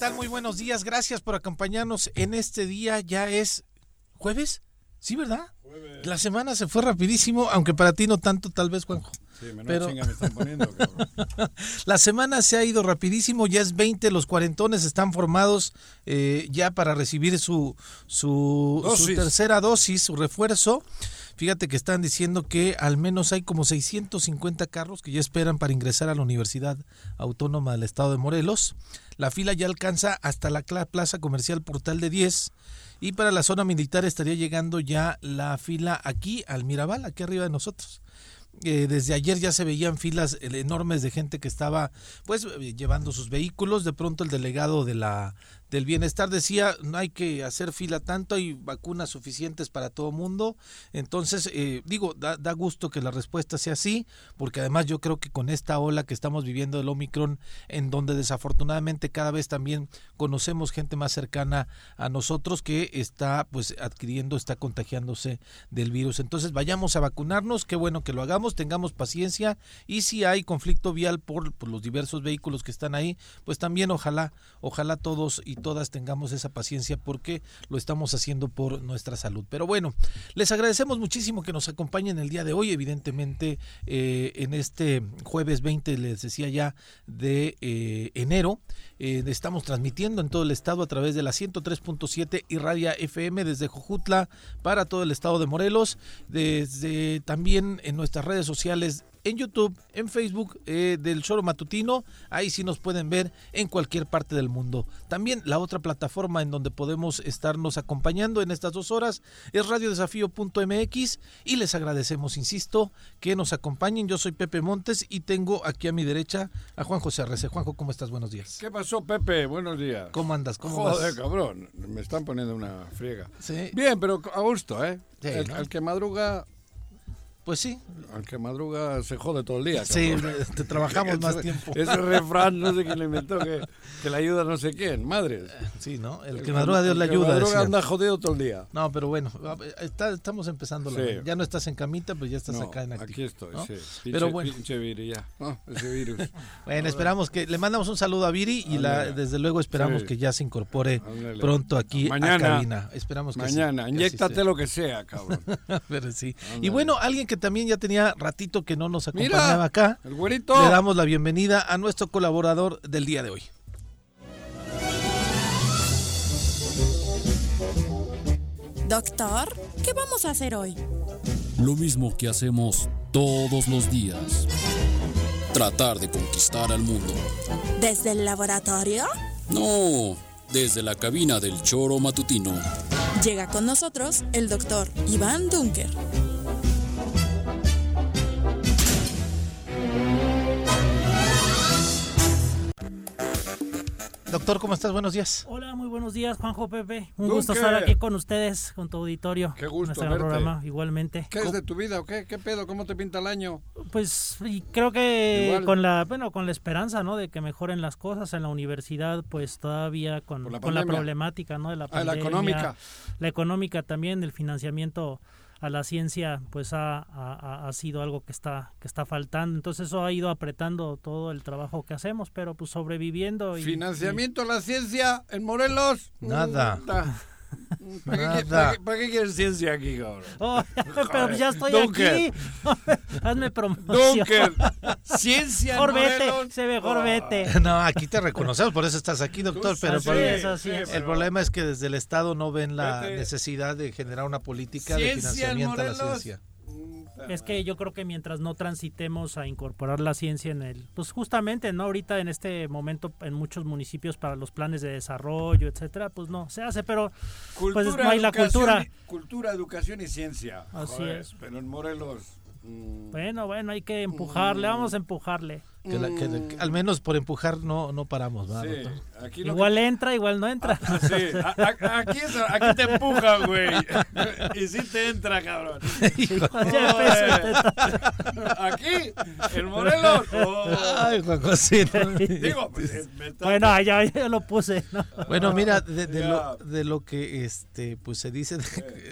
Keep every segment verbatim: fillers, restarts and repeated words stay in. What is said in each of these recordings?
tal? Muy buenos días. Gracias por acompañarnos en este día. Ya es jueves. Sí, ¿verdad? Jueves. La semana se fue rapidísimo, aunque para ti no tanto, tal vez, Juanjo. Sí, menos Pero... chinga me están poniendo, cabrón. La semana se ha ido rapidísimo, ya es veinte, los cuarentones están formados eh, ya para recibir su, su, su tercera dosis, su refuerzo. Fíjate que están diciendo que al menos hay como seiscientos cincuenta carros que ya esperan para ingresar a la Universidad Autónoma del Estado de Morelos. La fila ya alcanza hasta la Plaza Comercial Portal de diez. Y para la zona militar estaría llegando ya la fila aquí al Mirabal, aquí arriba de nosotros. Eh, desde ayer ya se veían filas enormes de gente que estaba pues llevando sus vehículos. De pronto el delegado de la del bienestar decía, no hay que hacer fila tanto, hay vacunas suficientes para todo mundo. Entonces, eh, digo, da, da gusto que la respuesta sea así, porque además yo creo que con esta ola que estamos viviendo del Omicron, en donde desafortunadamente cada vez también conocemos gente más cercana a nosotros que está pues adquiriendo, está contagiándose del virus. Entonces vayamos a vacunarnos, qué bueno que lo hagamos, tengamos paciencia, y si hay conflicto vial por, por los diversos vehículos que están ahí, pues también ojalá, ojalá todos y todas tengamos esa paciencia, porque lo estamos haciendo por nuestra salud. Pero bueno, les agradecemos muchísimo que nos acompañen el día de hoy, evidentemente eh, en este jueves veinte, les decía ya, de eh, enero. Eh, estamos transmitiendo en todo el estado a través de la ciento tres punto siete y Radia F M desde Jojutla para todo el estado de Morelos, desde también en nuestras redes sociales, en YouTube, en Facebook eh, del Choro Matutino. Ahí sí nos pueden ver en cualquier parte del mundo. También la otra plataforma en donde podemos estarnos acompañando en estas dos horas es radio desafío punto m x, y les agradecemos, insisto, que nos acompañen. Yo soy Pepe Montes y tengo aquí a mi derecha a Juan José Arrece. Juanjo, ¿cómo estás? Buenos días. ¿Qué pasó, Pepe? Buenos días. ¿Cómo andas? ¿Cómo Joder, vas? cabrón, me están poniendo una friega. Sí. Bien, pero a gusto, ¿eh? Sí, el, ¿no? el que madruga... Pues sí. Al que madruga se jode todo el día, Sí, cabrón. te trabajamos más tiempo. Ese refrán, no sé quién lo inventó, que, que le ayuda no sé quién, madres. Sí, ¿no? El, El que madruga Dios le ayuda. El que madruga decía. anda jodido todo el día. No, pero bueno, está, estamos empezando. La, Sí. Ya no estás en camita, pues ya estás No, acá en activo. aquí estoy, ¿no? sí. Pinche, Pero bueno. Pinche Viri, ya. No, ese virus. Bueno, esperamos que le mandamos un saludo a Viri y la, desde luego esperamos Sí. que ya se incorpore Ándale. pronto aquí Mañana, a cabina. Esperamos que Mañana, sí, que así inyéctate sea. lo que sea, cabrón. Pero sí. Ándale. Y bueno, alguien que también ya tenía ratito que no nos acompañaba Mira, acá, el güerito. le damos la bienvenida a nuestro colaborador del día de hoy. Doctor, ¿qué vamos a hacer hoy? Lo mismo que hacemos todos los días. Tratar de conquistar al mundo. ¿Desde el laboratorio? No, desde la cabina del Choro Matutino. Llega con nosotros el doctor Iván Dunker. Doctor, ¿cómo estás? Buenos días. Hola, muy buenos días, Juanjo, Pepe. Un Dunker. gusto estar aquí con ustedes, con tu auditorio. Qué gusto en este verte. programa, igualmente. ¿Qué es de tu vida o qué? ¿Qué pedo? ¿Cómo te pinta el año? Pues y creo que Igual. con la, bueno, con la esperanza, ¿no? De que mejoren las cosas en la universidad, pues todavía con, Por la con la pandemia. problemática, ¿no? De la Ah, pandemia. la económica. La económica también, el financiamiento a la ciencia, pues ha, ha, ha sido algo que está que está faltando. Entonces eso ha ido apretando todo el trabajo que hacemos, pero pues sobreviviendo. Y, ¿Financiamiento a la ciencia en Morelos? Nada. Puta. ¿Para qué, Nada. para qué- para qué quieres ciencia aquí, cabrón? Oh, pero ya estoy Dunker. aquí. Hazme promoción. Dunker, ciencia en Mejor vete, Morelos. se mejor Oh. vete. No, aquí te reconocemos, por eso estás aquí, doctor. Tú Pero sí, el, Así problema- es, así sí, es. el pero- problema es que desde el Estado no ven la Vete. necesidad de generar una política de Ciencia en financiamiento a la Morelos. ciencia. Es que yo creo que mientras no transitemos a incorporar la ciencia en el, pues justamente, ¿no? Ahorita en este momento en muchos municipios para los planes de desarrollo, etcétera, pues no se hace, pero Cultura, pues no hay la educación cultura. y- cultura, educación y ciencia. Así Joder, es. Pero en Morelos... mm, Bueno, bueno, hay que empujarle, vamos a empujarle. Que la- que- mm, que al menos por empujar no, no paramos, ¿verdad, sí, doctor? aquí lo Igual entra, igual no entra. que- sí, a- a- aquí, es- aquí te empujan, güey. Y sí te entra, cabrón. Hijo, Ya empezó. Joder. Aquí, en Morelos. oh. ay, Juan José. Digo, pues, eh, me está- Bueno, ya, ya lo puse, ¿no? Bueno, mira, de, de Ya. lo, de lo que este pues se dice de, de-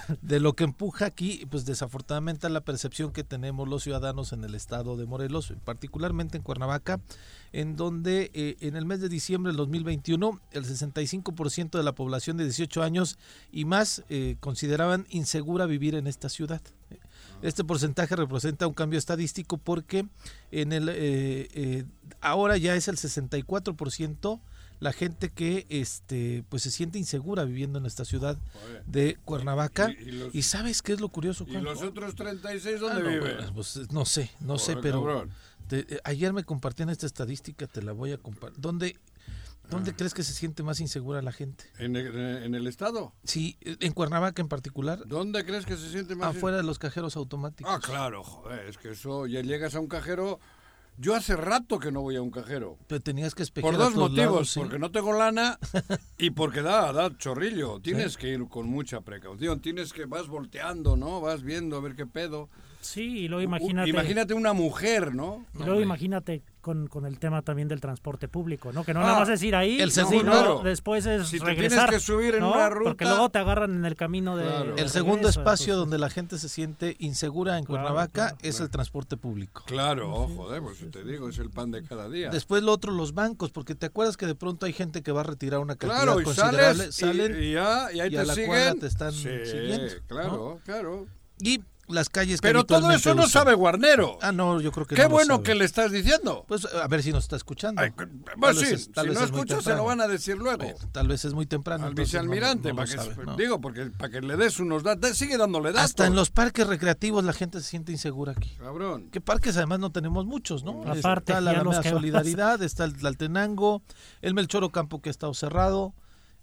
de lo que empuja aquí, pues desafortunadamente a la percepción que tenemos los ciudadanos en el estado de Morelos, particularmente en Cuernavaca, en donde eh, en el mes de diciembre del dos mil veintiuno el sesenta y cinco por ciento de la población de dieciocho años y más eh, consideraban insegura vivir en esta ciudad. Este porcentaje representa un cambio estadístico porque en el eh, eh, ahora ya es el sesenta y cuatro por ciento la gente que este pues se siente insegura viviendo en esta ciudad de Cuernavaca. ¿Y, y, los, ¿Y sabes qué es lo curioso, Juan? ¿Y los otros treinta y seis dónde ah, no, viven? Pues, pues, no sé, no Joder, sé, pero te, eh, ayer me compartían esta estadística, te la voy a compartir. ¿Dónde, dónde ah. crees que se siente más insegura la gente? ¿En el, en el estado? Sí, en Cuernavaca en particular. ¿Dónde crees que se siente más? Afuera de los cajeros automáticos. Ah, claro, joder, es que eso, ya llegas a un cajero... Yo hace rato que no voy a un cajero. Pero tenías que espejear. Por dos motivos, lados, ¿sí? Porque no tengo lana y porque da, da chorrillo. Tienes ¿sí? que ir con mucha precaución, tienes que, vas volteando, ¿no? Vas viendo a ver qué pedo. Sí, y luego imagínate... U, imagínate una mujer, ¿no? Y luego no, imagínate con, con el tema también del transporte público, ¿no? Que no ah, nada más es ir ahí, el segundo, no, claro. después es si regresar. Si tienes que subir en ¿no? una ruta... Porque luego te agarran en el camino de... Claro. de el segundo regreso, espacio entonces... donde la gente se siente insegura en claro, Cuernavaca claro, es claro. el transporte público. Claro, oh, joder, pues sí, te sí, digo, sí. es el pan de cada día. Después lo otro, los bancos, porque te acuerdas que de pronto hay gente que va a retirar una cantidad claro, y considerable. Sales, salen y, y, ya, y ahí y te a la siguen. cuadra te están sí, siguiendo. claro, ¿no? claro. Y las calles que pero todo eso no usan. sabe Guarnero. Ah, no, yo creo que qué no bueno lo sabe. que le estás diciendo. Pues a ver si nos está escuchando. Ay, pues sí, es, si no escucha se lo van a decir luego. Bueno, tal vez es muy temprano. Al vicealmirante, no, no para que, no. digo, porque para que le des unos datos, sigue dándole datos. Hasta en los parques recreativos la gente se siente insegura aquí. Cabrón. ¿Qué parques además no tenemos muchos, no? Aparte, está la Alameda Solidaridad, está el Tlaltenango, el Melchor Ocampo que ha estado cerrado.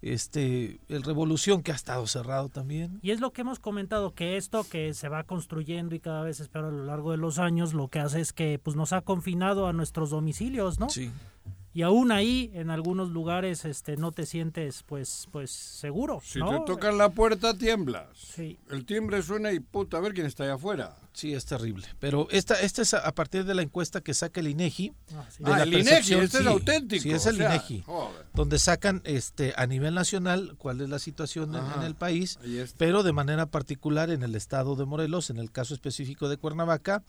Este, el Revolución que ha estado cerrado también. Y es lo que hemos comentado, que esto que se va construyendo y cada vez espero a lo largo de los años, lo que hace es que pues nos ha confinado a nuestros domicilios, ¿no? Sí. Y aún ahí, en algunos lugares, este, no te sientes, pues, pues seguro, si ¿no? te tocan la puerta, tiemblas. Sí. El timbre suena y puta, a ver quién está allá afuera. Sí, es terrible. Pero esta, esta es a, a partir de la encuesta que saca el INEGI. Ah, sí. ah el INEGI, este sí, es auténtico. Sí, es el o sea, INEGI. Joder. Donde sacan este a nivel nacional cuál es la situación en, en el país, pero de manera particular en el estado de Morelos, en el caso específico de Cuernavaca,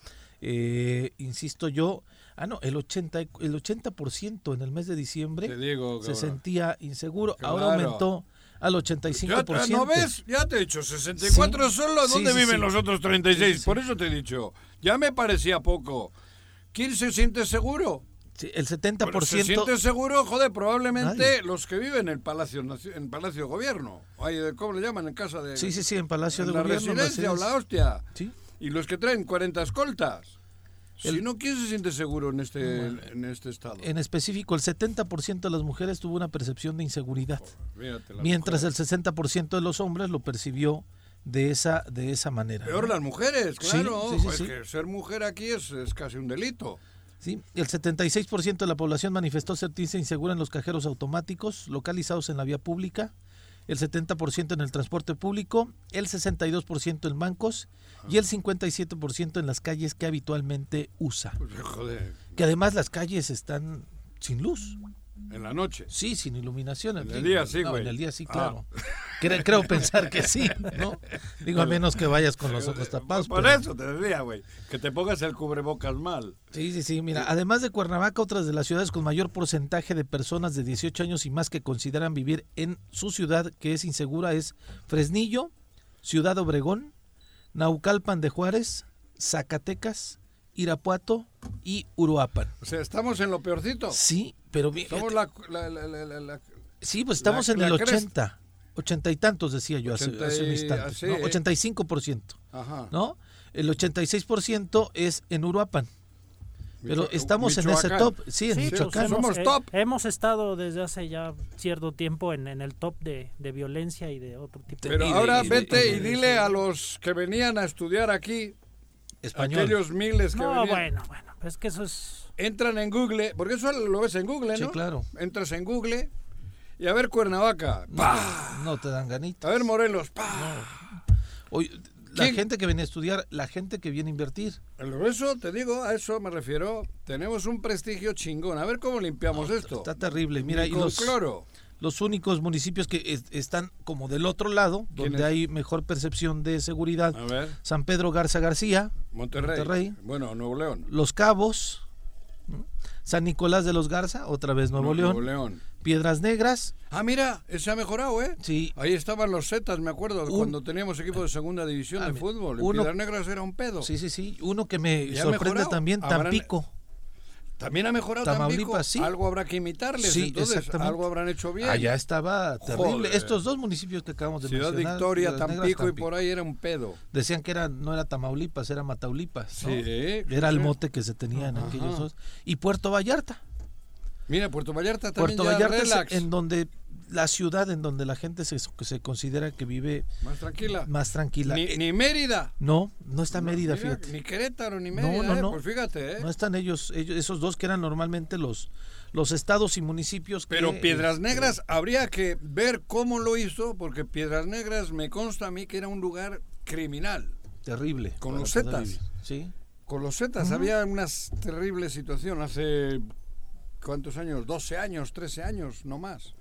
eh, insisto yo, ah no, el ochenta el ochenta por ciento en el mes de diciembre te digo, se sentía inseguro, claro. ahora aumentó al ochenta y cinco por ciento. ¿No ves? Ya te he dicho, sesenta y cuatro sí. solo, ¿dónde sí, sí, viven sí. los otros treinta y seis? Sí, sí. Por eso te he dicho, ya me parecía poco. ¿Quién se siente seguro? Sí, el setenta por ciento. Se siente seguro, joder, probablemente Nadie. los que viven en el Palacio en Palacio de Gobierno. ¿Cómo le llaman? En casa de... Sí, sí, sí, en Palacio en de la Gobierno. Residencia o la hostia. Sí. Y los que traen cuarenta escoltas. El, si no, ¿quién se siente seguro en este, bueno, en este estado? En específico, el setenta por ciento de las mujeres tuvo una percepción de inseguridad, Joder, mientras mujeres. el sesenta por ciento de los hombres lo percibió de esa de esa manera. Peor ¿no? las mujeres, claro. Sí, sí, sí, es sí. que ser mujer aquí es, es casi un delito. Sí, el setenta y seis por ciento de la población manifestó sentirse insegura en los cajeros automáticos localizados en la vía pública, el setenta por ciento en el transporte público, el sesenta y dos por ciento en bancos y el cincuenta y siete por ciento en las calles que habitualmente usa. Pues, joder. Que además las calles están sin luz. ¿En la noche? Sí, sin iluminación. En, en el el día sí, no, güey. En el día sí, ah. claro. Creo, creo pensar que sí, ¿no? Digo, a menos que vayas con los ojos tapados. Por pero... eso te decía, güey, que te pongas el cubrebocas mal. Sí, sí, sí. Mira, además de Cuernavaca, otras de las ciudades con mayor porcentaje de personas de dieciocho años y más que consideran vivir en su ciudad que es insegura es Fresnillo, Ciudad Obregón, Naucalpan de Juárez, Zacatecas, Irapuato y Uruapan. O sea, ¿estamos en lo peorcito? Sí, pero... Estamos la, la, la, la, la... Sí, pues estamos la, en el ochenta, ochenta y tantos decía yo hace, ochenta y, hace un instante, así, ¿no? ¿eh? ochenta y cinco por ciento, Ajá. ¿no? El ochenta y seis por ciento es en Uruapan. Pero Micho estamos Michoacán. en ese top, sí, en sí, Michoacán. Pues somos hemos, top. Eh, hemos estado desde hace ya cierto tiempo en, en el top de, de violencia y de otro tipo. Pero de, ahora de, vete de, y dile a los que venían a estudiar aquí, español. Aquellos miles que no, venían. bueno, bueno, es que eso es... Entran en Google, porque eso lo ves en Google, ¿no? Sí, claro. Entras en Google y a ver Cuernavaca, ¡pah! No, no te dan ganitas. A ver Morelos, ¡pah! No. Oye, la ¿Quién? gente que viene a estudiar, la gente que viene a invertir. Eso te digo, a eso me refiero. Tenemos un prestigio chingón. A ver cómo limpiamos no, esto. Está terrible. Mira, y y con los, cloro. Los únicos municipios que es, están como del otro lado, donde hay mejor percepción de seguridad, A ver. San Pedro Garza García, Monterrey. Monterrey. Bueno, Nuevo León. Los Cabos, ¿no? San Nicolás de los Garza, otra vez Nuevo, No, León. Nuevo León. Piedras Negras. Ah, mira, se ha mejorado, ¿eh? Sí. Ahí estaban los Zetas, me acuerdo, Un- cuando teníamos equipo de segunda división Ah, de fútbol. En uno- Piedras Negras era un pedo. Sí, sí, sí. Uno que me ¿Y ha sorprende mejorado? también, Habrán- Tampico. También ha mejorado Tamaulipas, Tampico. sí. Algo habrá que imitarles, Sí, entonces. exactamente. Algo habrán hecho bien. Allá estaba terrible. Joder. Estos dos municipios que acabamos de Ciudad mencionar. Victoria, Piedras Negras, Tampico y por ahí era un pedo. Decían que era, no era Tamaulipas, era Mataulipas, ¿no? Sí, Era el sí. mote que se tenía en Ajá. aquellos dos. Y Puerto Vallarta. Mira, Puerto Vallarta también Puerto ya Vallarta es relax. en donde la ciudad en donde la gente se, se considera que vive Más tranquila. más tranquila. Ni, Eh, ni Mérida. No, no está Mérida, Mira, fíjate. Ni Querétaro, ni No, Mérida. no, eh, no. Pues fíjate, ¿eh? No están ellos, ellos, esos dos que eran normalmente los, los estados y municipios. Pero que, Piedras este, Negras habría que ver cómo lo hizo, porque Piedras Negras me consta a mí que era un lugar criminal. Terrible. Con para los poder Zetas. vivir, Sí. Con los Zetas había una terrible situación hace, ¿cuántos años? doce años, trece años, no más.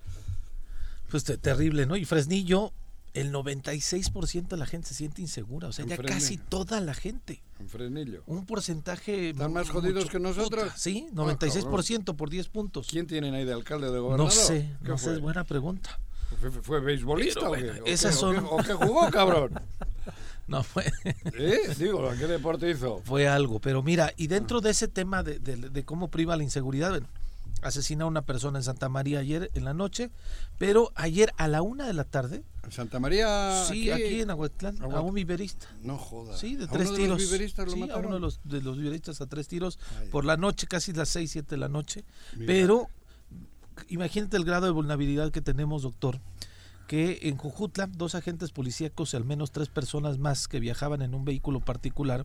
Pues te- terrible, ¿no? Y Fresnillo, el noventa y seis por ciento de la gente se siente insegura. O sea, En ya Fresnillo. casi toda la gente. En Fresnillo. Un porcentaje. ¿Están más mucho- jodidos que nosotros? Puta, sí, noventa y seis por ciento por diez puntos. ¿Quién tienen ahí de alcalde o de No gobernador? sé, ¿Qué no sé, fue? es buena pregunta. ¿Fue, fue- fue beisbolista Pero o qué? bueno, ¿O qué- esas o son- qué- ¿O qué jugó, cabrón? No fue, ¿Eh? Digo, ¿qué deporte hizo? fue algo. Pero mira, y dentro de ese tema de, de- de cómo priva la inseguridad, bueno, asesinó a una persona en Santa María ayer en la noche, pero ayer a la una de la tarde, ¿En Santa María? sí, aquí en Aguatlán, a Aguat- un viverista. No jodas. Sí, de ¿A tres uno tiros. De los viveristas lo sí, mataron? a uno de los, de los viveristas a tres tiros Ay. por la noche, casi las seis, siete de la noche. Mira. Pero imagínate el grado de vulnerabilidad que tenemos, doctor, que en Jujutla, dos agentes policíacos y al menos tres personas más que viajaban en un vehículo particular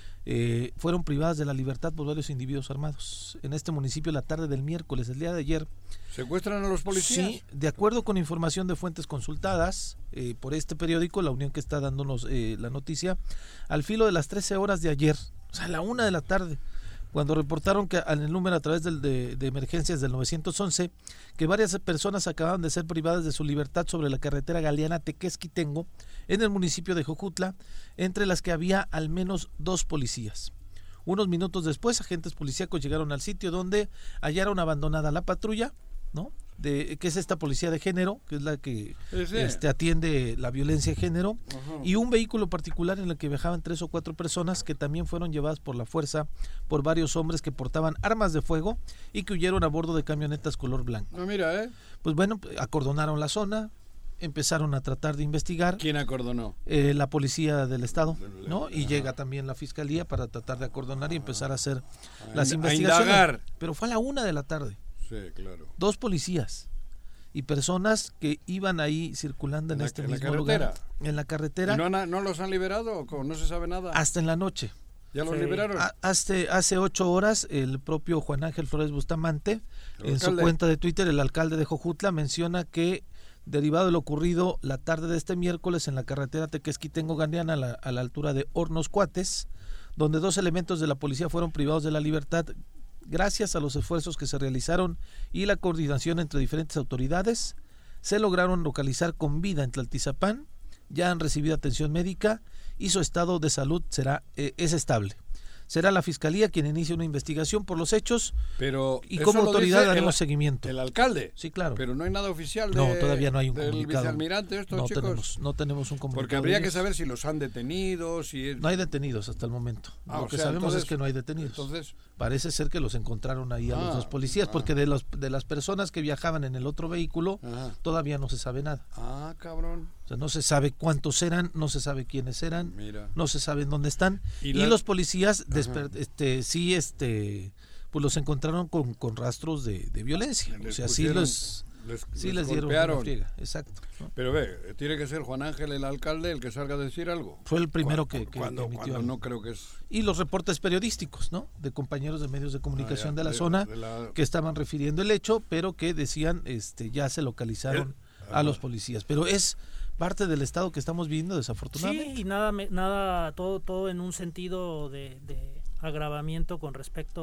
eh, fueron privadas de la libertad por varios individuos armados. En este municipio la tarde del miércoles, el día de ayer, ¿Secuestran a los policías? sí, de acuerdo con información de fuentes consultadas eh, por este periódico, La Unión, que está dándonos eh, la noticia, al filo de las trece horas de ayer, o sea, a la una de la tarde, cuando reportaron que en el número a través del, de, de emergencias del nueve once, que varias personas acababan de ser privadas de su libertad sobre la carretera Galeana Tequesquitengo, en el municipio de Jojutla, entre las que había al menos dos policías. Unos minutos después, agentes policíacos llegaron al sitio donde hallaron abandonada la patrulla, ¿no? De, que es esta policía de género, que es la que Sí, sí. este, atiende la violencia de género, Ajá. y un vehículo particular en el que viajaban tres o cuatro personas que también fueron llevadas por la fuerza por varios hombres que portaban armas de fuego y que huyeron a bordo de camionetas color blanco. No, mira, ¿eh? Pues bueno, acordonaron la zona, empezaron a tratar de investigar. ¿Quién acordonó? Eh, la policía del estado, ¿no? Y llega también la fiscalía para tratar de acordonar y empezar a hacer las a investigaciones. indagar. Pero fue a la una de la tarde. Sí, claro. Dos policías y personas que iban ahí circulando en, En la- este en la mismo lugar, carretera. en la carretera, ¿Y no, han- no los han liberado o cómo? No se sabe nada. hasta en la noche. ¿Ya los Sí. liberaron? A- Hace, hace ocho horas, el propio Juan Ángel Flores Bustamante, El en su alcalde. cuenta de Twitter, el alcalde de Jojutla, menciona que, derivado de lo ocurrido la tarde de este miércoles en la carretera Tequesquitengo-Galeana, a la, a la altura de Hornos Cuates, donde dos elementos de la policía fueron privados de la libertad, gracias a los esfuerzos que se realizaron y la coordinación entre diferentes autoridades, se lograron localizar con vida en Tlaltizapán, ya han recibido atención médica y su estado de salud será eh, es estable. Será la fiscalía quien inicie una investigación por los hechos Pero y eso como lo autoridad dice haremos el, seguimiento. el alcalde. Sí, claro. Pero no hay nada oficial de, No, todavía no hay un del comunicado. vicealmirante estos no chicos. tenemos, no tenemos un comunicado. Porque habría de que ellos. saber si los han detenido, si es- No hay detenidos hasta el momento. Ah, Lo o que sea, sabemos entonces- es que no hay detenidos. Entonces, Parece ser que los encontraron ahí a Ah, los dos policías, ah. porque de los de las personas que viajaban en el otro vehículo ajá. todavía no se sabe nada. Ah, cabrón. O sea, no se sabe cuántos eran, no se sabe quiénes eran, Mira. no se sabe en dónde están. Y Y, la- los policías, desper- este, sí, este, pues los encontraron con, con rastros de, de violencia. Les O sea, sí pusieron- los, les, sí les les dieron golpearon. una friega. Exacto, ¿no? Pero ve, tiene que ser Juan Ángel el alcalde el que salga a decir algo. Fue el primero Cu- que, que cuando, emitió cuando algo. no creo que es Y los reportes periodísticos, ¿no? De compañeros de medios de comunicación Ah, ya, de la de- zona de la- que estaban refiriendo el hecho, pero que decían, este, ya se localizaron Eh, a los policías. Pero es parte del estado que estamos viviendo, desafortunadamente. Sí, y nada, me- nada, todo, todo en un sentido de, de agravamiento con respecto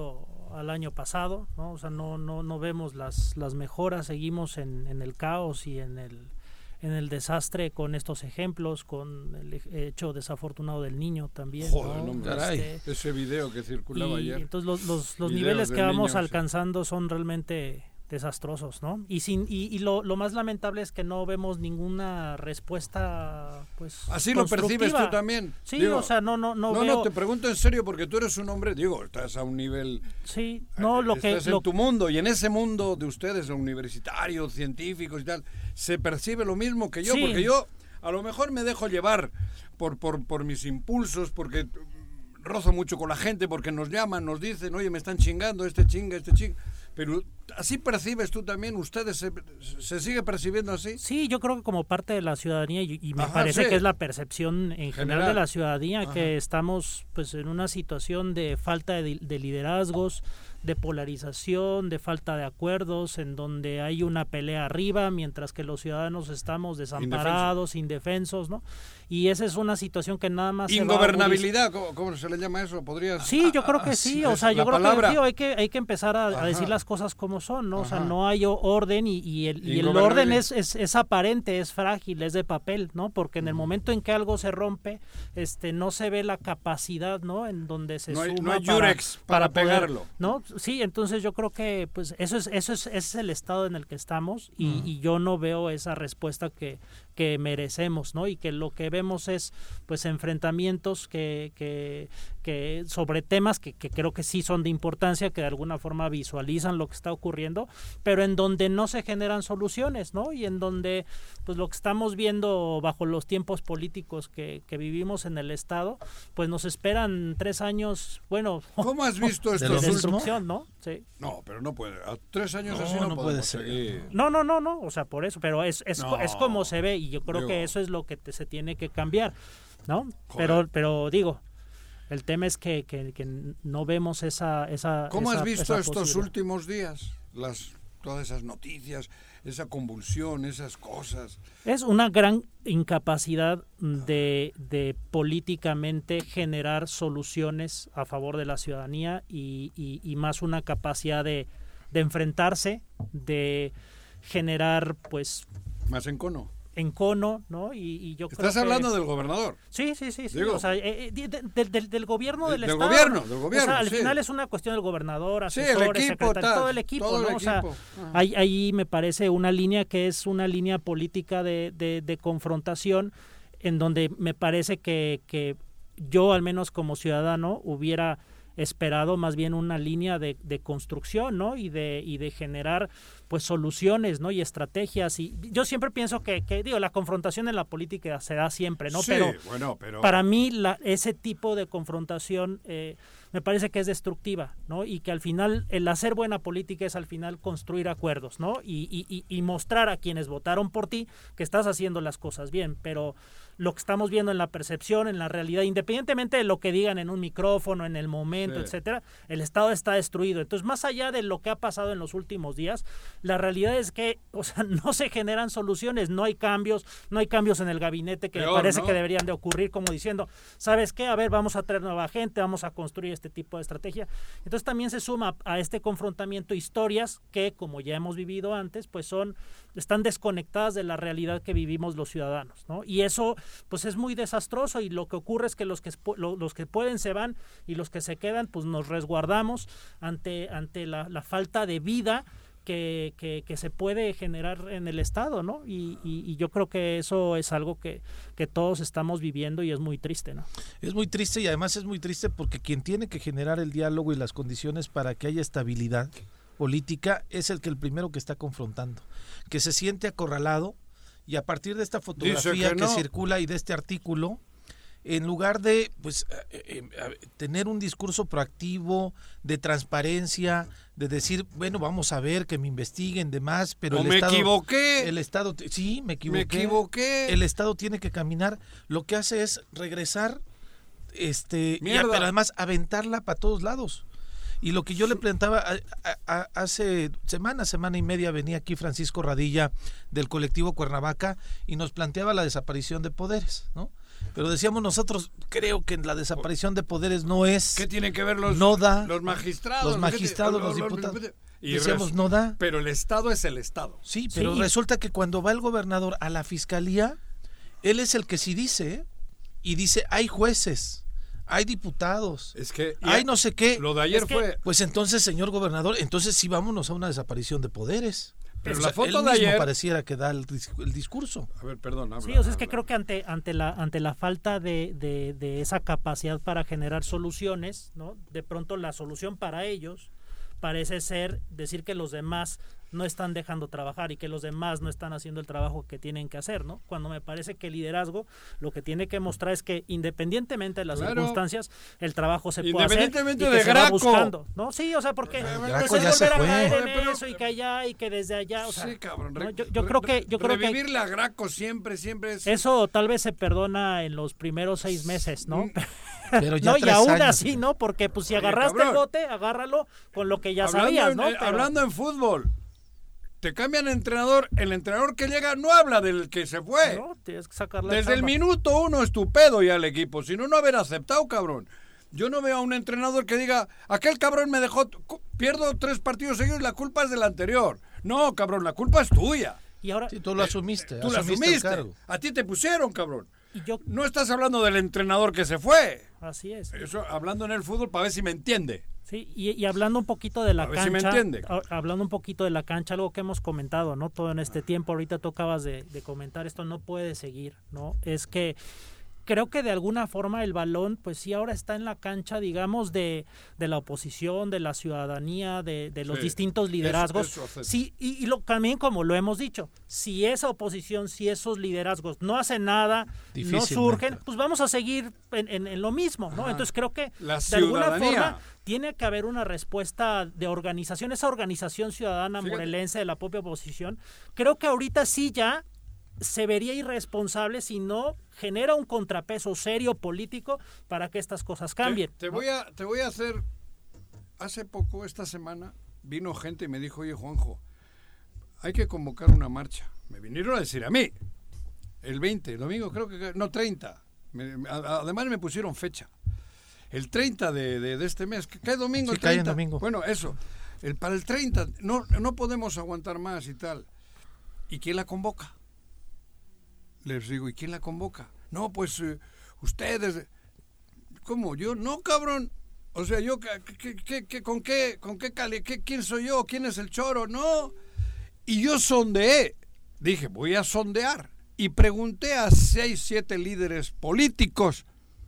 al año pasado, ¿no? O sea, no no no vemos las las mejoras, seguimos en, en el caos y en el en el desastre con estos ejemplos, con el hecho desafortunado del niño también. Joder, ¿no? no, caray. Este, ese video que circulaba y ayer. entonces los los, los Videos niveles del que vamos niño, alcanzando sí. son realmente desastrosos, ¿no? Y sin y, y lo, lo más lamentable es que no vemos ninguna respuesta, pues así lo percibes tú también. Sí, digo, o sea, no no no no veo... no te pregunto en serio porque tú eres un hombre, digo, estás a un nivel, sí, no lo estás que en lo... tu mundo y en ese mundo de ustedes, universitarios, científicos y tal, se percibe lo mismo que yo, sí. porque yo a lo mejor me dejo llevar por por por mis impulsos, porque rozo mucho con la gente, porque nos llaman, nos dicen, oye, me están chingando, este chinga, este chinga. Pero así percibes tú también, ¿ustedes se, se sigue percibiendo así? Sí, yo creo que como parte de la ciudadanía, y, y me Ajá, parece sí. que es la percepción en general, General. de la ciudadanía, Ajá. que estamos pues en una situación de falta de, de liderazgos, de polarización, de falta de acuerdos, en donde hay una pelea arriba, mientras que los ciudadanos estamos desamparados, indefensos, ¿no? Y esa es una situación que nada más Ingobernabilidad, ¿cómo, ¿cómo se le llama eso? ¿Podrías? Sí, yo creo que sí, o sea, yo creo palabra. que tío, hay que hay que empezar a, a decir las cosas como son, ¿no? O sea, no hay orden y, y el, y el orden es, es, es aparente, es frágil, es de papel, ¿no? Porque en el momento en que algo se rompe, este, no se ve la capacidad, ¿no? En donde se no hay, suma no hay para, yurex para, para poder, pegarlo, ¿no? Sí, entonces yo creo que pues eso es eso es ese es el estado en el que estamos y, mm. y yo no veo esa respuesta que que merecemos, ¿no? Y que lo que vemos es pues enfrentamientos que que, que sobre temas que, que creo que sí son de importancia, que de alguna forma visualizan lo que está ocurriendo, pero en donde no se generan soluciones, ¿no? Y en donde pues lo que estamos viendo bajo los tiempos políticos que, que vivimos en el Estado, pues nos esperan tres años, bueno... ¿Cómo has visto esto? De destrucción, ¿no? Sí. No, pero no puede, a tres años no, así no, no puede ser. Seguir. No, no, no, no, o sea, por eso, pero es es, no. es como se ve y yo creo Digo, que eso es lo que te, se tiene que cambiar, ¿no? Joder. Pero pero digo, el tema es que, que, que no vemos esa esa ¿Cómo esa, has visto esa estos últimos días? Las todas esas noticias, esa convulsión, esas cosas. Es una gran incapacidad de, de políticamente generar soluciones a favor de la ciudadanía y, y, y más una capacidad de, de enfrentarse, de generar pues... Más encono. encono, ¿no? Y, y yo Estás creo hablando que... del gobernador. Sí, sí, sí, sí. Digo, o sea, eh, de, de, de, del gobierno del, del Estado. Gobierno, del gobierno, o sea, al sí. final es una cuestión del gobernador, asesores, sí, el equipo, secretarios, tal, todo el equipo, todo ¿no? el O sea, equipo. hay, ahí me parece una línea que es una línea política de, de, de confrontación en donde me parece que, que yo, al menos como ciudadano, hubiera esperado más bien una línea de, de construcción, ¿no? Y de y de generar pues soluciones, ¿no? Y estrategias. Y yo siempre pienso que, que digo, la confrontación en la política se da siempre, ¿no? Sí, pero, bueno, pero para mí la, ese tipo de confrontación eh, me parece que es destructiva, ¿no? Y que al final el hacer buena política es al final construir acuerdos, ¿no? Y, y, y mostrar a quienes votaron por ti que estás haciendo las cosas bien, pero lo que estamos viendo en la percepción, en la realidad, independientemente de lo que digan en un micrófono, en el momento, sí. etcétera, el Estado está destruido. Entonces, más allá de lo que ha pasado en los últimos días, la realidad es que, o sea, no se generan soluciones, no hay cambios, no hay cambios en el gabinete que Peor, me parece ¿no? que deberían de ocurrir, como diciendo, ¿sabes qué? A ver, vamos a traer nueva gente, vamos a construir este tipo de estrategia. Entonces, también se suma a este confrontamiento historias que, como ya hemos vivido antes, pues son, están desconectadas de la realidad que vivimos los ciudadanos, ¿no? Y eso pues es muy desastroso y lo que ocurre es que los que los que pueden se van y los que se quedan pues nos resguardamos ante ante la, la falta de vida que, que, que se puede generar en el Estado, ¿no? Y, y, y yo creo que eso es algo que, que todos estamos viviendo y es muy triste, ¿no? Es muy triste y además es muy triste porque quien tiene que generar el diálogo y las condiciones para que haya estabilidad política es el que el primero que está confrontando, que se siente acorralado. Y a partir de esta fotografía que, que no. circula y de este artículo, en lugar de pues eh, eh, tener un discurso proactivo, de transparencia, de decir, bueno, vamos a ver, que me investiguen demás, pero no el me Estado... equivoqué. El Estado, sí, me equivoqué. Me equivoqué. El Estado tiene que caminar. Lo que hace es regresar, este, y, pero además aventarla para todos lados. Y lo que yo le planteaba, a, a, a, hace semana, semana y media venía aquí Francisco Radilla del colectivo Cuernavaca y nos planteaba la desaparición de poderes, ¿no? Pero decíamos nosotros, creo que la desaparición de poderes no es... ¿Qué tienen que ver los, no da, los magistrados? Los magistrados, los, los diputados. Los, y decíamos, res, no da. Pero el Estado es el Estado. Sí, pero sí. Resulta que cuando va el gobernador a la fiscalía, él es el que sí dice, y dice, hay jueces, hay diputados, es que hay no sé qué. Lo de ayer es fue... Que, pues entonces, señor gobernador, entonces sí vámonos a una desaparición de poderes. Pero o la sea, foto él de mismo ayer pareciera que da el, el discurso. A ver, perdón. Habla, sí, o sea, es que habla. creo que ante ante la ante la falta de, de, de esa capacidad para generar soluciones, ¿no? De pronto la solución para ellos parece ser decir que los demás no están dejando trabajar y que los demás no están haciendo el trabajo que tienen que hacer, ¿no? Cuando me parece que el liderazgo lo que tiene que mostrar es que independientemente de las claro. circunstancias, el trabajo se puede hacer independientemente y que de se Graco. va buscando, ¿no? Sí, o sea, porque pues es ya volver a fue. caer en pero, eso y que allá y que desde allá, o sea, sí, cabrón, ¿no? yo, yo creo que yo creo que revivir la Graco siempre siempre es... eso tal vez se perdona en los primeros seis meses, ¿no? Mm. Pero ya no, y aún años. así, ¿no? Porque pues si Oye, agarraste cabrón. el bote, agárralo con lo que ya hablando sabías, en, ¿no? eh, Pero... Hablando en fútbol, te cambian entrenador, el entrenador que llega no habla del que se fue. No, tienes que sacar la Desde el chamba. minuto uno estupendo ya el equipo, si no, no haber aceptado, cabrón. Yo no veo a un entrenador que diga, aquel cabrón me dejó, pierdo tres partidos seguidos, la culpa es del anterior. No, cabrón, la culpa es tuya. Y ahora... Sí, tú lo asumiste. Tú lo asumiste. asumiste. El cargo. A ti te pusieron, cabrón. Y yo... No estás hablando del entrenador que se fue. Así es. Eso, hablando en el fútbol, para ver si me entiende. Sí, y, y hablando un poquito de la a ver cancha, si me entiende. a, hablando un poquito de la cancha, algo que hemos comentado, ¿no? Todo en este tiempo, ahorita tú acabas de, de comentar, esto no puede seguir, ¿no? Es que creo que de alguna forma el balón, pues sí, ahora está en la cancha, digamos, de, de la oposición, de la ciudadanía, de, de los Sí, distintos liderazgos. eso, eso sí, y, y lo, también como lo hemos dicho, si esa oposición, si esos liderazgos no hacen nada, no surgen, pues vamos a seguir en, en, en lo mismo, ¿no? Ajá. Entonces creo que la de alguna ciudadanía. forma tiene que haber una respuesta de organización, esa organización ciudadana Fíjate. morelense de la propia oposición. Creo que ahorita sí ya se vería irresponsable si no genera un contrapeso serio político para que estas cosas cambien. Te, te ¿no? voy a te voy a hacer, hace poco, esta semana, vino gente y me dijo, oye, Juanjo, hay que convocar una marcha. Me vinieron a decir a mí, el veinte, el domingo creo que, no, treinta. Me, a, además me pusieron fecha. El treinta de, de, de este mes. ¿Qué domingo? Sí, el cae en treinta. domingo. Bueno, eso. El, para el treinta, no, no podemos aguantar más y tal. ¿Y quién la convoca? Les digo, ¿y quién la convoca? No, pues eh, ustedes. ¿Cómo? ¿Yo? No, cabrón. O sea, yo, ¿qué, qué, qué, ¿con qué? ¿Con qué cali? ¿Qué, ¿Quién soy yo? ¿Quién es el choro? No. Y yo sondeé. Dije, voy a sondear. Y pregunté a seis, siete líderes políticos.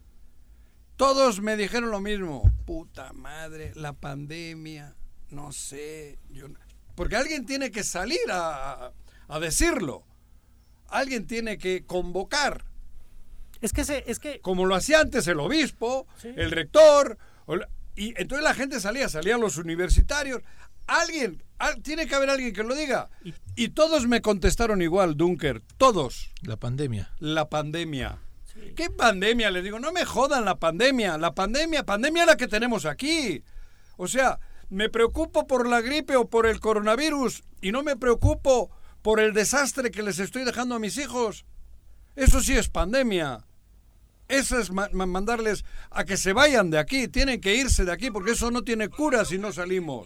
Todos me dijeron lo mismo. Puta madre, la pandemia, no sé. Yo... Porque alguien tiene que salir a, a decirlo. Alguien tiene que convocar. Es que se, es que como lo hacía antes el obispo, sí. el rector, y entonces la gente salía, salían los universitarios. Alguien, al, tiene que haber alguien que lo diga. Y, y todos me contestaron igual, Dunker, todos. La pandemia. La pandemia. Sí. ¿Qué pandemia? Les digo, no me jodan la pandemia. La pandemia, pandemia es la que tenemos aquí. O sea, me preocupo por la gripe o por el coronavirus y no me preocupo por el desastre que les estoy dejando a mis hijos. Eso sí es pandemia. Eso es ma- mandarles a que se vayan de aquí. Tienen que irse de aquí porque eso no tiene cura si no salimos.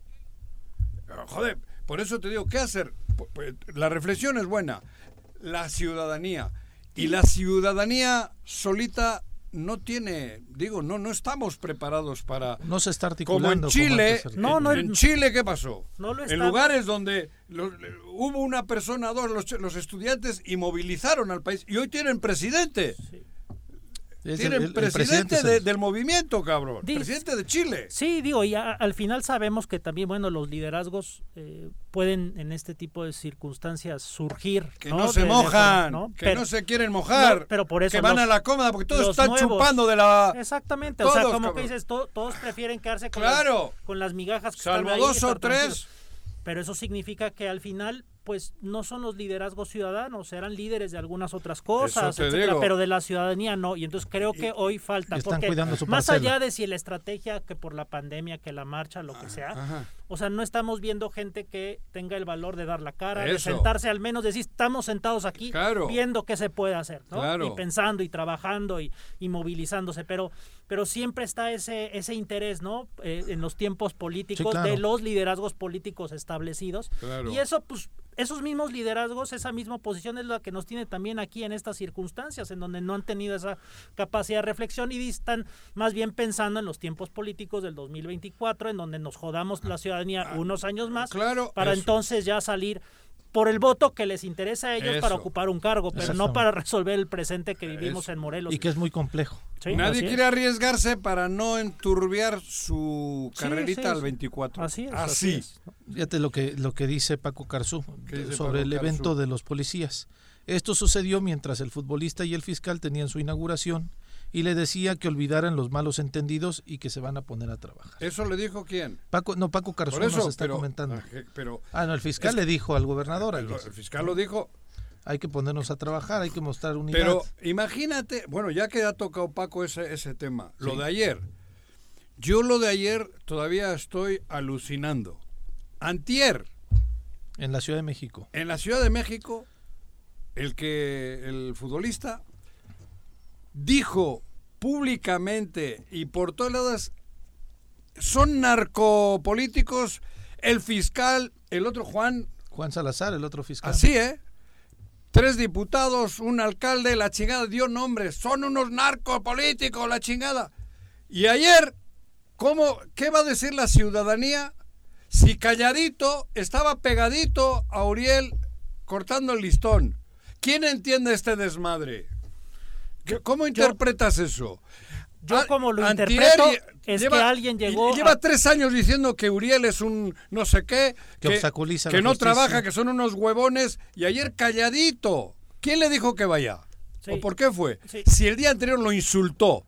Joder, por eso te digo, ¿qué hacer? Pues la reflexión es buena. La ciudadanía. Y la ciudadanía solita no tiene, digo, no no estamos preparados para... No se está articulando. Como en Chile, como no, no, en Chile, ¿qué pasó? No lo en estamos. lugares donde lo, hubo una persona, dos, los, los estudiantes y movilizaron al país. Y hoy tienen presidente. Sí. Tienen el, el, presidente, el presidente de, el... del movimiento, cabrón. Dice, presidente de Chile. Sí, digo, y a, al final sabemos que también, bueno, los liderazgos eh, pueden en este tipo de circunstancias surgir. Que no, no se de, mojan, de, ¿no? que pero, no se quieren mojar, no, pero por eso que van los, a la cómoda, porque todos están nuevos, chupando de la... Exactamente, todos, o sea, como cabrón. que dices, to, todos prefieren quedarse con, claro. las, con las migajas que salvo están ahí, dos o tres. Pero eso significa que al final pues no son los liderazgos ciudadanos, eran líderes de algunas otras cosas, Eso te etcétera, digo. pero de la ciudadanía no, y entonces creo que Y- hoy falta, están porque cuidando su más parcela. allá de si la estrategia que por la pandemia, que la marcha, lo que sea, Ajá. o sea, no estamos viendo gente que tenga el valor de dar la cara, de Eso. sentarse al menos, decir, estamos sentados aquí Claro. viendo qué se puede hacer, ¿no? Claro. Y pensando y trabajando y, y movilizándose, pero pero siempre está ese ese interés, ¿no? Eh, en los tiempos políticos Sí, claro. de los liderazgos políticos establecidos. Claro. Y eso, pues, esos mismos liderazgos, esa misma posición es la que nos tiene también aquí en estas circunstancias, en donde no han tenido esa capacidad de reflexión y están más bien pensando en los tiempos políticos del dos mil veinticuatro, en donde nos jodamos la ciudadanía unos años más, Claro, para eso. entonces ya salir por el voto que les interesa a ellos Eso. para ocupar un cargo, pero no Exactamente. para resolver el presente que vivimos Eso. en Morelos. Y que es muy complejo. Sí, Nadie así quiere es. arriesgarse para no enturbiar su Sí, carrerita sí, al sí. veinticuatro. Así es. Así. es. Fíjate lo que, lo que dice Paco Carzú ¿Qué dice sobre Paco el Carzú? evento de los policías. Esto sucedió mientras el futbolista y el fiscal tenían su inauguración y le decía que olvidaran los malos entendidos y que se van a poner a trabajar. ¿Eso le dijo quién? Paco, no, Paco Carzú Por eso, nos está pero, comentando. ah, que- pero Ah, no, el fiscal es le dijo al gobernador el, ayer, el fiscal lo dijo. hay que ponernos a trabajar, hay que mostrar unidad. Pero imagínate, bueno, ya que ha tocado Paco ese, ese tema, lo Sí. de ayer. Yo lo de ayer todavía estoy alucinando. Antier, En la Ciudad de México. en la Ciudad de México, el que el futbolista dijo públicamente y por todos lados, son narcopolíticos, el fiscal, el otro Juan, Juan Salazar, el otro fiscal. así, ¿eh? Tres diputados, un alcalde, la chingada, dio nombres, son unos narcopolíticos, la chingada. Y ayer, ¿cómo, qué va a decir la ciudadanía si calladito estaba pegadito a Uriel cortando el listón? ¿Quién entiende este desmadre? ¿Qué- ¿Cómo interpretas eso? Yo Ah, como lo Antier interpreto y- es lleva- que alguien llegó y Lleva a- tres años diciendo que Uriel es un no sé qué, Que obstaculiza que la no justicia. trabaja, que son unos huevones, y ayer calladito. ¿Quién le dijo que vaya? Sí. ¿O por qué fue? Sí. Si el día anterior lo insultó.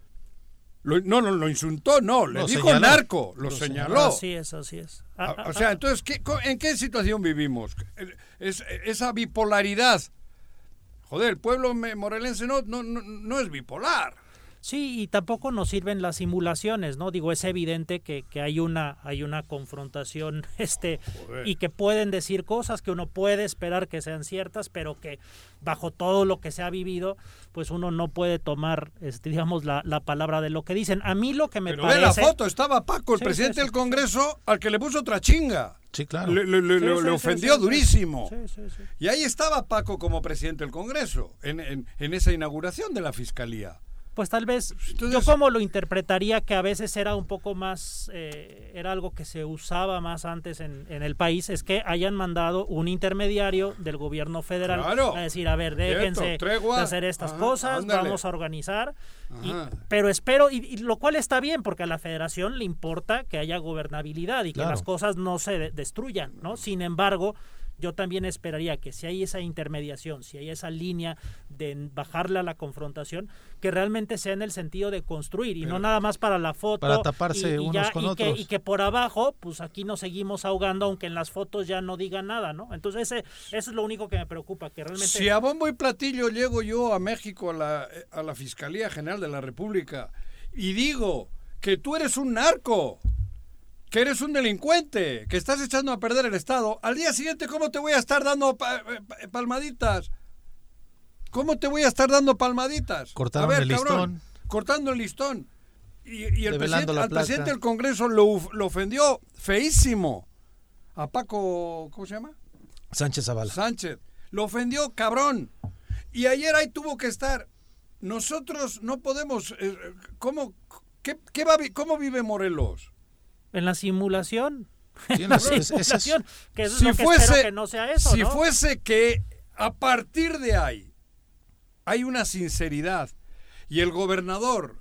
Lo- no, no, lo insultó, no, le Lo dijo señaló. narco, lo, Lo señaló. Así es, así es. Ah, Ah, ah, O sea, ah, entonces, ¿qué- co- ¿en qué situación vivimos? Es, esa bipolaridad. Joder, el pueblo me- morelense no, no, no, no es bipolar. Sí, y tampoco nos sirven las simulaciones, ¿no? Digo, es evidente que, que hay una hay una confrontación este Joder. y que pueden decir cosas que uno puede esperar que sean ciertas, pero que bajo todo lo que se ha vivido, pues uno no puede tomar, este, digamos, la, la palabra de lo que dicen. A mí lo que me Pero parece... ve la foto, estaba Paco, el Sí, presidente sí, sí, del Congreso, al que le puso otra chinga. Sí, claro. Le, le- le- Sí, le- sí, le sí, ofendió sí, sí. durísimo. Sí, sí, sí. Y ahí estaba Paco como presidente del Congreso, en, en, en esa inauguración de la Fiscalía. Pues tal vez, Entonces- yo como lo interpretaría que a veces era un poco más, eh, era algo que se usaba más antes en, en el país, es que hayan mandado un intermediario del gobierno federal Claro. a decir, a ver, déjense Cierto, tregua. de hacer estas Ajá, cosas, ándale. vamos a organizar, y- Ajá. pero espero, y, y lo cual está bien, porque a la federación le importa que haya gobernabilidad y que Claro. las cosas no se de- destruyan, ¿no? Sin embargo, yo también esperaría que si hay esa intermediación, si hay esa línea de bajarle a la confrontación, que realmente sea en el sentido de construir y Pero- no nada más para la foto. Para taparse y, y unos ya- con y que, otros. y que por abajo, pues aquí nos seguimos ahogando, aunque en las fotos ya no digan nada, ¿no? Entonces ese, eso es lo único que me preocupa, que realmente... Si a bombo y platillo llego yo a México, a la, a la Fiscalía General de la República, y digo que tú eres un narco, que eres un delincuente, que estás echando a perder el Estado, al día siguiente, ¿cómo te voy a estar dando pa- pa- palmaditas? ¿Cómo te voy a estar dando palmaditas? Cortaron A ver, el cabrón, listón. cortando el listón. Y, y el Develando presidente, la al placa. presidente del Congreso lo, lo ofendió feísimo. A Paco, ¿cómo se llama? Sánchez Zavala. Sánchez. Lo ofendió, cabrón. Y ayer ahí tuvo que estar. Nosotros no podemos... eh, ¿Cómo, qué, qué va, vi- cómo vive Morelos? En la simulación. Sí, En la es- es- es- simulación. Que eso Si es lo que fuese- espero que no sea eso, si ¿no? fuese que a partir de ahí hay una sinceridad y el gobernador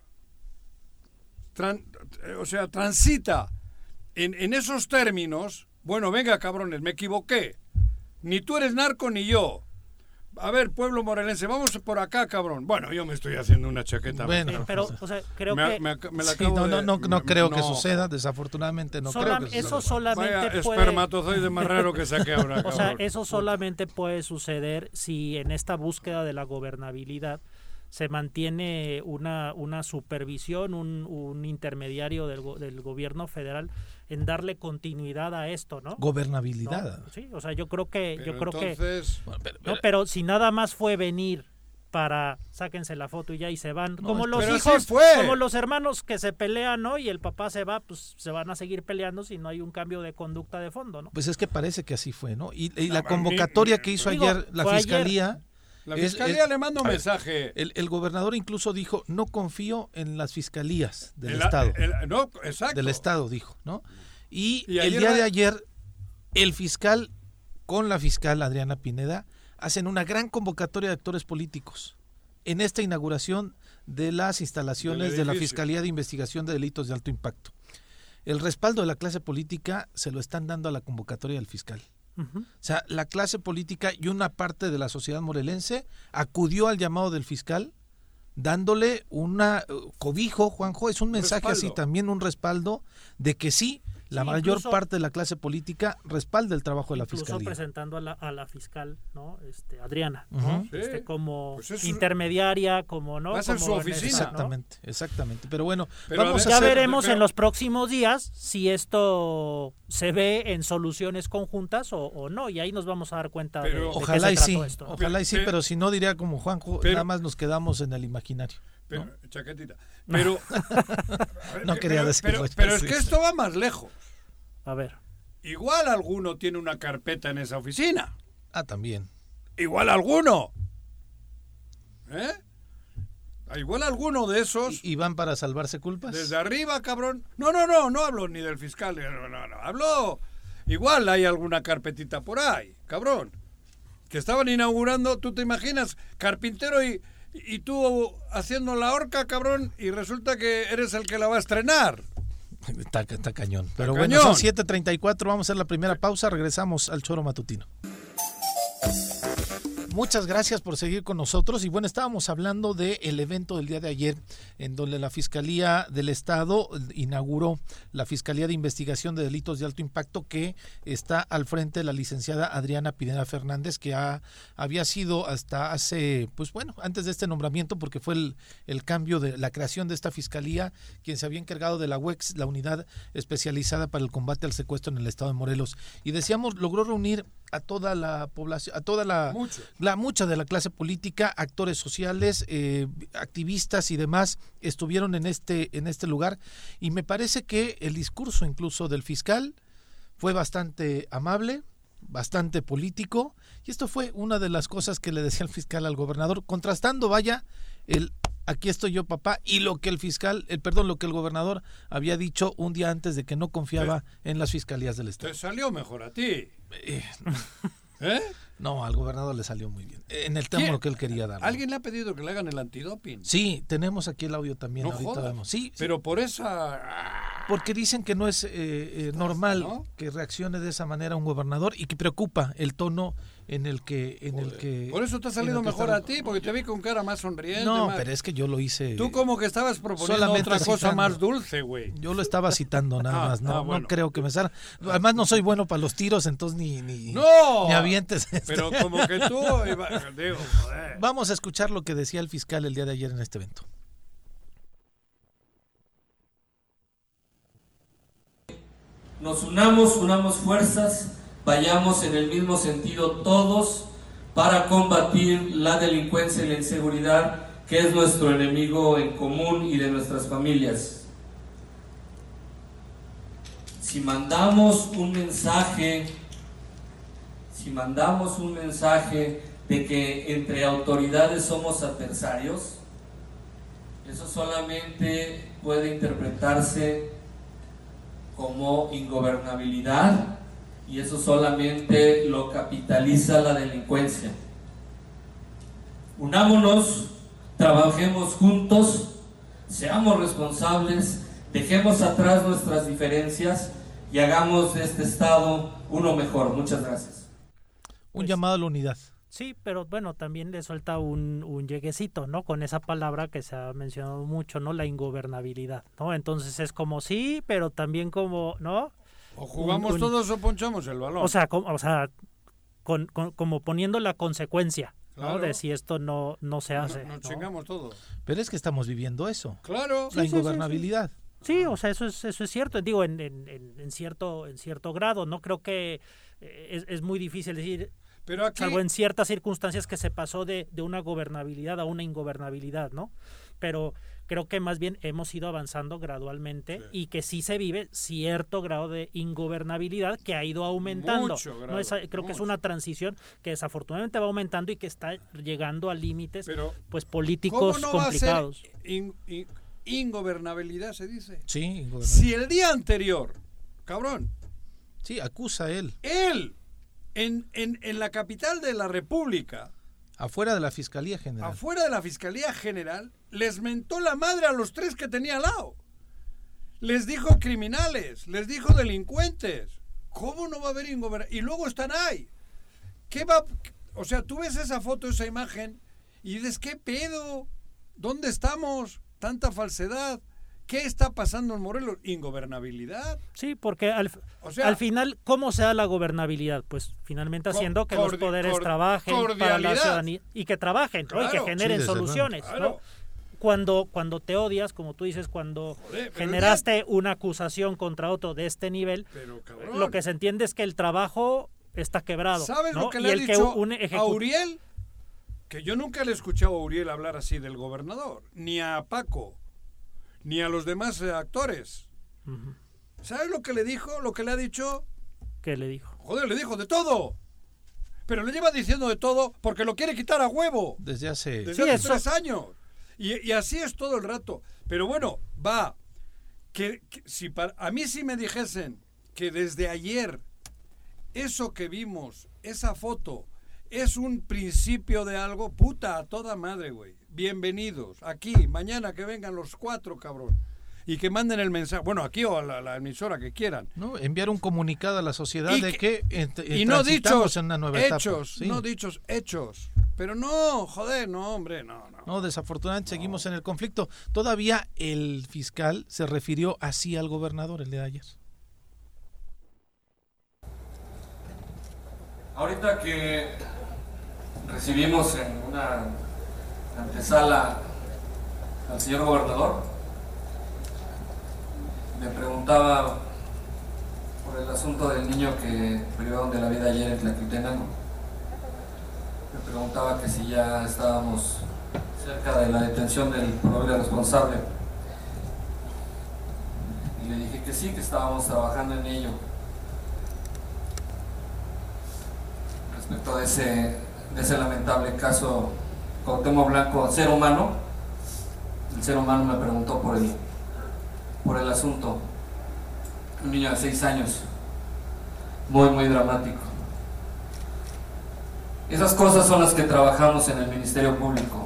tran- eh, o sea, transita en, en esos términos, bueno, venga cabrones, me equivoqué. Ni tú eres narco ni yo. A ver, pueblo morelense, vamos por acá, cabrón. Bueno, yo me estoy haciendo una chaqueta. Bueno, sí, pero, o sea, creo me, que... Me, me la sí, no, no, no, no de, creo no. que suceda, desafortunadamente no Solam, creo que eso suceda. solamente Vaya puede... espermatozoide más raro que saqué ahora, O cabrón. sea, eso solamente puede suceder si en esta búsqueda de la gobernabilidad se mantiene una, una supervisión, un, un intermediario del, del gobierno federal en darle continuidad a esto, ¿no? Gobernabilidad. ¿No? Sí, o sea, yo creo que... Pero yo creo entonces... que pero, no, pero si nada más fue venir para sáquense la foto y ya y se van, no, como los hijos, fue. como los hermanos que se pelean, ¿no? Y el papá se va, pues se van a seguir peleando si no hay un cambio de conducta de fondo, ¿no? Pues es que parece que así fue, ¿no? Y, y la convocatoria que hizo digo, ayer la fiscalía... Ayer. La fiscalía es, le manda un ver, mensaje. El, el gobernador incluso dijo, no confío en las fiscalías del el, Estado. El, no, exacto. Del Estado, dijo, ¿no? Y, y el día la... de ayer, el fiscal, con la fiscal Adriana Pineda, hacen una gran convocatoria de actores políticos en esta inauguración de las instalaciones de la Fiscalía de Investigación de Delitos de Alto Impacto. El respaldo de la clase política se lo están dando a la convocatoria del fiscal. Uh-huh. O sea, la clase política y una parte de la sociedad morelense acudió al llamado del fiscal dándole una uh, cobijo, Juanjo, es un mensaje respaldo. Así también, un respaldo de que sí, la sí, mayor incluso, parte de la clase política respalda el trabajo de la fiscalía. Incluso presentando a la, a la fiscal, ¿no? Este, Adriana, ¿no? Uh-huh. Sí. Este, como pues eso, intermediaria, como no. Va a ser como su oficina. Esta, exactamente, ¿no? Exactamente. Pero bueno, pero vamos ya a hacer, veremos pero, en los próximos días si esto se ve en soluciones conjuntas o, o no, y ahí nos vamos a dar cuenta pero, de, de ojalá qué y se sí, esto, ¿no? Ojalá y sí, pero, pero si no diría como Juanjo, pero, nada más nos quedamos en el imaginario. Pero, ¿no? Chaquetita. Pero no quería pero, decirlo. Pero, pero es que esto va más lejos. A ver. Igual alguno tiene una carpeta en esa oficina. Ah, también. Igual alguno. ¿Eh? Igual alguno de esos. ¿Y, y van para salvarse culpas? Desde arriba, cabrón. No, no, no, no hablo ni del fiscal. No, no, no. Hablo. Igual hay alguna carpetita por ahí, cabrón. Que estaban inaugurando, tú te imaginas, carpintero y, y tú haciendo la horca, cabrón, y resulta que eres el que la va a estrenar. Está, está cañón. Pero está bueno, cañón. son siete treinta y cuatro, vamos a hacer la primera pausa, regresamos al Choro Matutino. Muchas gracias por seguir con nosotros y bueno, estábamos hablando del evento del día de ayer en donde la Fiscalía del Estado inauguró la Fiscalía de Investigación de Delitos de Alto Impacto que está al frente de la licenciada Adriana Pineda Fernández, que ha, había sido hasta hace, pues bueno, antes de este nombramiento, porque fue el, el cambio de la creación de esta Fiscalía, quien se había encargado de la U E X, la Unidad Especializada para el Combate al Secuestro en el Estado de Morelos. Y decíamos, logró reunir a toda la población, a toda la... Mucho. La mucha de la clase política, actores sociales, eh, activistas y demás estuvieron en este en este lugar y me parece que el discurso incluso del fiscal fue bastante amable, bastante político y esto fue una de las cosas que le decía el fiscal al gobernador, contrastando, vaya, el aquí estoy yo, papá, y lo que el fiscal, el perdón, lo que el gobernador había dicho un día antes de que no confiaba te, en las fiscalías del Estado. Te salió mejor a ti. Eh, ¿Eh? No, al gobernador le salió muy bien. En el tema que él quería dar. ¿Alguien le ha pedido que le hagan el antidoping? Sí, tenemos aquí el audio también. No ahorita vemos. Sí, pero sí. Por esa... Porque dicen que no es eh, eh, normal, ¿no?, que reaccione de esa manera un gobernador y que preocupa el tono en el que... en el que Por eso te ha salido mejor está... a ti, porque te vi con cara más sonriente. No, más... pero es que yo lo hice... Tú como que estabas proponiendo otra cosa citando. Más dulce, güey. Yo lo estaba citando nada ah, más, no, ah, bueno. no creo que me salga. Además no soy bueno para los tiros, entonces ni... ni ¡No! Ni avientes. Pero este. como que tú... Digo, joder. Vamos a escuchar lo que decía el fiscal el día de ayer en este evento. Nos unamos, unamos fuerzas, vayamos en el mismo sentido todos para combatir la delincuencia y la inseguridad, que es nuestro enemigo en común y de nuestras familias. Si mandamos un mensaje, si mandamos un mensaje de que entre autoridades somos adversarios, eso solamente puede interpretarse como ingobernabilidad y eso solamente lo capitaliza la delincuencia. Unámonos, trabajemos juntos, seamos responsables, dejemos atrás nuestras diferencias y hagamos de este estado uno mejor. Muchas gracias. Un pues, llamado a la unidad. Sí, pero bueno, también le suelta un, un lleguecito, ¿no? Con esa palabra que se ha mencionado mucho, ¿no? La ingobernabilidad, ¿no? Entonces es como sí, pero también como, ¿no? O jugamos un, un, todos o ponchamos el balón. O sea, como, o sea, con, con, como poniendo la consecuencia, claro, ¿no? De si esto no, no se hace. Nos ¿no? chingamos todos. Pero es que estamos viviendo eso. Claro. La sí, ingobernabilidad. Sí, sí, sí. Sí, o sea, eso es eso es cierto, digo, en, en, en cierto en cierto grado, no creo que eh, es, es muy difícil decir, pero aquí, salvo en ciertas circunstancias que se pasó de, de una gobernabilidad a una ingobernabilidad, ¿no? Pero creo que más bien hemos ido avanzando gradualmente, sí, y que sí se vive cierto grado de ingobernabilidad que ha ido aumentando. Mucho grado, no es, creo mucho. que es una transición que desafortunadamente va aumentando y que está llegando a límites, pero, pues políticos ¿cómo no complicados. Va a ser in, in, ingobernabilidad se dice. Sí, ingobernabilidad. Si el día anterior, cabrón. Sí, acusa él. Él, en, en, en la capital de la República. Afuera de la Fiscalía General. Afuera de la Fiscalía General, les mentó la madre a los tres que tenía al lado. Les dijo criminales, les dijo delincuentes. ¿Cómo no va a haber ingobernabilidad? Y luego están ahí. ¿Qué va? O sea, tú ves esa foto, esa imagen, y dices, ¿qué pedo? ¿Dónde estamos? Tanta falsedad. ¿Qué está pasando en Morelos? ¿Ingobernabilidad? Sí, porque al, o sea, al final, ¿cómo se da la gobernabilidad? Pues finalmente haciendo que los poderes trabajen para la ciudadanía y que trabajen, claro, ¿no? Y que generen sí, soluciones, claro, ¿no? Cuando, cuando te odias, como tú dices, cuando Joder, generaste ya... una acusación contra otro de este nivel, pero, lo que se entiende es que el trabajo está quebrado. ¿Sabes ¿no? lo que y le ha el dicho que un ejecut... a Uriel? Que yo nunca le he escuchado a Uriel hablar así del gobernador, ni a Paco, ni a los demás eh, actores. Uh-huh. ¿Sabes lo que le dijo? Lo que le ha dicho. ¿Qué le dijo? Joder, le dijo de todo. Pero le lleva diciendo de todo porque lo quiere quitar a huevo. Desde hace, Desde sí, hace eso... tres años. Y, y así es todo el rato. Pero bueno, va. Que, que si para, a mí si me dijesen que desde ayer eso que vimos, esa foto, es un principio de algo, puta, a toda madre, güey. Bienvenidos. Aquí, mañana que vengan los cuatro, cabrón. Y que manden el mensaje, bueno, aquí o a la, la emisora que quieran. No, enviar un comunicado a la sociedad y de que, que ent- y no dichos, en una nueva hechos, etapa. Sí. No dichos, hechos. Pero no, joder, no, hombre, no, no. No, desafortunadamente no. seguimos en el conflicto. Todavía el fiscal se refirió así al gobernador el día de ayer. Ahorita que recibimos en una antesala al señor gobernador, me preguntaba por el asunto del niño que privaron de la vida ayer en Tlaquiltenango. Me preguntaba que si ya estábamos cerca de la detención del probable responsable. Y le dije que sí, que estábamos trabajando en ello. Respecto de ese, de ese lamentable caso Cuauhtémoc Blanco, ser humano, el ser humano me preguntó por el, por el asunto. Un niño de seis años, muy, muy dramático. Esas cosas son las que trabajamos en el Ministerio Público.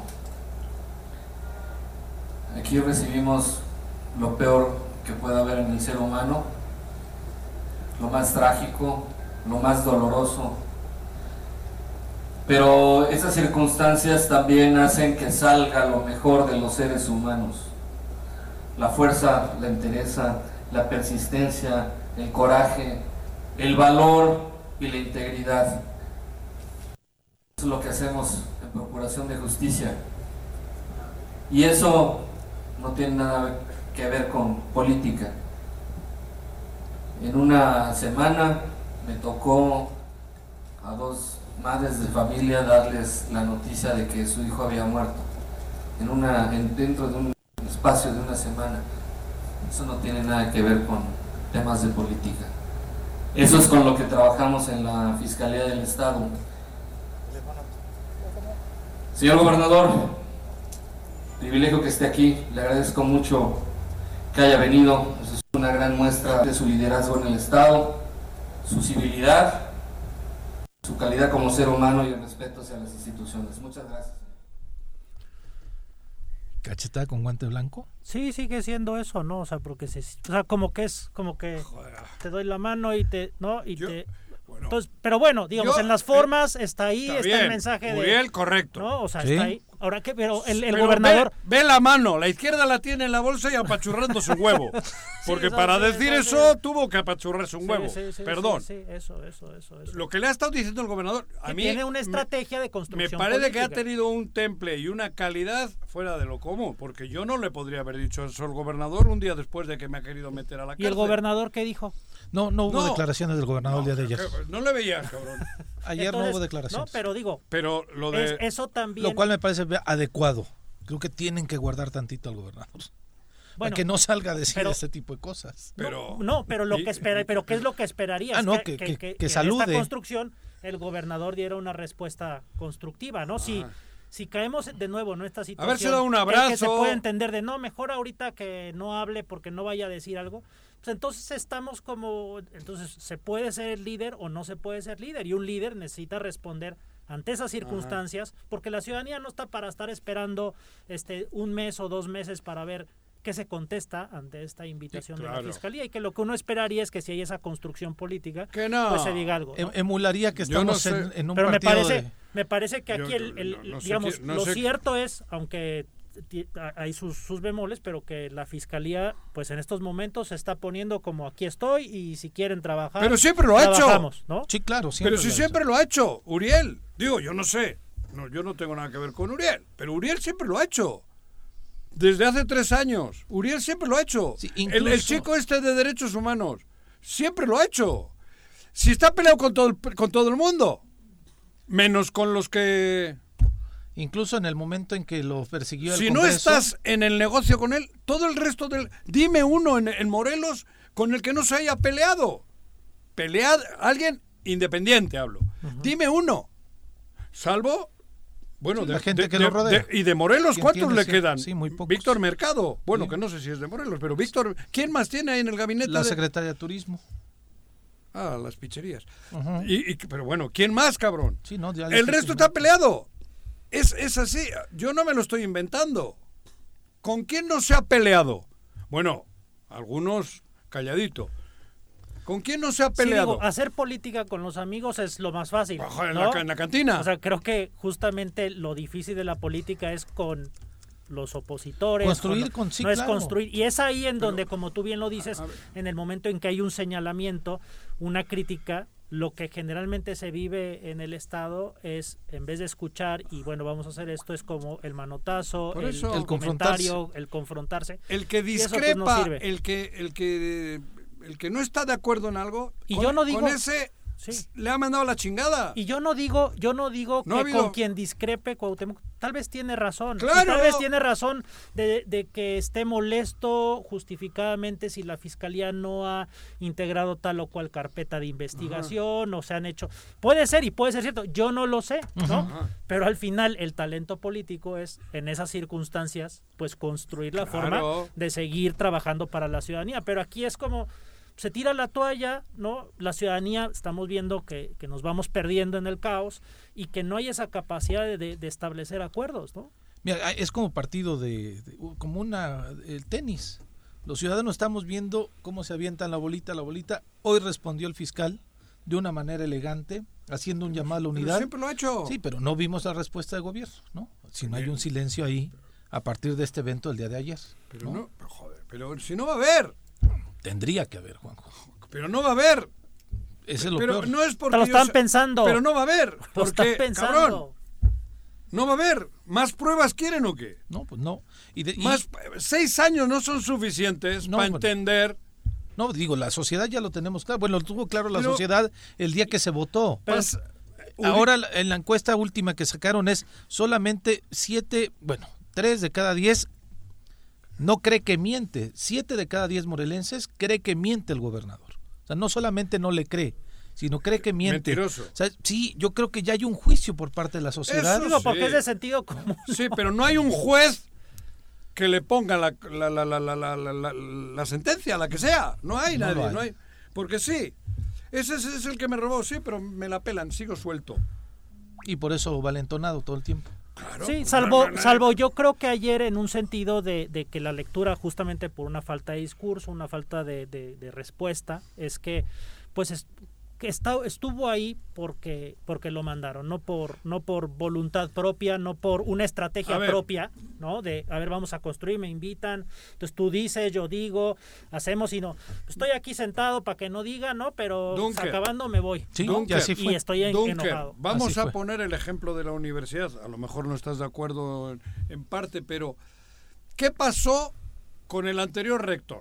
Aquí recibimos lo peor que puede haber en el ser humano, lo más trágico, lo más doloroso. Pero esas circunstancias también hacen que salga lo mejor de los seres humanos. La fuerza, la entereza, la persistencia, el coraje, el valor y la integridad. Eso es lo que hacemos en Procuración de Justicia. Y eso no tiene nada que ver con política. En una semana me tocó a dos madres de familia darles la noticia de que su hijo había muerto en una en, dentro de un espacio de una semana. Eso no tiene nada que ver con temas de política. Eso es con lo que trabajamos en la Fiscalía del Estado. Señor gobernador, privilegio que esté aquí, le agradezco mucho que haya venido. Eso es una gran muestra de su liderazgo en el Estado, su civilidad, su calidad como ser humano y el respeto hacia las instituciones. Muchas gracias. ¿Cachetada con guante blanco? Sí, sigue siendo eso, ¿no? O sea, porque se, o sea, como que es, como que te doy la mano y te, ¿no? Y yo, te, Bueno, Entonces, pero bueno, digamos, yo, en las formas eh, está ahí, está, está bien, el mensaje de... Uriel, correcto. ¿no? O sea, ¿Sí? está ahí. Ahora, ¿qué? Pero el, el Pero gobernador... Ve, ve la mano, la izquierda la tiene en la bolsa y apachurrando su huevo. Porque sí, para sí, decir sí, eso sí. tuvo que apachurrarse un Sí, huevo. sí, sí, Perdón. Sí, sí, eso, eso, eso, eso. Lo que le ha estado diciendo el gobernador, a Que mí tiene una me- estrategia de me construcción parece política. que ha tenido un temple y una calidad fuera de lo común, porque yo no le podría haber dicho eso al gobernador un día después de que me ha querido meter a la cárcel. ¿Y el gobernador qué dijo? No, no hubo No. declaraciones del gobernador No, el día de ayer. que- no le veías, cabrón. Ayer Entonces, no hubo declaraciones. No, pero digo, Pero lo de... es- eso también... Lo cual me parece adecuado. Creo que tienen que guardar tantito al gobernador. bueno, para que no salga a decir pero- ese tipo de cosas. pero, No, no, pero lo y- que espera, pero ¿qué es lo que esperarías? Ah, no, que- que- que en salude. esta construcción el gobernador diera una respuesta constructiva, ¿no? Si Ajá. si caemos de nuevo en esta situación, Haberse dado un que- abrazo. que se puede entender de no, mejor ahorita que no hable porque no vaya a decir algo, pues entonces estamos como, entonces se puede ser líder o no se puede ser líder y un líder necesita responder ante esas circunstancias, porque la ciudadanía no está para estar esperando este un mes o dos meses para ver qué se contesta ante esta invitación Sí, de claro. la fiscalía, y que lo que uno esperaría es que si hay esa construcción política, Que no. pues se diga algo, ¿no? Em- Emularía que Yo no estamos sé. en, en un Pero me partido parece, de... me parece que Yo aquí el, el- no- no sé digamos, qué- no lo sé- cierto es, aunque ti- hay sus, sus bemoles, pero que la fiscalía, pues en estos momentos se está poniendo como aquí estoy y si quieren trabajar, Pero siempre lo ha hecho. trabajamos, ¿no? Sí, claro, siempre Pero si lo ha siempre hecho. lo ha hecho, Uriel. Digo, yo no sé. No, yo no tengo nada que ver con Uriel. Pero Uriel siempre lo ha hecho. Desde hace tres años. Uriel siempre lo ha hecho. Sí, el, el incluso- chico este de derechos humanos. Siempre lo ha hecho. Si está peleado con todo el, con todo el mundo. Menos con los que... Incluso en el momento en que lo persiguió el Si no Congreso, estás en el negocio con él, todo el resto del... Dime uno en, en Morelos con el que no se haya peleado. Peleado, alguien independiente hablo. Dime uno. Salvo... Bueno, Sí, de, la gente de- que de- lo rodea. de- y de Morelos, ¿Quién ¿cuántos tiene? le Sí, quedan? sí, muy pocos. Víctor Mercado. Bueno, Sí. que no sé si es de Morelos, pero Víctor... ¿Quién más tiene ahí en el gabinete? la de- secretaria de Turismo. Ah, las picherías. Ujú. y, y- pero bueno, ¿quién más, cabrón? Sí, no, ya El legítimamente. resto está peleado. Es, es así. Yo no me lo estoy inventando. ¿Con quién no se ha peleado? Bueno, algunos calladito. ¿Con quién no se ha Sí, peleado? digo, hacer política con los amigos es lo más fácil, Ojo, en, ¿no? la, ca- en la cantina. O sea, creo que justamente lo difícil de la política es con los opositores. Construir con- con- sí, no es claro. construir. Y es ahí en donde, como tú bien lo dices, a ver. en el momento en que hay un señalamiento, una crítica, lo que generalmente se vive en el Estado es, en vez de escuchar y bueno, vamos a hacer esto, es como el manotazo, Por el, eso. el El comentario, el confrontarse. el que y eso, pues, no discrepa, sirve. el que el que el que no está de acuerdo en algo, Y con, yo no digo- con ese Sí. le ha mandado la chingada. Y yo no digo, yo no digo No ha que habido- con quien discrepe Cuauhtémoc, tal vez tiene razón. Y ¡Claro! tal vez tiene razón de, de que esté molesto justificadamente si la fiscalía no ha integrado tal o cual carpeta de investigación o se han hecho. Puede ser y puede ser cierto, yo no lo sé, ¿no? Ajá. Pero al final el talento político es en esas circunstancias pues construir la Claro. forma de seguir trabajando para la ciudadanía. Pero aquí es como se tira la toalla, ¿no? La ciudadanía, estamos viendo que, que nos vamos perdiendo en el caos y que no hay esa capacidad de, de- de establecer acuerdos, ¿no? Mira, es como partido de, de- como una el tenis. Los ciudadanos estamos viendo cómo se avientan la bolita, la bolita. Hoy respondió el fiscal de una manera elegante, haciendo un llamado a la Pero unidad. siempre lo ha hecho. Sí, pero no vimos la respuesta del gobierno, ¿no? Si no hay un silencio ahí a partir de este evento del día de ayer. Pero ¿no? no, pero joder, pero si no va a haber, Tendría que haber, Juanjo. pero no va a haber. Ese es lo Pero peor. no es porque Te lo yo están sé- pensando. Pero no va a haber, Lo porque están pensando. cabrón, no va a haber. ¿Más pruebas quieren o qué? No, pues no. Y de- y- Más seis años no son suficientes No, para bueno. entender. no, digo, la sociedad ya lo tenemos claro. Bueno, lo tuvo claro la Pero- sociedad el día que se votó. Pas- Ahora la- en la encuesta última que sacaron es solamente siete, bueno, tres de cada diez no cree que miente. Siete de cada diez morelenses cree que miente el gobernador. O sea, no solamente no le cree, sino cree que miente. Mentiroso. O sea, sí, yo creo que ya hay un juicio por parte de la sociedad. Eso Digo, sí. porque es de sentido común. Sí, pero no hay un juez que le ponga la, la, la, la, la, la, la- la- la sentencia, la que sea. No hay No nadie, lo hay. no hay. Porque sí, ese es, es el que me robó, sí, pero me la pelan, sigo suelto. Y por eso valentonado todo el tiempo. Claro. Sí, pues, salvo, no, no, no. salvo yo creo que ayer en un sentido de, de que la lectura justamente por una falta de discurso, una falta de, de- de respuesta, es que pues es- que está, estuvo ahí porque porque lo mandaron, no por no por voluntad propia, no por una estrategia propia, ¿no? De, a ver, vamos a construir, me invitan, entonces tú dices, yo digo, hacemos y no. Estoy aquí sentado para que no diga, ¿no? Pero Dunker. acabando me voy. Sí, ¿no? y así fue. Y estoy en, Dunker, enojado. vamos Así a fue. poner el ejemplo de la universidad, a lo mejor no estás de acuerdo en, en parte, pero ¿qué pasó con el anterior rector?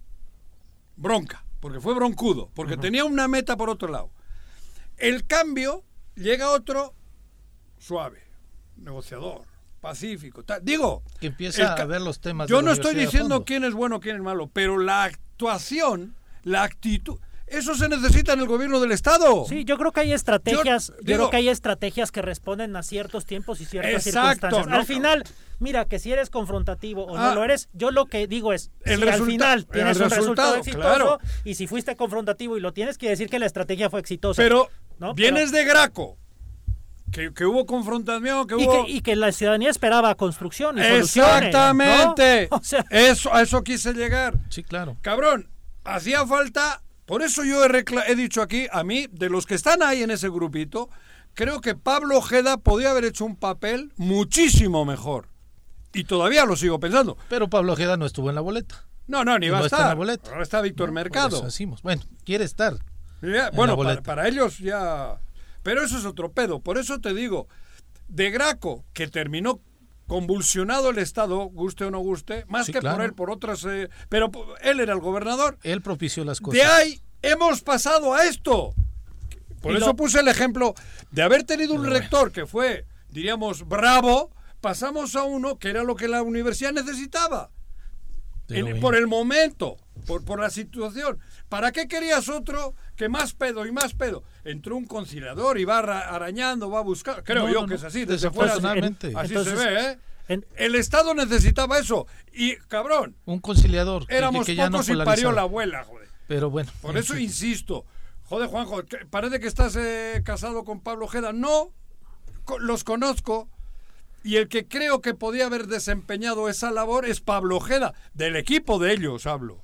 Bronca, porque fue broncudo, porque uh-huh. tenía una meta por otro lado. El cambio, llega otro suave, negociador, pacífico. Tal. Digo, que empieza ca- a ver los temas. Yo de la no estoy diciendo fondo. quién es bueno, quién es malo, pero la actuación, la actitud, eso se necesita en el gobierno del Estado. Sí, yo creo que hay estrategias, yo, yo digo, creo que hay estrategias que responden a ciertos tiempos y ciertas exacto, circunstancias. ¿no? Al final, mira, que si eres confrontativo o ah, no lo eres, yo lo que digo es, el si resulta- al final tienes el un resultado resultado, exitoso, claro. y si fuiste confrontativo y lo tienes, quiere decir que la estrategia fue exitosa. Pero ¿no? vienes Pero, de Graco, que, que hubo confrontación, que y hubo... Que, y que la ciudadanía esperaba construcción y soluciones. Exactamente. ¿no? O sea, eso, a eso quise llegar. Sí, claro. Cabrón, hacía falta... Por eso yo he, recla- he dicho aquí, a mí, de los que están ahí en ese grupito, creo que Pablo Ojeda podía haber hecho un papel muchísimo mejor. Y todavía lo sigo pensando. Pero Pablo Ojeda no estuvo en la boleta. No, no, ni va no a está estar. en la boleta. Ahora está Víctor No, Mercado. por eso decimos. Bueno, quiere estar. Ya, en bueno, la para, boleta. para ellos ya... Pero eso es otro pedo. Por eso te digo, de Graco, que terminó convulsionado el Estado, guste o no guste, más Sí, que claro. por él, por otras... Eh, pero él era el gobernador. Él propició las cosas. De ahí hemos pasado a esto. Por Y eso lo- puse el ejemplo de haber tenido un Pero rector que fue, diríamos, bravo, pasamos a uno que era lo que la universidad necesitaba. Pero En- bueno. por el momento, por, por la situación. ¿Para qué querías otro que más pedo y más pedo? Entró un conciliador y va ara- arañando, va a buscar. Creo No, yo no, que no. es así, desde fuera. Así, Desafortunadamente. así Entonces, se ve, ¿eh? en- El Estado necesitaba eso. Y, cabrón, Un conciliador. que- éramos que, que ya no pocos y parió polarizaba. la abuela, joder. Pero bueno. Por en eso fin. insisto. Joder, Juanjo, que- parece que estás eh, casado con Pablo Ojeda. No, co- los conozco. Y el que creo que podía haber desempeñado esa labor es Pablo Ojeda. Del equipo de ellos hablo.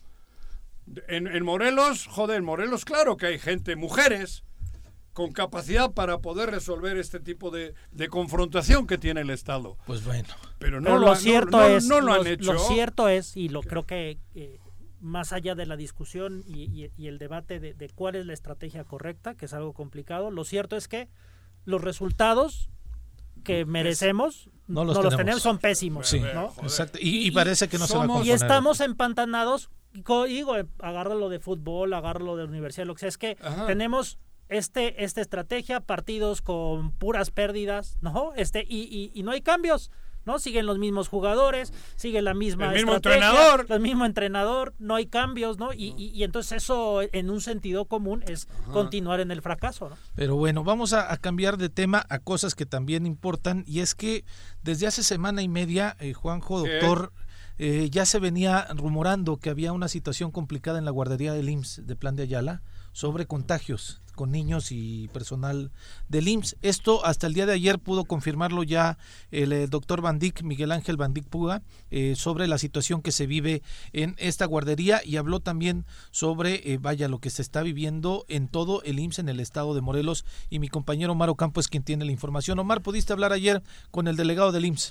En, en Morelos, joder, en Morelos claro que hay gente, mujeres, con capacidad para poder resolver este tipo de, de confrontación que tiene el Estado. Pues bueno. Pero no, Pero lo, lo han- cierto no- no- es, no lo han lo, hecho. lo cierto es, y lo creo que eh, más allá de la discusión y, y- y el debate de, de cuál es la estrategia correcta, que es algo complicado, lo cierto es que los resultados que merecemos No no los los, tenemos. tenemos, son pésimos, Sí, ¿no? Joder. exacto. Y, y parece que no se va a somos- componer. Y estamos empantanados, y co- digo, eh, agárralo de fútbol, agárralo de universidad, lo que sea, es que Ajá. tenemos este esta estrategia, partidos con puras pérdidas, ¿no? Este y, y, y no hay cambios, ¿no? Siguen los mismos jugadores, sigue la misma El mismo estrategia, entrenador. el mismo entrenador, no hay cambios, ¿no? Y, y, y entonces eso en un sentido común es continuar en el fracaso, ¿no? Pero bueno, vamos a, a cambiar de tema a cosas que también importan, y es que desde hace semana y media, eh, Juanjo, ¿Qué? doctor, eh, ya se venía rumorando que había una situación complicada en la guardería del I M S S de Plan de Ayala sobre contagios con niños y personal del I M S S. Esto hasta el día de ayer pudo confirmarlo ya el, el doctor Van Dyck, Miguel Ángel Van Dyck Puga, eh, sobre la situación que se vive en esta guardería, y habló también sobre, eh, vaya, lo que se está viviendo en todo el I M S S en el estado de Morelos, y mi compañero Omar Ocampo es quien tiene la información. Omar, ¿pudiste hablar ayer con el delegado del I M S S?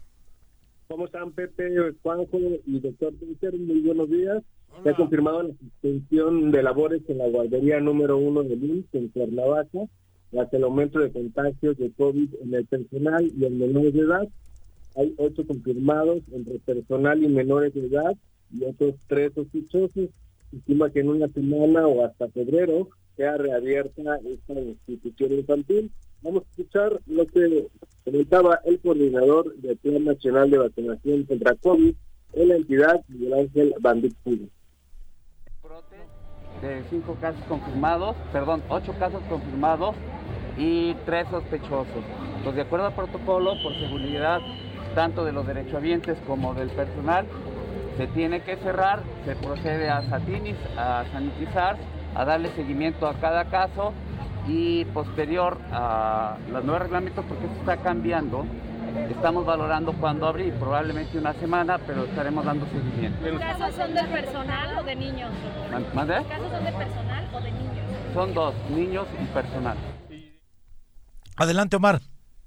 ¿Cómo están, Pepe, Juanjo y doctor Dunker? Muy buenos días. Se ha confirmado la suspensión de labores en la guardería número uno del I M S S en Cuernavaca, tras el aumento de contagios de COVID en el personal y en menores de edad. Hay ocho confirmados entre personal y menores de edad y otros tres sospechosos. Se estima que en una semana o hasta febrero sea reabierta esta institución infantil. Vamos a escuchar lo que comentaba el coordinador del Plan Nacional de Vacunación contra COVID en la entidad, Miguel Ángel Van Dyck Puga. Brote de cinco casos confirmados, perdón, ocho casos confirmados y tres sospechosos. Entonces, de acuerdo al protocolo, por seguridad tanto de los derechohabientes como del personal, se tiene que cerrar, se procede a satinis, a sanitizar, a darle seguimiento a cada caso y posterior a los nuevos reglamentos, porque esto está cambiando. Estamos valorando cuándo abrir, probablemente una semana, pero estaremos dando seguimiento. ¿Los casos son del personal o de niños? ¿Mande? ¿Los casos son de personal o de niños? son dos, niños y personal. Adelante, Omar.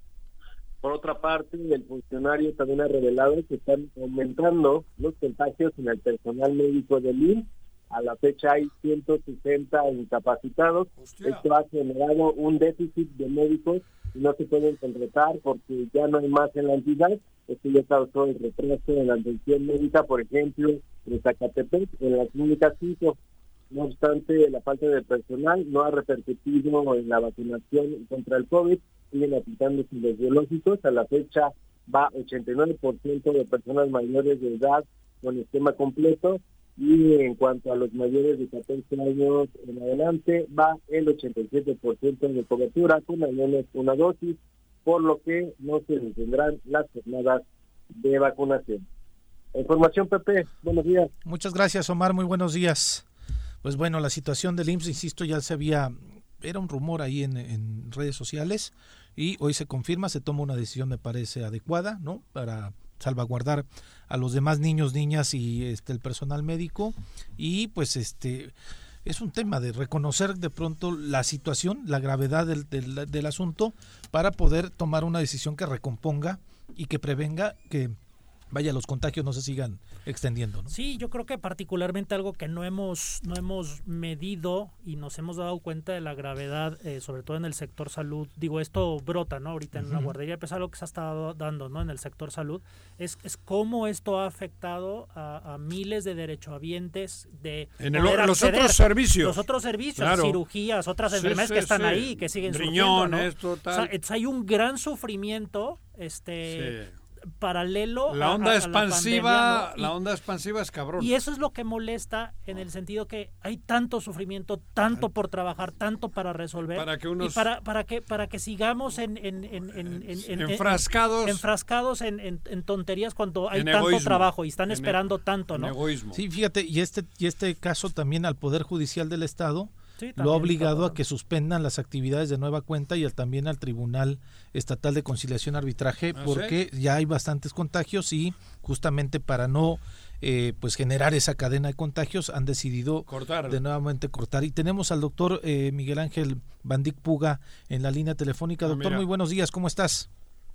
Por otra parte, el funcionario también ha revelado que están aumentando los contagios en el personal médico del I M S S. A la fecha hay ciento sesenta incapacitados. Hostia. Esto ha generado un déficit de médicos y no se pueden contratar porque ya no hay más en la entidad. Esto ya causó el retraso en la atención médica, por ejemplo, en Zacatepec, en la clínica cinco. No obstante, la falta de personal no ha repercutido en la vacunación contra el COVID. Siguen aplicándose los biológicos. A la fecha va ochenta y nueve por ciento de personas mayores de edad con esquema completo, y en cuanto a los mayores de catorce años en adelante va el ochenta y siete por ciento de cobertura con al menos una dosis, por lo que no se detendrán las jornadas de vacunación. Información, Pepe, buenos días. Muchas gracias, Omar, muy buenos días. Pues bueno, la situación del I M S S, insisto, ya se había, era un rumor ahí en, en redes sociales, y hoy se confirma, se toma una decisión, me parece adecuada, ¿no?, para salvaguardar a los demás niños, niñas y este el personal médico. Y pues este es un tema de reconocer de pronto la situación, la gravedad del, del, del asunto, para poder tomar una decisión que recomponga y que prevenga que vaya los contagios no se sigan extendiendo, ¿no? Sí, yo creo que particularmente algo que no hemos no hemos medido y nos hemos dado cuenta de la gravedad, eh, sobre todo en el sector salud. Digo, esto brota, ¿no? Ahorita en uh-huh. la guardería, a pesar de lo que se ha estado dando, ¿no?, en el sector salud, es, es cómo esto ha afectado a, a miles de derechohabientes de en el, los otros servicios. Los otros servicios, claro. cirugías, otras sí, enfermedades sí, que están sí. ahí, que siguen Riñón, surgiendo, ¿no? esto, tal. O sea, hay un gran sufrimiento, este... Sí. paralelo la onda a, a, expansiva a la, pandemia, ¿no? y, la onda expansiva es cabrón, y eso es lo que molesta, en el sentido que hay tanto sufrimiento, tanto por trabajar, tanto para resolver, para que unos... y para para que para que sigamos en en, en, en, en, en enfrascados en, enfrascados en, en, en tonterías cuando hay en tanto egoísmo. trabajo y están en esperando e- tanto, ¿no? Egoísmo. Sí, fíjate, y este y este caso también al Poder Judicial del Estado sí, lo ha obligado a que suspendan las actividades de nueva cuenta, y al, también al Tribunal Estatal de Conciliación y Arbitraje, ¿ah, porque sí? ya hay bastantes contagios, y justamente para no eh, pues generar esa cadena de contagios han decidido cortar. de nuevamente cortar. Y tenemos al doctor eh, Miguel Ángel Bandic Puga en la línea telefónica. Ah, doctor, mira. Muy buenos días, ¿cómo estás?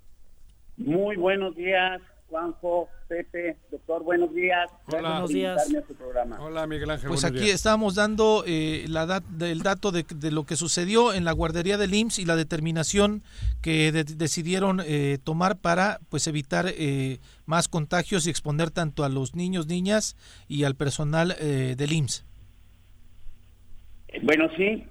Muy buenos días, Juanjo, Pepe, doctor, buenos días. Hola, buenos días. A su programa. Hola, Miguel Ángel. Pues aquí días. estábamos dando eh, la dat el dato de, de lo que sucedió en la guardería del I M S S y la determinación que de decidieron eh, tomar para pues evitar eh, más contagios y exponer tanto a los niños, niñas y al personal eh, del I M S S. Bueno, sí.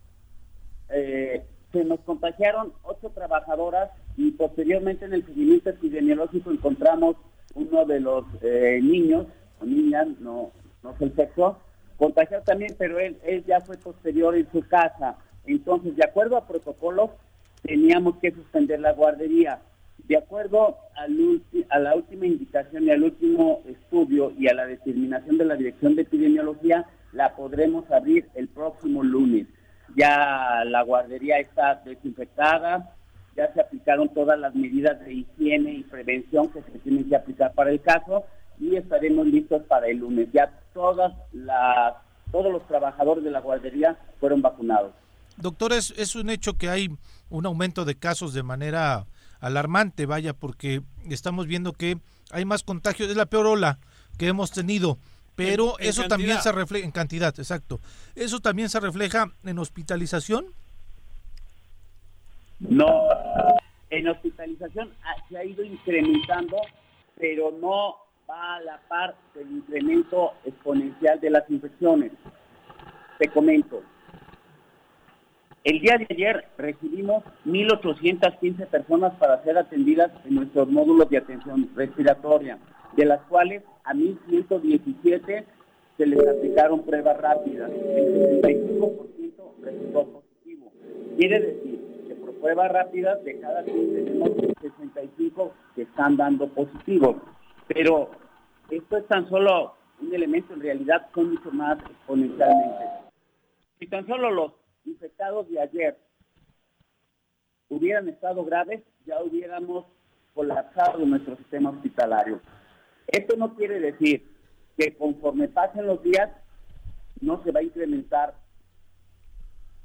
Eh, se nos contagiaron ocho trabajadoras y posteriormente en el seguimiento epidemiológico encontramos uno de los eh, niños o niñas, no, no sé el sexo, contagiado también, pero él, él ya fue posterior en su casa. Entonces, de acuerdo a protocolos, teníamos que suspender la guardería. De acuerdo al ulti- a la última indicación y al último estudio y a la determinación de la Dirección de Epidemiología, la podremos abrir el próximo lunes. Ya la guardería está desinfectada, ya se aplicaron todas las medidas de higiene y prevención que se tienen que aplicar para el caso, y estaremos listos para el lunes. Ya todas las, todos los trabajadores de la guardería fueron vacunados. Doctor, es, es un hecho que hay un aumento de casos de manera alarmante, vaya, porque estamos viendo que hay más contagios, es la peor ola que hemos tenido. Pero en, en eso cantidad. También se refleja en cantidad, exacto. ¿Eso también se refleja en hospitalización? No, en hospitalización se ha ido incrementando, pero no va a la par del incremento exponencial de las infecciones. Te comento. El día de ayer recibimos mil ochocientas quince personas para ser atendidas en nuestros módulos de atención respiratoria, de las cuales a mil ciento diecisiete se les aplicaron pruebas rápidas. El sesenta y cinco por ciento resultó positivo. Quiere decir que por pruebas rápidas de cada cien tenemos sesenta y cinco que están dando positivo. Pero esto es tan solo un elemento, en realidad son mucho más exponencialmente. Si tan solo los infectados de ayer hubieran estado graves, ya hubiéramos colapsado nuestro sistema hospitalario. Esto no quiere decir que conforme pasen los días no se va a incrementar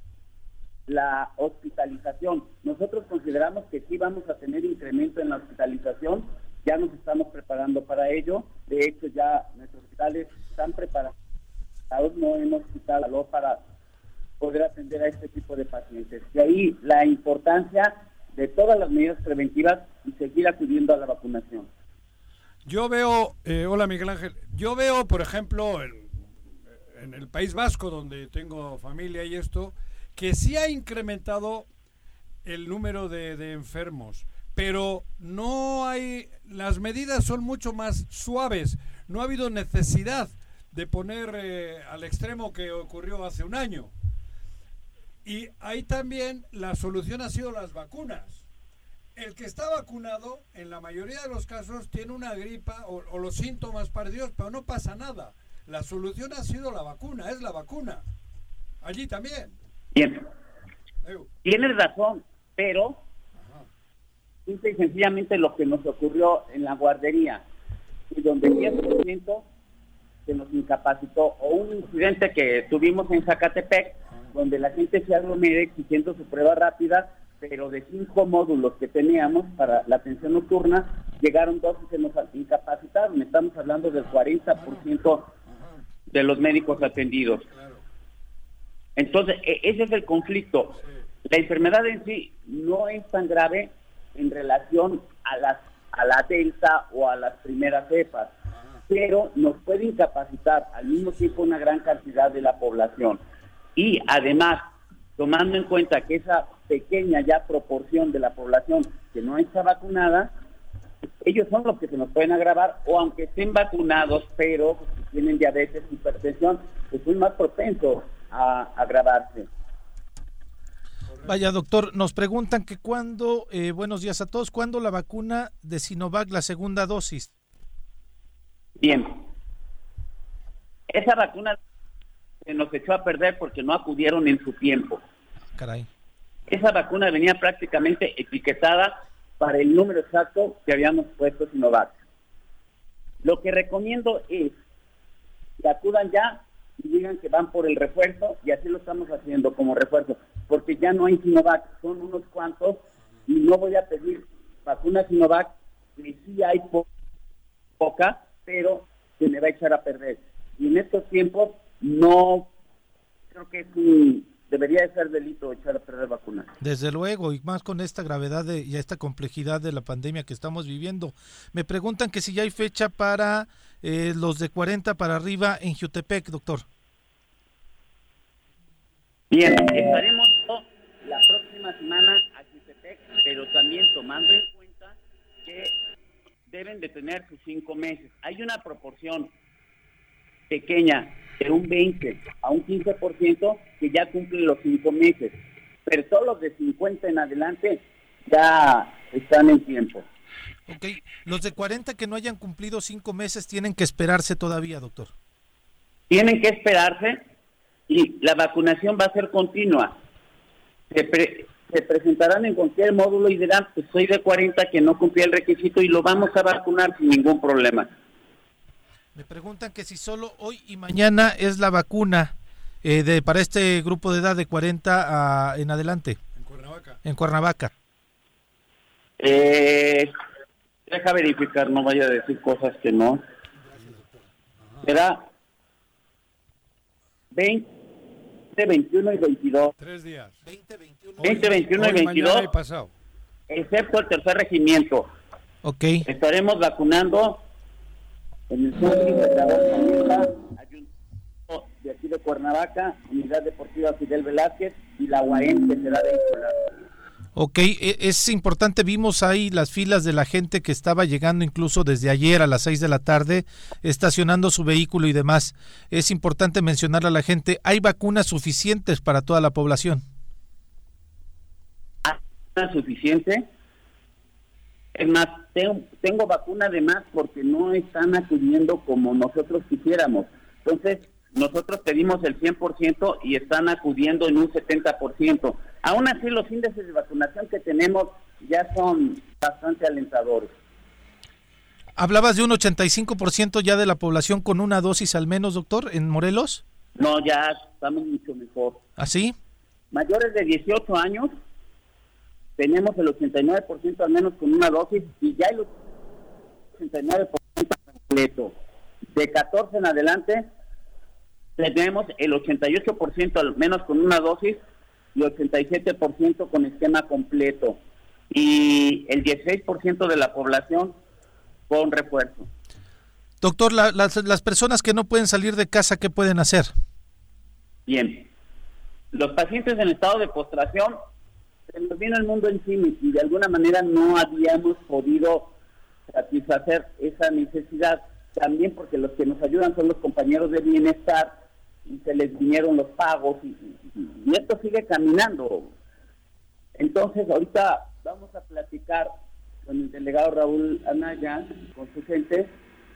la hospitalización. Nosotros consideramos que sí vamos a tener incremento en la hospitalización, ya nos estamos preparando para ello, de hecho ya nuestros hospitales están preparados, no hemos quitado para poder atender a este tipo de pacientes. De ahí la importancia de todas las medidas preventivas y seguir acudiendo a la vacunación. Yo veo, eh, hola Miguel Ángel, yo veo, por ejemplo, en, en el País Vasco, donde tengo familia y esto, que sí ha incrementado el número de, de enfermos, pero no hay, las medidas son mucho más suaves, no ha habido necesidad de poner eh, al extremo que ocurrió hace un año. Y ahí también la solución ha sido las vacunas. El que está vacunado, en la mayoría de los casos, tiene una gripa o, o los síntomas parecidos, pero no pasa nada. La solución ha sido la vacuna, es la vacuna. Allí también. Bien. Tienes razón, pero simple y sencillamente lo que nos ocurrió en la guardería, y donde el diez por ciento se nos incapacitó, o un incidente que tuvimos en Zacatepec, donde la gente se aglomera exigiendo su prueba rápida, pero de cinco módulos que teníamos para la atención nocturna, llegaron dos y se nos incapacitaron. Estamos hablando del cuarenta por ciento de los médicos atendidos. Entonces, ese es el conflicto. La enfermedad en sí no es tan grave en relación a las a la delta o a las primeras cepas, pero nos puede incapacitar al mismo tiempo una gran cantidad de la población. Y además, tomando en cuenta que esa pequeña ya proporción de la población que no está vacunada, ellos son los que se nos pueden agravar, o aunque estén vacunados, pero tienen diabetes, hipertensión, pues son más propensos a agravarse. Vaya, doctor, nos preguntan que cuándo, eh, buenos días a todos, ¿cuándo la vacuna de Sinovac, la segunda dosis? Bien. Esa vacuna se nos echó a perder porque no acudieron en su tiempo. Caray. Esa vacuna venía prácticamente etiquetada para el número exacto que habíamos puesto Sinovac. Lo que recomiendo es que acudan ya y digan que van por el refuerzo, y así lo estamos haciendo como refuerzo, porque ya no hay Sinovac, son unos cuantos, y no voy a pedir vacuna Sinovac, que sí hay po- poca, pero se me va a echar a perder. Y en estos tiempos no creo que es un, debería de ser delito echar a perder vacunas. Desde luego, y más con esta gravedad de, y esta complejidad de la pandemia que estamos viviendo. Me preguntan que si ya hay fecha para eh, los de cuarenta para arriba en Jiutepec, doctor. Bien, estaremos la próxima semana a Jiutepec, pero también tomando en cuenta que deben de tener sus cinco meses. Hay una proporción pequeña de un veinte a un quince por ciento que ya cumplen los cinco meses, pero todos los de cincuenta en adelante ya están en tiempo. Ok, los de cuarenta que no hayan cumplido cinco meses tienen que esperarse todavía, doctor. Tienen que esperarse y la vacunación va a ser continua. Se, pre- se presentarán en cualquier módulo y dirán, pues soy de cuarenta que no cumplí el requisito y lo vamos a vacunar sin ningún problema. Me preguntan que si solo hoy y mañana es la vacuna eh, de para este grupo de edad de cuarenta a, en adelante. En Cuernavaca. En Cuernavaca. Eh, deja verificar, no vaya a decir cosas que no. Será veinte, veintiuno y veintidós. Tres días. veinte, veintiuno, veinte, veintiuno y veintidós. Pasado. Excepto el tercer regimiento. Ok. Estaremos vacunando en el Centro Integrador Comunidad, Ayuntamiento de aquí de Cuernavaca, Unidad Deportiva Fidel Velázquez y la U A M que será de Incolar. Ok, es importante, vimos ahí las filas de la gente que estaba llegando incluso desde ayer a las seis de la tarde, estacionando su vehículo y demás. Es importante mencionarle a la gente, ¿hay vacunas suficientes para toda la población? ¿Hay vacuna suficiente? Es más, tengo, tengo vacuna de más porque no están acudiendo como nosotros quisiéramos. Entonces, nosotros pedimos el cien por ciento y están acudiendo en un setenta por ciento. Aún así, los índices de vacunación que tenemos ya son bastante alentadores. ¿Hablabas de un ochenta y cinco por ciento ya de la población con una dosis al menos, doctor, en Morelos? No, ya estamos mucho mejor. ¿Ah, sí? mayores de dieciocho años, tenemos el ochenta y nueve por ciento al menos con una dosis y ya el ochenta y nueve por ciento completo. De catorce en adelante, tenemos el ochenta y ocho por ciento al menos con una dosis y ochenta y siete por ciento con esquema completo. Y el dieciséis por ciento de la población con refuerzo. Doctor, la, las, las personas que no pueden salir de casa, ¿qué pueden hacer? Bien. Los pacientes en estado de postración, se nos vino el mundo encima y de alguna manera no habíamos podido satisfacer esa necesidad. También porque los que nos ayudan son los compañeros de bienestar y se les vinieron los pagos y, y, y esto sigue caminando. Entonces ahorita vamos a platicar con el delegado Raúl Anaya, con su gente,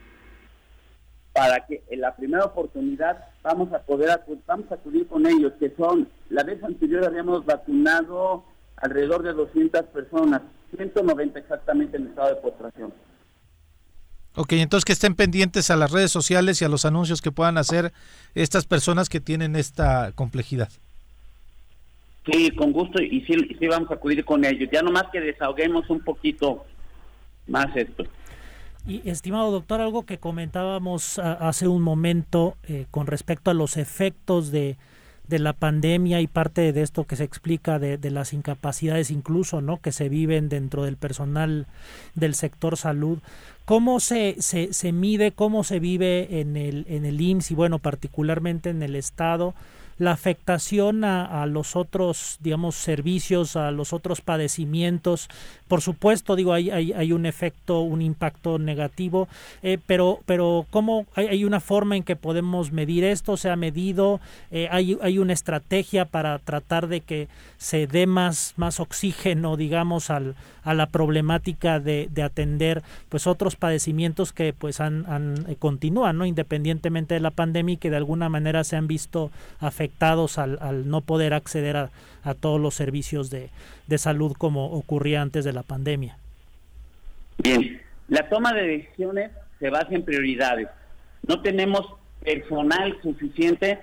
para que en la primera oportunidad vamos a poder acudir, vamos a acudir con ellos, que son, la vez anterior habíamos vacunado alrededor de doscientas personas, ciento noventa exactamente en estado de postración. Ok, entonces que estén pendientes a las redes sociales y a los anuncios que puedan hacer estas personas que tienen esta complejidad. Sí, con gusto, y sí, sí vamos a acudir con ellos, ya nomás que desahoguemos un poquito más esto. Y estimado doctor, algo que comentábamos a, hace un momento eh, con respecto a los efectos de, de la pandemia y parte de esto que se explica de, de las incapacidades incluso, ¿no?, que se viven dentro del personal del sector salud. ¿Cómo se, se, se mide, cómo se vive en el, en el I M S S y bueno, particularmente en el Estado, la afectación a, a los otros, digamos, servicios, a los otros padecimientos? Por supuesto, digo, hay, hay, hay un efecto, un impacto negativo, eh, pero, pero ¿cómo hay, hay una forma en que podemos medir esto? ¿Se ha medido? Eh, hay, hay una estrategia para tratar de que se dé más, más oxígeno, digamos, al, a la problemática de, de atender pues otros padecimientos que pues han, han eh, continúan, ¿no?, independientemente de la pandemia, y que de alguna manera se han visto afectados al, al no poder acceder a, a todos los servicios de, de salud como ocurría antes de la pandemia. Bien, la toma de decisiones se basa en prioridades. No tenemos personal suficiente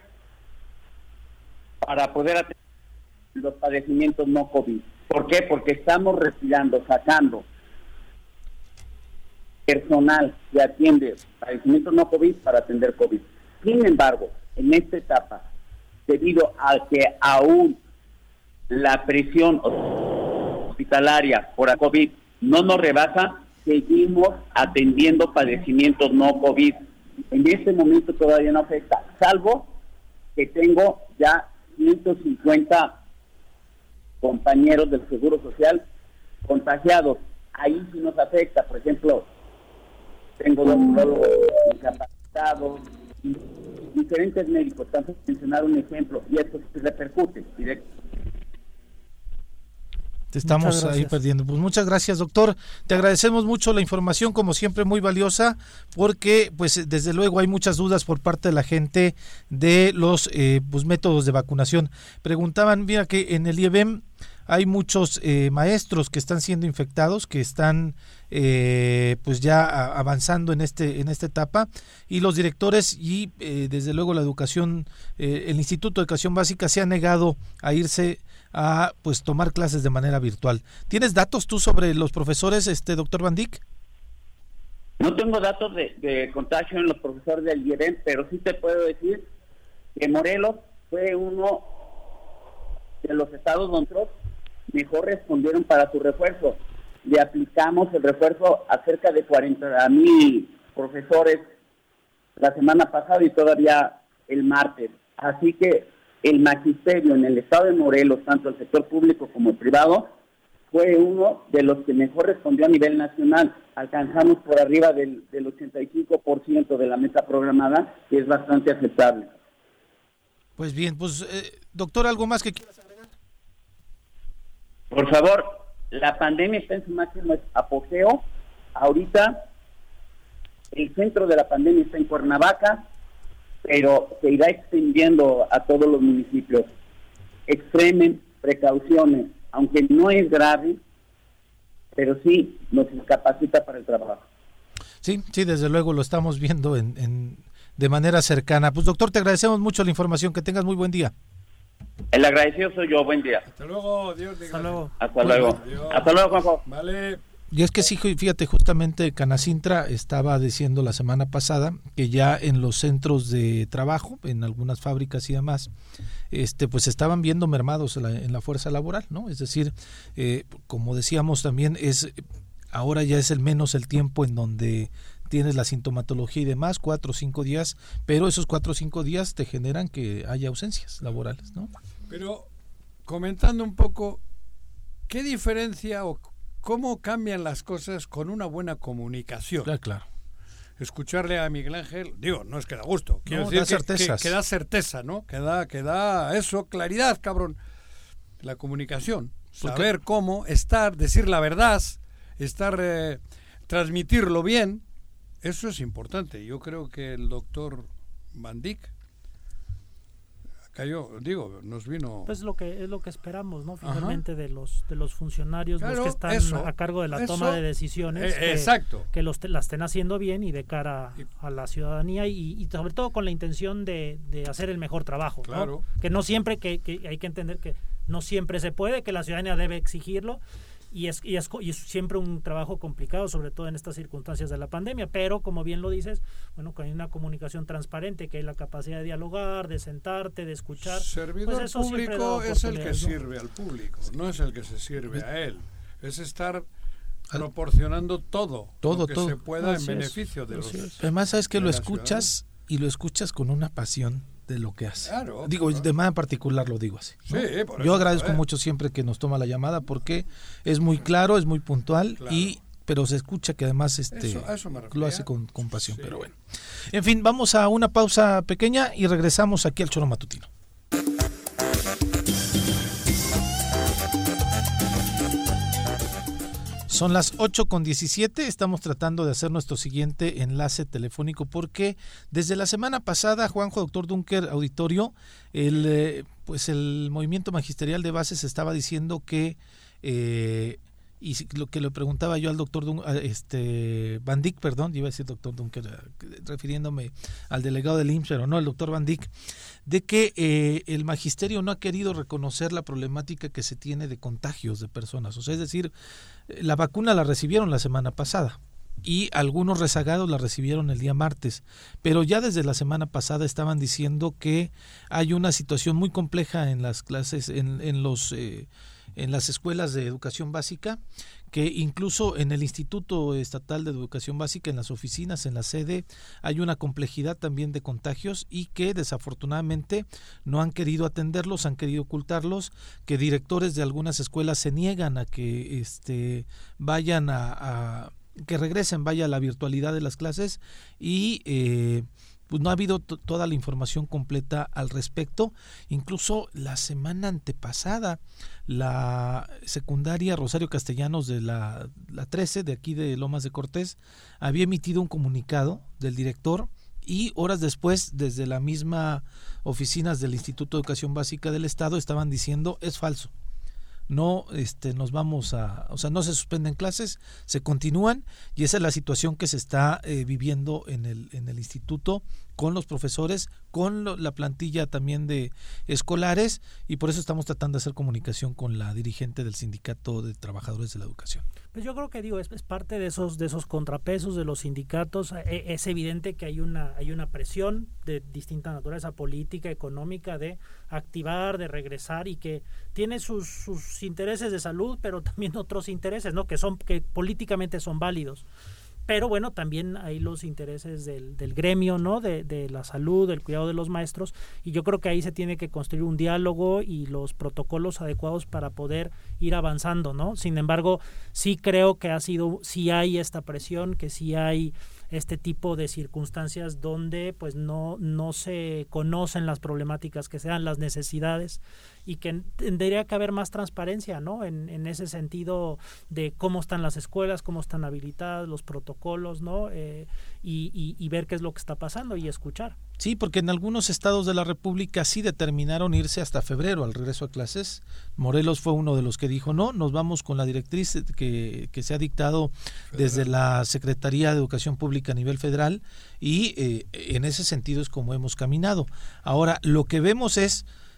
para poder atender los padecimientos no COVID. ¿Por qué? Porque estamos retirando, sacando personal que atiende padecimientos no COVID para atender COVID. Sin embargo, en esta etapa, debido a que aún la presión hospitalaria por COVID no nos rebasa, seguimos atendiendo padecimientos no COVID. En este momento todavía no afecta, salvo que tengo ya ciento cincuenta compañeros del Seguro Social contagiados. Ahí sí nos afecta. Por ejemplo, tengo dos neurólogos incapacitados, diferentes médicos, tanto mencionar un ejemplo, y esto se repercute directo. Te estamos ahí perdiendo. Pues muchas gracias, doctor. Te agradecemos mucho la información, como siempre muy valiosa, porque pues desde luego hay muchas dudas por parte de la gente de los eh, pues, métodos de vacunación. Preguntaban, mira que en el I E B E M hay muchos eh, maestros que están siendo infectados, que están eh, pues ya a, avanzando en este en esta etapa, y los directores y eh, desde luego la educación, eh, el Instituto de Educación Básica se ha negado a irse a pues tomar clases de manera virtual. ¿Tienes datos tú sobre los profesores, este doctor Van Dijk? No tengo datos de, de contagio en los profesores del I E B E M, pero sí te puedo decir que Morelos fue uno de los estados donde mejor respondieron para su refuerzo. Le aplicamos el refuerzo a cerca de cuarenta mil profesores la semana pasada y todavía el martes. Así que el magisterio en el estado de Morelos, tanto el sector público como el privado, fue uno de los que mejor respondió a nivel nacional. Alcanzamos por arriba del, del ochenta y cinco por ciento de la meta programada, que es bastante aceptable. Pues bien, pues eh, doctor, ¿algo más que quieras agregar? Por favor, la pandemia está en su máximo apogeo. Ahorita el centro de la pandemia está en Cuernavaca, pero se irá extendiendo a todos los municipios. Extremen precauciones, aunque no es grave, pero sí nos incapacita para el trabajo. Sí, sí, desde luego lo estamos viendo en, en de manera cercana. Pues doctor, te agradecemos mucho la información, que tengas muy buen día. El agradecido soy yo, buen día. Hasta luego, Dios. Hasta luego. Hasta luego. Adiós. Hasta luego, Juanjo. Vale. Y es que sí, fíjate, justamente Canacintra estaba diciendo la semana pasada que ya en los centros de trabajo, en algunas fábricas y demás, este, pues estaban viendo mermados en la, en la fuerza laboral, ¿no? Es decir, eh, como decíamos también, es ahora ya es el menos el tiempo en donde tienes la sintomatología y demás, cuatro o cinco días, pero esos cuatro o cinco días te generan que haya ausencias laborales, ¿no? Pero comentando un poco, ¿qué diferencia o cómo cambian las cosas con una buena comunicación? Claro, claro. Escucharle a Miguel Ángel, digo, no es que da gusto, quiero No, decir da que, certezas. que, que da certeza, ¿no? Que da, que da eso, claridad, cabrón. La comunicación, saber cómo estar, decir la verdad, estar, eh, transmitirlo bien, eso es importante. Yo creo que el doctor Van Dijk, acá yo digo, nos vino... Pues lo que es lo que esperamos, ¿no? Finalmente de los de los funcionarios, claro, los que están eso, a cargo de la eso, toma de decisiones, eh, que, exacto, que los te, la estén haciendo bien y de cara a la ciudadanía y, y sobre todo con la intención de, de hacer el mejor trabajo, claro, ¿no? Que no siempre, que, que hay que entender que no siempre se puede, que la ciudadanía debe exigirlo. Y es, y, es, y es siempre un trabajo complicado, sobre todo en estas circunstancias de la pandemia, pero como bien lo dices, bueno, que hay una comunicación transparente, que hay la capacidad de dialogar, de sentarte, de escuchar. Servidor pues eso público es el que ¿no? sirve al público, no es el que se sirve a él, es estar proporcionando todo, todo lo que todo. se pueda Así en es. beneficio de Así los... es. Además, sabes que de lo la escuchas y lo escuchas con una pasión de lo que hace. Claro, digo, claro. de manera particular lo digo así, ¿no? Sí, por Yo eso, agradezco joder. mucho siempre que nos toma la llamada porque es muy claro, es muy puntual, Claro. y pero se escucha que además este Eso- a eso me lo refería. hace con, con pasión, Sí. pero bueno. En fin, vamos a una pausa pequeña y regresamos aquí al Choro Matutino. Son las ocho con diecisiete, estamos tratando de hacer nuestro siguiente enlace telefónico porque desde la semana pasada, Juanjo, doctor Dunker, auditorio, el eh, pues el movimiento magisterial de bases estaba diciendo que, eh, y lo que le preguntaba yo al doctor Dun, a este Van Dijk, perdón, iba a decir doctor Dunker, refiriéndome al delegado del I M S S, pero no, el doctor Van Dijk, de que eh, el magisterio no ha querido reconocer la problemática que se tiene de contagios de personas, o sea, es decir, la vacuna la recibieron la semana pasada y algunos rezagados la recibieron el día martes, pero ya desde la semana pasada estaban diciendo que hay una situación muy compleja en las clases, en, en los eh, en las escuelas de educación básica, que incluso en el Instituto Estatal de Educación Básica, en las oficinas, en la sede, hay una complejidad también de contagios y que desafortunadamente no han querido atenderlos, han querido ocultarlos, que directores de algunas escuelas se niegan a que este vayan a, a que regresen, vaya a la virtualidad de las clases y eh, pues no ha habido t- toda la información completa al respecto. Incluso la semana antepasada, la secundaria Rosario Castellanos de la, la trece, de aquí de Lomas de Cortés, había emitido un comunicado del director y horas después, desde la misma oficinas del Instituto de Educación Básica del Estado, estaban diciendo es falso. No este nos vamos a, o sea, no se suspenden clases, se continúan y esa es la situación que se está eh, viviendo en el en el instituto con los profesores, con lo, la plantilla también de escolares y por eso estamos tratando de hacer comunicación con la dirigente del Sindicato de Trabajadores de la Educación. Pues yo creo que digo es, es parte de esos de esos contrapesos de los sindicatos. E, es evidente que hay una hay una presión de distinta naturaleza política, económica, de activar, de regresar y que tiene sus, sus intereses de salud, pero también otros intereses, ¿no? Que son que políticamente son válidos. Pero bueno, también hay los intereses del, del gremio, ¿no? De, de la salud, del cuidado de los maestros, y yo creo que ahí se tiene que construir un diálogo y los protocolos adecuados para poder ir avanzando, ¿no? Sin embargo, sí creo que ha sido, sí hay esta presión, que sí hay este tipo de circunstancias donde pues no, no se conocen las problemáticas que sean, las necesidades, y que tendría que haber más transparencia, ¿no? En, en ese sentido de cómo están las escuelas, cómo están habilitadas, los protocolos, ¿no? Eh, y, y, y ver qué es lo que está pasando y escuchar. Sí, porque en algunos estados de la República sí determinaron irse hasta febrero al regreso a clases. Morelos fue uno de los que dijo no, nos vamos con la directriz que, que se ha dictado desde la Secretaría de Educación Pública a nivel federal y eh, en ese sentido es como hemos caminado. Ahora, lo que vemos es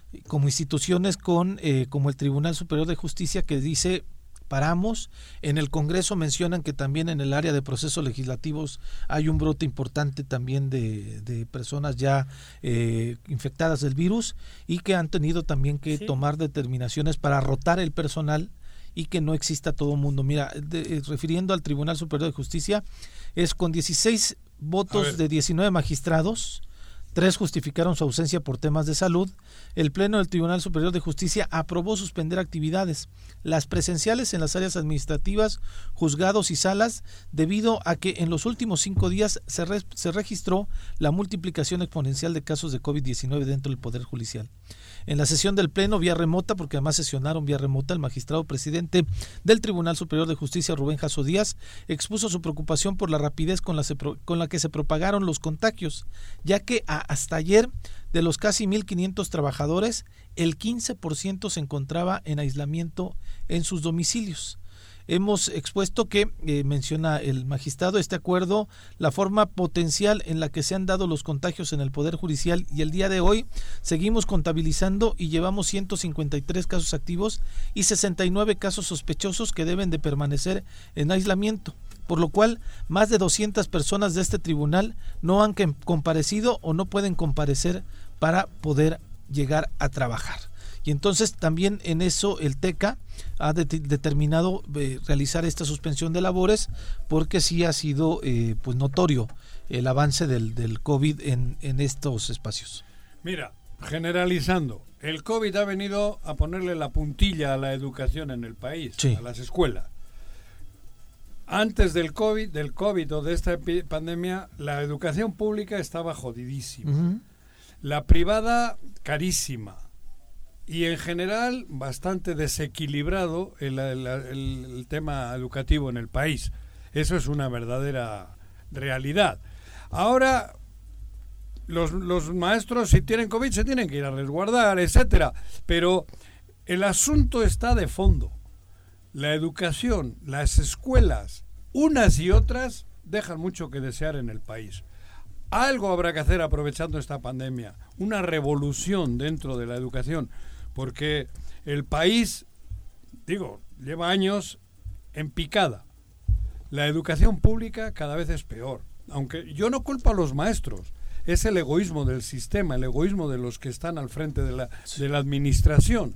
como instituciones con eh, como el Tribunal Superior de Justicia, que dice paramos. En el Congreso mencionan que también en el área de procesos legislativos hay un brote importante también de, de personas ya eh, infectadas del virus y que han tenido también que sí. tomar determinaciones para rotar el personal y que no exista todo el mundo. Mira, de, refiriendo al Tribunal Superior de Justicia, es con dieciséis votos de diecinueve magistrados, tres justificaron su ausencia por temas de salud. El Pleno del Tribunal Superior de Justicia aprobó suspender actividades, las presenciales en las áreas administrativas, juzgados y salas, debido a que en los últimos cinco días se, re, se registró la multiplicación exponencial de casos de COVID diecinueve dentro del Poder Judicial. En la sesión del Pleno vía remota, porque además sesionaron vía remota, el magistrado presidente del Tribunal Superior de Justicia, Rubén Jasso Díaz, expuso su preocupación por la rapidez con la, se, con la que se propagaron los contagios, ya que a, hasta ayer, de los casi mil quinientos trabajadores, el quince por ciento se encontraba en aislamiento en sus domicilios. Hemos expuesto que, eh, menciona el magistrado, este acuerdo, la forma potencial en la que se han dado los contagios en el Poder Judicial, y el día de hoy seguimos contabilizando y llevamos ciento cincuenta y tres casos activos y sesenta y nueve casos sospechosos que deben de permanecer en aislamiento, por lo cual más de doscientas personas de este tribunal no han comparecido o no pueden comparecer para poder llegar a trabajar. Y entonces también en eso el TECA ha de, determinado eh, realizar esta suspensión de labores, porque sí ha sido eh, pues notorio el avance del, del COVID en, en estos espacios. Mira, generalizando, el COVID ha venido a ponerle la puntilla a la educación en el país, sí. a las escuelas. Antes del COVID, del COVID o de esta pandemia, la educación pública estaba jodidísima. Uh-huh. La privada, carísima. Y en general bastante desequilibrado el, el, el, el tema educativo en el país. Eso es una verdadera realidad. Ahora los, los maestros, si tienen COVID, se tienen que ir a resguardar, etcétera. Pero el asunto está de fondo. La educación, las escuelas, unas y otras, dejan mucho que desear en el país. Algo habrá que hacer aprovechando esta pandemia. Una revolución dentro de la educación. Porque el país, digo, lleva años en picada. La educación pública cada vez es peor. Aunque yo no culpo a los maestros, es el egoísmo del sistema, el egoísmo de los que están al frente de la, de la administración.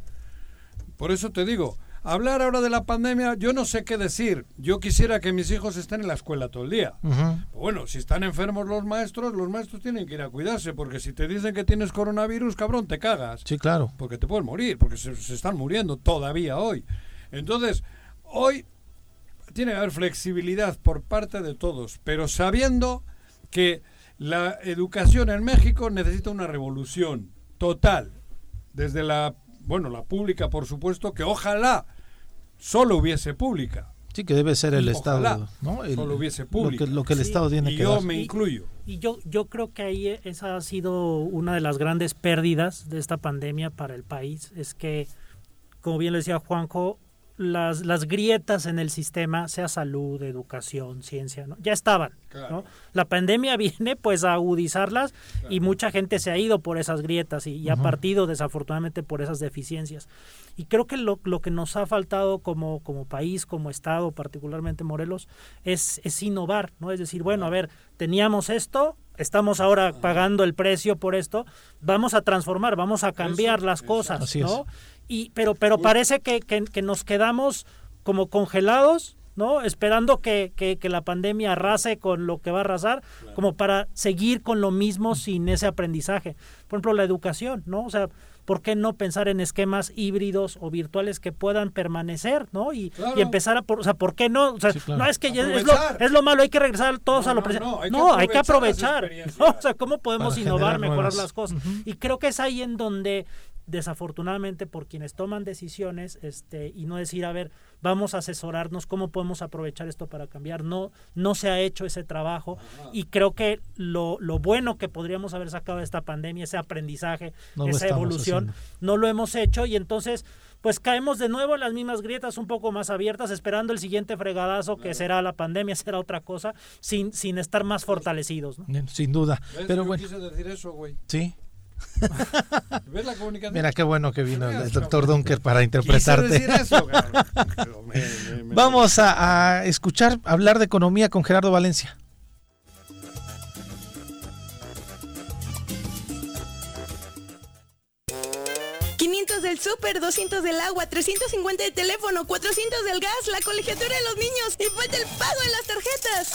Por eso te digo, hablar ahora de la pandemia, yo no sé qué decir. Yo quisiera que mis hijos estén en la escuela todo el día. Uh-huh. Bueno, si están enfermos los maestros, los maestros tienen que ir a cuidarse, porque si te dicen que tienes coronavirus, cabrón, te cagas. Sí, claro. Porque te puedes morir, porque se, se están muriendo todavía hoy. Entonces, hoy tiene que haber flexibilidad por parte de todos, pero sabiendo que la educación en México necesita una revolución total, desde la Bueno, la pública, por supuesto, que ojalá solo hubiese pública. Sí, que debe ser el y Estado, ojalá ¿no? El, solo hubiese pública. Lo que, lo que el sí, Estado tiene y que yo dar. me incluyo. Y, y yo, yo creo que ahí esa ha sido una de las grandes pérdidas de esta pandemia para el país. Es que, como bien lo decía Juanjo, las, las grietas en el sistema, sea salud, educación, ciencia, ¿no? ya estaban. Claro. ¿no? La pandemia viene pues a agudizarlas, claro. y mucha gente se ha ido por esas grietas y, y uh-huh. ha partido desafortunadamente por esas deficiencias. Y creo que lo, lo que nos ha faltado como, como país, como Estado, particularmente Morelos, es, es innovar, ¿no? Es decir, bueno, a ver, teníamos esto, estamos ahora pagando el precio por esto, vamos a transformar, vamos a cambiar eso, las cosas, así ¿no? Es. Y, pero pero parece que, que, que nos quedamos como congelados, ¿no? Esperando que, que, que la pandemia arrase con lo que va a arrasar, claro. como para seguir con lo mismo sin ese aprendizaje. Por ejemplo, la educación, ¿no? O sea, ¿por qué no pensar en esquemas híbridos o virtuales que puedan permanecer, ¿no? Y, claro. y empezar a, por, o sea, ¿por qué no? O sea, sí, claro. no es que es lo, es lo malo, hay que regresar todos no, a lo presente. No, no, hay, no, hay que aprovechar. ¿no? O sea, ¿cómo podemos para innovar, mejorar nuevas. las cosas? Uh-huh. Y creo que es ahí en donde, desafortunadamente, por quienes toman decisiones, este, y no decir, a ver, vamos a asesorarnos, ¿cómo podemos aprovechar esto para cambiar? No, no se ha hecho ese trabajo, uh-huh. y creo que lo, lo bueno que podríamos haber sacado de esta pandemia, ese aprendizaje, no esa evolución, haciendo. no lo hemos hecho, y entonces pues caemos de nuevo en las mismas grietas un poco más abiertas, esperando el siguiente fregadazo que será la pandemia, será otra cosa, sin, sin estar más fortalecidos, ¿no? Sin duda. ¿Ves? Pero Yo bueno. quise decir eso, güey. Sí. ¿Ves la comunicación? Mira qué bueno que vino el doctor Dunker para interpretarte. Quise decir eso, me, me, me, Vamos a, a escuchar hablar de economía con Gerardo Valencia. quinientos del súper, doscientos del agua, trescientos cincuenta de teléfono, cuatrocientos del gas, la colegiatura de los niños y falta el pago en las tarjetas.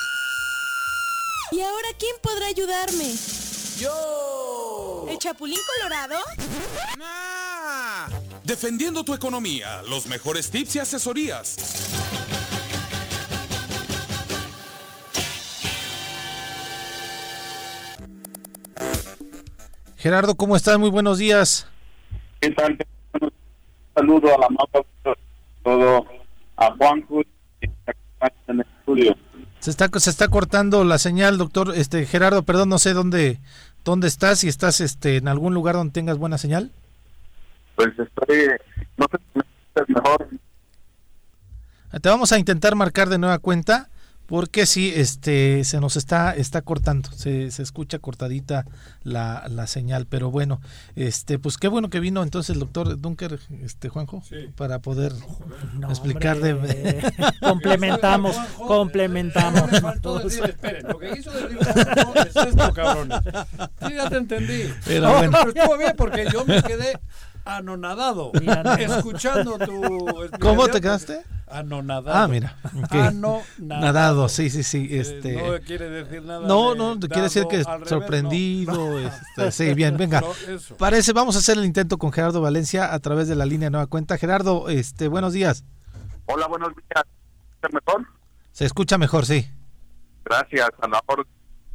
¿Y ahora quién podrá ayudarme? ¡Yo! ¿El Chapulín Colorado? ¡Nah! Defendiendo tu economía, los mejores tips y asesorías. Gerardo, ¿cómo estás? Muy buenos días. ¿Qué tal? Un saludo a la mapa, todo a Juanjo en el estudio. Se está se está cortando la señal, doctor. Este Gerardo, perdón, no sé dónde dónde estás, si estás este en algún lugar donde tengas buena señal. Pues estoy, no sé si me escuchas mejor. Te vamos a intentar marcar de nueva cuenta porque sí, este se nos está está cortando, se, se escucha cortadita la, la señal, pero bueno, este pues qué bueno que vino entonces el doctor Dunker, este Juanjo, sí, para poder no, explicar hombre, de complementamos, Juanjo, complementamos. Me faltó decir, esperen, lo que quiso decir Juanjo es esto, cabrones. Sí, ya te entendí. Pero bueno, pero estuvo bien porque yo me quedé anonadado escuchando tu ¿Cómo te quedaste? Anonadado. Ah, mira. Okay. Anonadado. Nadado, sí, sí, sí. Este... Eh, no quiere decir nada. No, de no, quiere decir que sorprendido. No. Este, sí, bien, venga. No, Parece, vamos a hacer el intento con Gerardo Valencia a través de la línea Nueva Cuenta. Gerardo, este, buenos días. Hola, buenos días. ¿Se escucha mejor? Se escucha mejor, sí. Gracias, a la orden.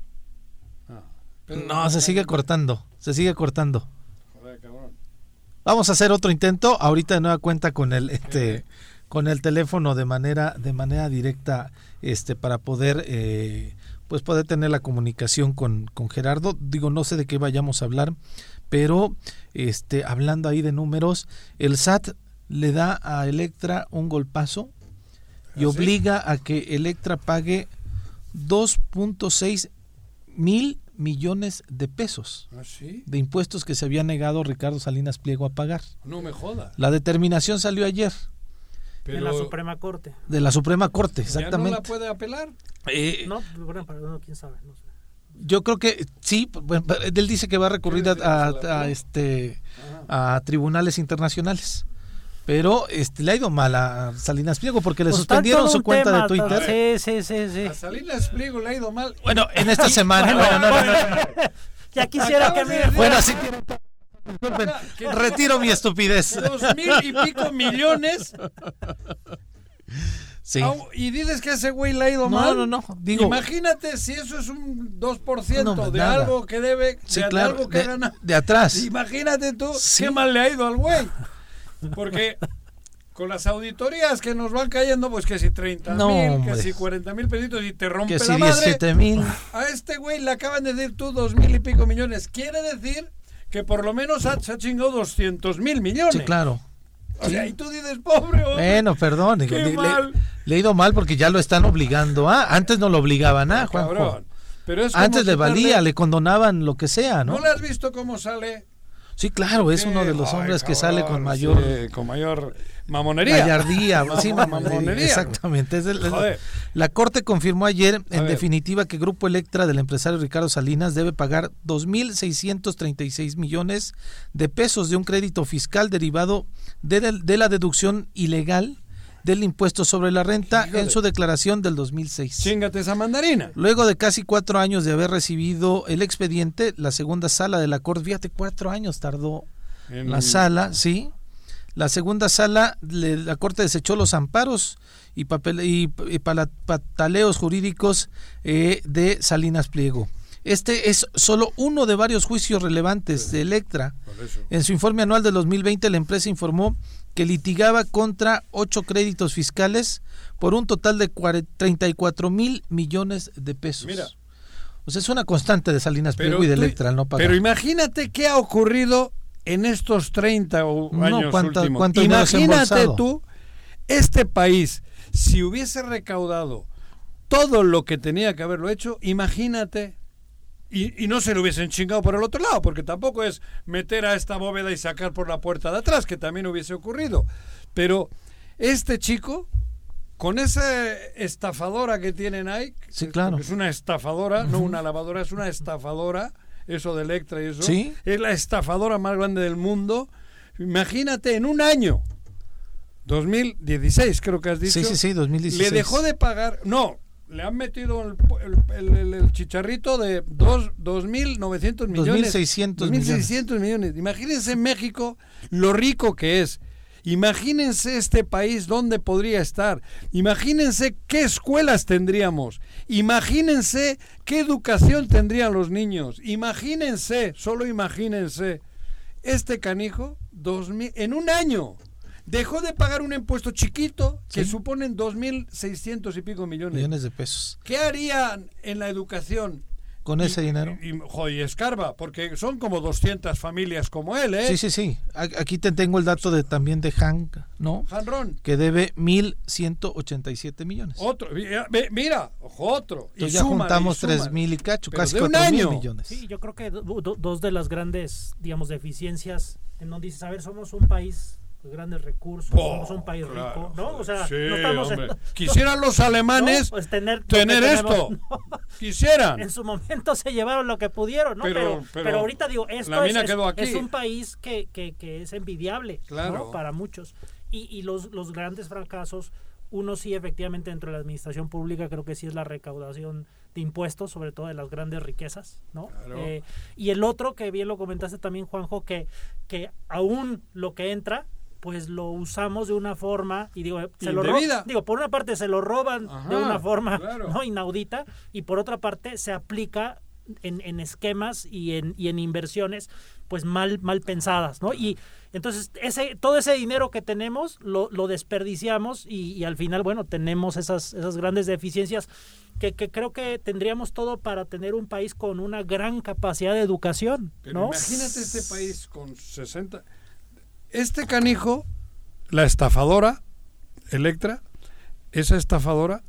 Ah, no, se sigue cortando, se sigue cortando. Joder, cabrón. Vamos a hacer otro intento, ahorita de Nueva Cuenta con el, este... con el teléfono de manera de manera directa, este para poder eh, pues poder tener la comunicación con, con Gerardo. Digo, no sé de qué vayamos a hablar, pero este hablando ahí de números, el S A T le da a Electra un golpazo y ¿Ah, obliga sí? a que Electra pague dos punto seis mil millones de pesos ¿Ah, sí? de impuestos que se había negado Ricardo Salinas Pliego a pagar. No me joda. La determinación salió ayer. Pero de la Suprema Corte. De la Suprema Corte, exactamente. ¿Ya no la puede apelar? Eh, no, bueno, no, quién sabe. No sé. Yo creo que sí. Bueno, él dice que va a recurrir a, a, a este a tribunales internacionales. Pero este le ha ido mal a Salinas Pliego porque le pues suspendieron su cuenta tema, de Twitter. Sí, sí, sí, sí. A Salinas Pliego le ha ido mal. Bueno, en esta semana. bueno, no, no, no, no, no. Ya quisiera que me. Bueno, sí tiene. Disculpen, retiro mi estupidez. Dos mil y pico millones. Sí. Y dices que a ese güey le ha ido no, mal. No, no, no. Digo, imagínate si eso es un dos por ciento no, de nada. Algo que debe, sí, de, claro, algo que de, gana. De atrás. Imagínate tú sí. qué mal le ha ido al güey. Porque con las auditorías que nos van cayendo, pues que si treinta mil, no, que si cuarenta mil pesitos y te rompe que la si madre. diecisiete mil. A este güey le acaban de decir tú dos mil y pico millones. Quiere decir que por lo menos ha, se ha chingado doscientos mil millones. Sí, claro. O sea, y tú dices, pobre hombre. Bueno, perdón. Qué le, mal. Le, le he ido mal porque ya lo están obligando. ¿ah? Antes no lo obligaban, ¿ah, Juanjo? Cabrón. Pero es Antes le valía, quitarle... le condonaban lo que sea, ¿no? ¿No le has visto cómo sale? Sí, claro, es uno de los hombres Ay, que cabrón, sale con mayor... Sí, con mayor mamonería. Gallardía. sí, mamonería. Exactamente. Es el, es, la Corte confirmó ayer, en definitiva, que Grupo Electra del empresario Ricardo Salinas debe pagar dos mil seiscientos treinta y seis millones de pesos de un crédito fiscal derivado de, de, de la deducción ilegal del impuesto sobre la renta Híjole. en su declaración del dos mil seis. Chíngate esa mandarina. Luego de casi cuatro años de haber recibido el expediente, la segunda sala de la Corte, fíjate, cuatro años tardó en la sala, sí. La segunda sala, le, la Corte desechó los amparos y, papel, y, y pataleos jurídicos eh, de Salinas Pliego. Este es solo uno de varios juicios relevantes sí. de Electra. En su informe anual de dos mil veinte, la empresa informó que litigaba contra ocho créditos fiscales por un total de treinta y cuatro mil millones de pesos. Mira. O sea, es una constante de Salinas Pliego y de Electra al no pagar. Pero imagínate qué ha ocurrido en estos treinta años no, ¿cuánta, últimos. ¿cuánto Imagínate tú, este país, si hubiese recaudado todo lo que tenía que haberlo hecho, imagínate y, y no se lo hubiesen chingado por el otro lado, porque tampoco es meter a esta bóveda y sacar por la puerta de atrás, que también hubiese ocurrido. Pero este chico, con esa estafadora que tienen ahí, sí, claro. es una estafadora, uh-huh. no una lavadora, es una estafadora, eso de Electra y eso, ¿sí? Es la estafadora más grande del mundo. Imagínate, en un año, dos mil dieciséis creo que has dicho, sí, sí, sí, dos mil dieciséis. le dejó de pagar, no, le han metido el, el, el, el chicharrito de dos mil novecientos millones. dos mil seiscientos dos mil seiscientos millones. Imagínense México lo rico que es. Imagínense este país dónde podría estar. Imagínense qué escuelas tendríamos. Imagínense qué educación tendrían los niños. Imagínense, solo imagínense. Este canijo, dos mil, en un año, dejó de pagar un impuesto chiquito que ¿sí? suponen dos mil seiscientos y pico millones. Millones de pesos. ¿Qué harían en la educación? Con y, ese dinero. Y, y, joder, escarba, porque son como doscientas familias como él, ¿eh? Sí, sí, sí. Aquí te tengo el dato de también de Han, ¿no? Hanron. Que debe mil ciento ochenta y siete millones. Otro, mira, ojo, otro. Entonces y ya súmale, juntamos y tres mil y cacho, pero casi de un cuatro mil año. millones. Sí, yo creo que do, do, dos de las grandes, digamos, deficiencias en donde dices, a ver, somos un país de grandes recursos, oh, somos un país claro, rico, ¿no? O sea, sí, no estamos en, quisieran los alemanes ¿no? pues tener, tener tenemos, esto, no. Quisieran. En su momento se llevaron lo que pudieron, ¿no? Pero, Pero, pero, pero ahorita digo, esto la es, mina es, quedó aquí. es un país que, que, que es envidiable, claro. ¿no? Para muchos. Y, y los, los grandes fracasos, uno sí efectivamente dentro de la administración pública creo que sí es la recaudación de impuestos, sobre todo de las grandes riquezas, ¿no? Claro. Eh, y el otro, que bien lo comentaste también, Juanjo, que, que aún lo que entra, pues lo usamos de una forma, y digo, se lo roban, digo, por una parte se lo roban Ajá, de una forma claro. no inaudita, y por otra parte se aplica en, en esquemas y en, y en inversiones pues mal, mal pensadas, ¿no? Y entonces ese, todo ese dinero que tenemos lo, lo desperdiciamos y, y al final, bueno, tenemos esas, esas grandes deficiencias que, que creo que tendríamos todo para tener un país con una gran capacidad de educación, Pero ¿no? imagínate este país con sesenta... Este canijo, la estafadora, Electra, esa estafadora,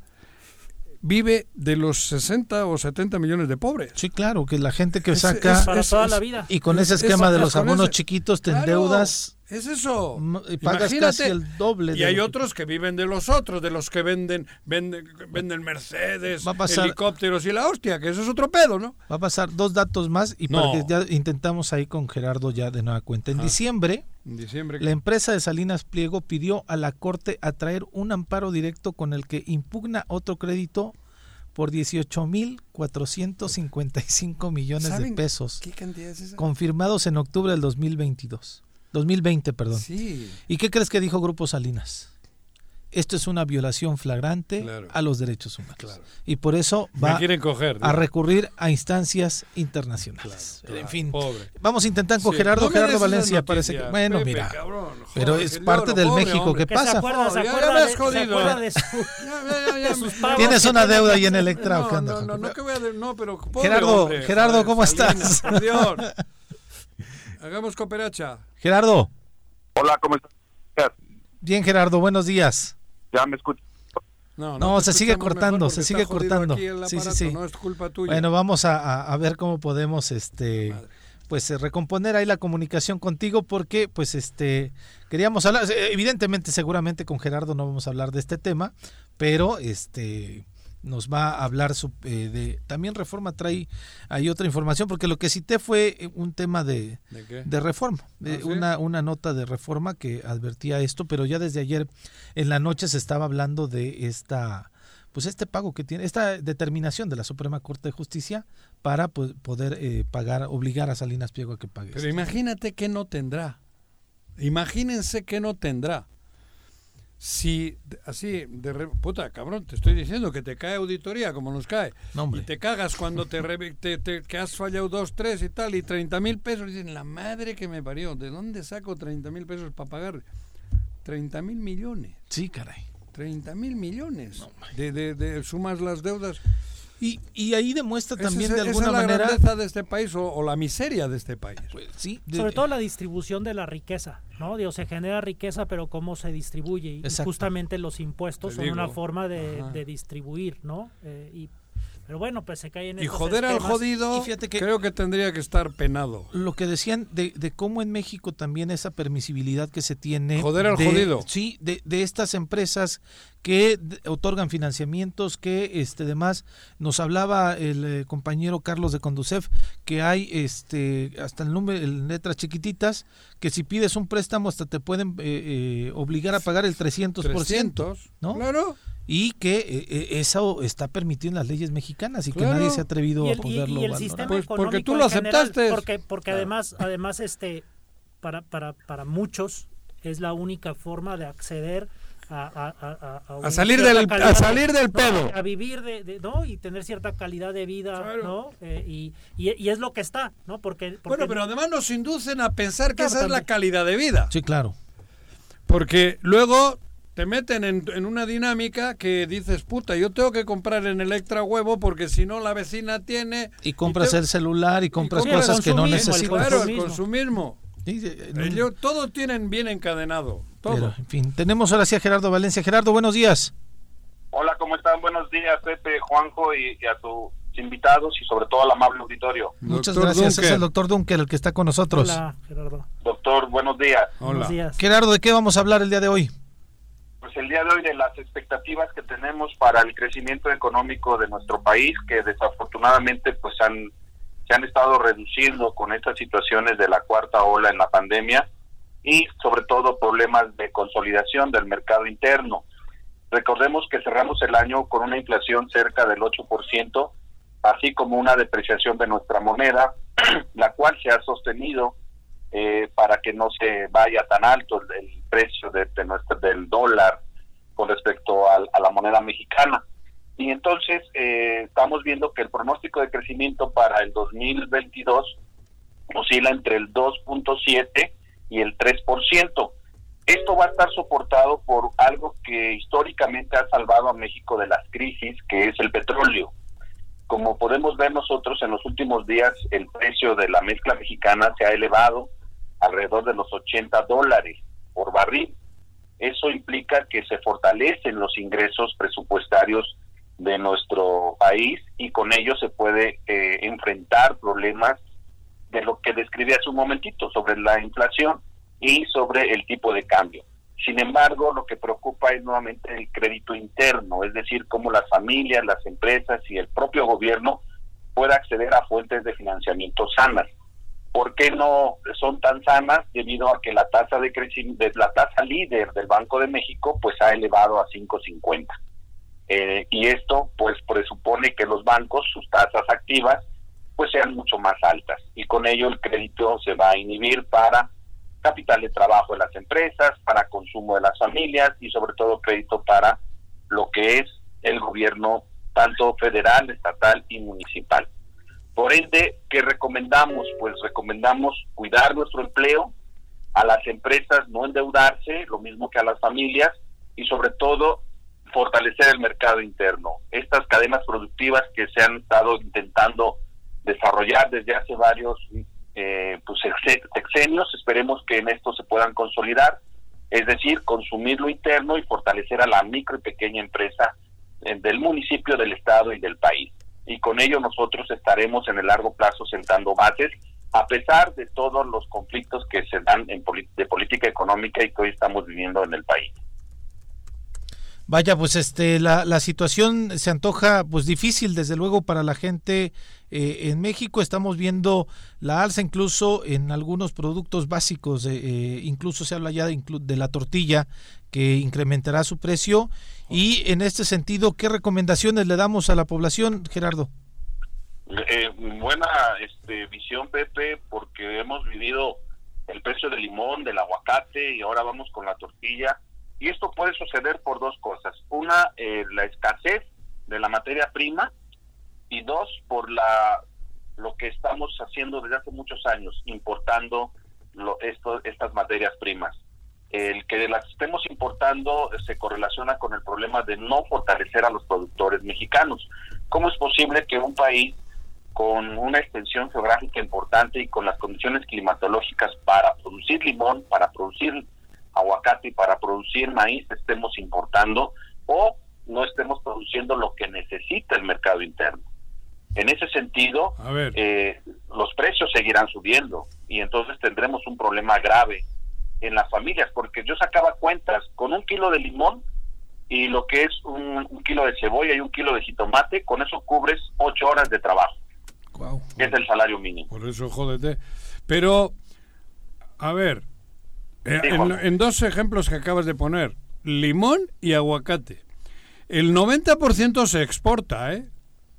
vive de los sesenta o setenta millones de pobres. Sí, claro, que la gente que es, saca... Es para es, toda es, la vida. Y con ese esquema es, de los abonos ese, chiquitos te claro, endeudas... Es eso. Y pagas Imagínate, casi el doble. Y de hay lo otros que... que viven de los otros, de los que venden venden, venden Mercedes, va a pasar, helicópteros y la hostia, que eso es otro pedo, ¿no? Va a pasar dos datos más y no. para que ya intentamos ahí con Gerardo ya de nueva cuenta. En ah, diciembre, en diciembre la empresa de Salinas Pliego pidió a la Corte atraer un amparo directo con el que impugna otro crédito por dieciocho mil cuatrocientos cincuenta y cinco millones de pesos. ¿Qué cantidad es esa? Confirmados en octubre del dos mil veintidós. dos mil veinte, perdón. Sí. ¿Y qué crees que dijo Grupo Salinas? Esto es una violación flagrante claro. a los derechos humanos. Claro. Y por eso va coger, a recurrir a instancias internacionales. Claro, claro, en fin, pobre. vamos a intentar con sí, Gerardo. No Gerardo Valencia parece que... Bueno, Pepe, mira. Cabrón, joder, pero es parte lloro, del pobre, México hombre. que pasa. Se acuerda, se acuerda, de, se acuerda de, su, ya, ya, ya, de sus pagos. Tienes una deuda ahí en Electra. No, ¿o qué no, onda, no, no, que voy a de, no, pero pobre Gerardo, hombre, Gerardo, joder, ¿cómo Salinas, estás? Por Dios. Hagamos cooperacha. Gerardo. Hola, ¿cómo estás? Bien, Gerardo, buenos días. ¿Ya me escuchas? No, no, no se sigue cortando, se sigue cortando. Aparato, sí, sí, sí. No es culpa tuya. Bueno, vamos a, a, a ver cómo podemos, este, pues recomponer ahí la comunicación contigo, porque, pues, este, queríamos hablar, evidentemente, seguramente con Gerardo no vamos a hablar de este tema, pero, este, nos va a hablar su, eh, de, también Reforma trae ahí otra información, porque lo que cité fue un tema de, ¿De, qué? de Reforma, de ¿Ah, sí? una, una nota de Reforma que advertía esto, pero ya desde ayer en la noche se estaba hablando de esta, pues este pago que tiene, esta determinación de la Suprema Corte de Justicia para pues, poder eh, pagar, obligar a Salinas Pliego a que pague. Pero esto. imagínate que no tendrá, imagínense que no tendrá. Si así, de re, puta, cabrón, te estoy diciendo que te cae auditoría como nos cae, no, y te cagas cuando te, re, te, te que has fallado dos, tres y tal, y treinta mil pesos, y dicen, la madre que me parió, ¿de dónde saco treinta mil pesos para pagar? treinta mil millones. Sí, caray. treinta mil millones. No, de, de, de sumas las deudas. Y, y ahí demuestra también es, de alguna esa es manera la grandeza de este país o, o la miseria de este país. Pues, sí, de, sobre todo la distribución de la riqueza, ¿no? Digo, se genera riqueza, pero cómo se distribuye. Y justamente los impuestos son una forma de, de distribuir, ¿no? Eh, y Pero bueno, pues se cae en Y estos joder al esquemas. jodido, Y fíjate que- creo que tendría que estar penado. Lo que decían de, de cómo en México también esa permisibilidad que se tiene. Joder al de- jodido. Sí, de, de estas empresas que d- otorgan financiamientos, que este demás. Nos hablaba el eh, compañero Carlos de Conducef que hay este hasta el número, en letras chiquititas, que si pides un préstamo hasta te pueden eh, eh, obligar a pagar el trescientos por ciento. trescientos, ¿no? Claro. Y que eh, eh, eso está permitido en las leyes mexicanas y Claro. que nadie se ha atrevido Y el, a y- poderlo y el valorar. sistema Pues porque económico tú lo en general, aceptaste. porque porque Claro. además además este para para para muchos es la única forma de acceder a a, a, a, una A salir cierta del- a calidad de- salir del no, pedo. a vivir de, de- no y tener cierta calidad de vida, Claro. ¿no? Eh, y, y y es lo que está, ¿no? Porque, porque Bueno, pero además nos inducen a pensar que Claro, esa es la también. calidad de vida. Sí, claro. Porque luego te meten en, en una dinámica que dices, puta, yo tengo que comprar en Electra huevo porque si no la vecina tiene... Y compras te- el celular y compras y compras cosas que no consumismo, el necesitas. Claro, el consumismo. consumismo. Sí, eh, no- Ellos, todo tienen bien encadenado. Todo. pero, en fin, tenemos ahora sí a Gerardo Valencia. Gerardo, buenos días. Hola, ¿cómo están? Buenos días, Pepe, Juanjo y, y a tus invitados y sobre todo al amable auditorio. Muchas Doctor gracias. Dunker. Es el doctor Dunker el que está con nosotros. Hola, Gerardo. Doctor, buenos días. Buenos Hola. días. Gerardo, ¿de qué vamos a hablar el día de hoy? Pues el día de hoy de las expectativas que tenemos para el crecimiento económico de nuestro país, que desafortunadamente pues han se han estado reduciendo con estas situaciones de la cuarta ola en la pandemia y sobre todo problemas de consolidación del mercado interno. Recordemos que cerramos el año con una inflación cerca del ocho por ciento, así como una depreciación de nuestra moneda, la cual se ha sostenido eh, para que no se vaya tan alto el, el precio de, de nuestro, del dólar con respecto al, a la moneda mexicana. Y entonces eh, estamos viendo que el pronóstico de crecimiento para el dos mil veintidós oscila entre el dos punto siete y el tres por ciento. Esto va a estar soportado por algo que históricamente ha salvado a México de las crisis, que es el petróleo. Como podemos ver nosotros en los últimos días, el precio de la mezcla mexicana se ha elevado alrededor de los ochenta dólares por barril. Eso implica que se fortalecen los ingresos presupuestarios de nuestro país y con ello se puede eh, enfrentar problemas de lo que describí hace un momentito sobre la inflación y sobre el tipo de cambio. Sin embargo, lo que preocupa es nuevamente el crédito interno, es decir, cómo las familias, las empresas y el propio gobierno pueda acceder a fuentes de financiamiento sanas. ¿Por qué no son tan sanas? Debido a que la tasa de crecimiento, la tasa líder del Banco de México, pues ha elevado a cinco punto cincuenta. Eh, y esto, pues, presupone que los bancos, sus tasas activas, pues sean mucho más altas. Y con ello el crédito se va a inhibir para capital de trabajo de las empresas, para consumo de las familias y sobre todo crédito para lo que es el gobierno tanto federal, estatal y municipal. Por ende, ¿qué recomendamos? Pues recomendamos cuidar nuestro empleo, a las empresas no endeudarse, lo mismo que a las familias, y sobre todo fortalecer el mercado interno. Estas cadenas productivas que se han estado intentando desarrollar desde hace varios eh, pues sexenios, esperemos que en esto se puedan consolidar, es decir, consumir lo interno y fortalecer a la micro y pequeña empresa eh, del municipio, del estado y del país. Y con ello nosotros estaremos en el largo plazo sentando bases, a pesar de todos los conflictos que se dan en poli- de política económica y que hoy estamos viviendo en el país. Vaya, pues este la, la situación se antoja pues difícil desde luego para la gente eh, en México. Estamos viendo la alza incluso en algunos productos básicos, eh, eh, incluso se habla ya de, inclu- de la tortilla que incrementará su precio. Y en este sentido, ¿qué recomendaciones le damos a la población, Gerardo? Eh, buena este, visión, Pepe, porque hemos vivido el precio del limón, del aguacate y ahora vamos con la tortilla. Y esto puede suceder por dos cosas. Una, eh, la escasez de la materia prima, y dos, por la lo que estamos haciendo desde hace muchos años, importando lo, esto, estas materias primas. El que las estemos importando se correlaciona con el problema de no fortalecer a los productores mexicanos. ¿Cómo es posible que un país con una extensión geográfica importante y con las condiciones climatológicas para producir limón, para producir aguacate y para producir maíz estemos importando o no estemos produciendo lo que necesita el mercado interno? En ese sentido, eh, los precios seguirán subiendo y entonces tendremos un problema grave en las familias, porque yo sacaba cuentas con un kilo de limón y lo que es un, un kilo de cebolla y un kilo de jitomate, con eso cubres ocho horas de trabajo, wow. que es el salario mínimo. Por eso, jódete. Pero, a ver, eh, en, en dos ejemplos que acabas de poner, limón y aguacate, el noventa por ciento se exporta, ¿eh?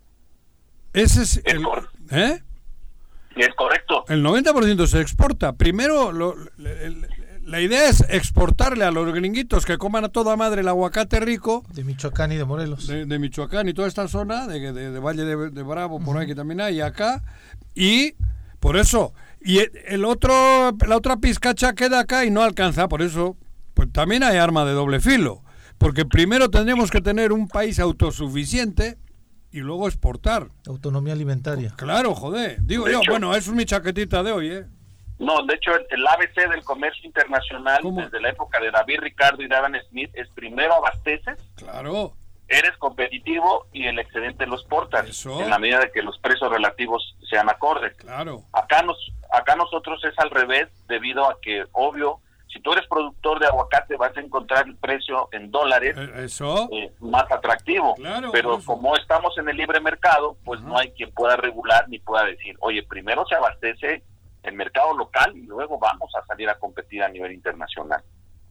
Ese es, es el... Cor- ¿Eh? Es correcto. El noventa por ciento se exporta. Primero, lo, el, la idea es exportarle a los gringuitos que coman a toda madre el aguacate rico. De Michoacán y de Morelos. De, de Michoacán y toda esta zona, de, de, de Valle de, de Bravo, por uh-huh. ahí que también hay, y acá. Y por eso, y el otro, la otra pizcacha queda acá y no alcanza, por eso, pues también hay arma de doble filo. Porque primero tendremos que tener un país autosuficiente y luego exportar. Autonomía alimentaria. Claro, joder. Digo de yo, hecho, bueno, eso es mi chaquetita de hoy, ¿eh? No, de hecho, el, el A B C del comercio internacional, ¿cómo? Desde la época de David Ricardo y de Adam Smith, es primero abasteces. Claro. Eres competitivo y el excedente lo exportas. Eso. En la medida de que los precios relativos sean acordes. Claro. Acá, nos, acá nosotros es al revés, debido a que, obvio, si tú eres productor de aguacate vas a encontrar el precio en dólares eso eh, más atractivo, claro, pero eso. Como estamos en el libre mercado, pues Ajá. no hay quien pueda regular ni pueda decir, oye, primero se abastece el mercado local y luego vamos a salir a competir a nivel internacional.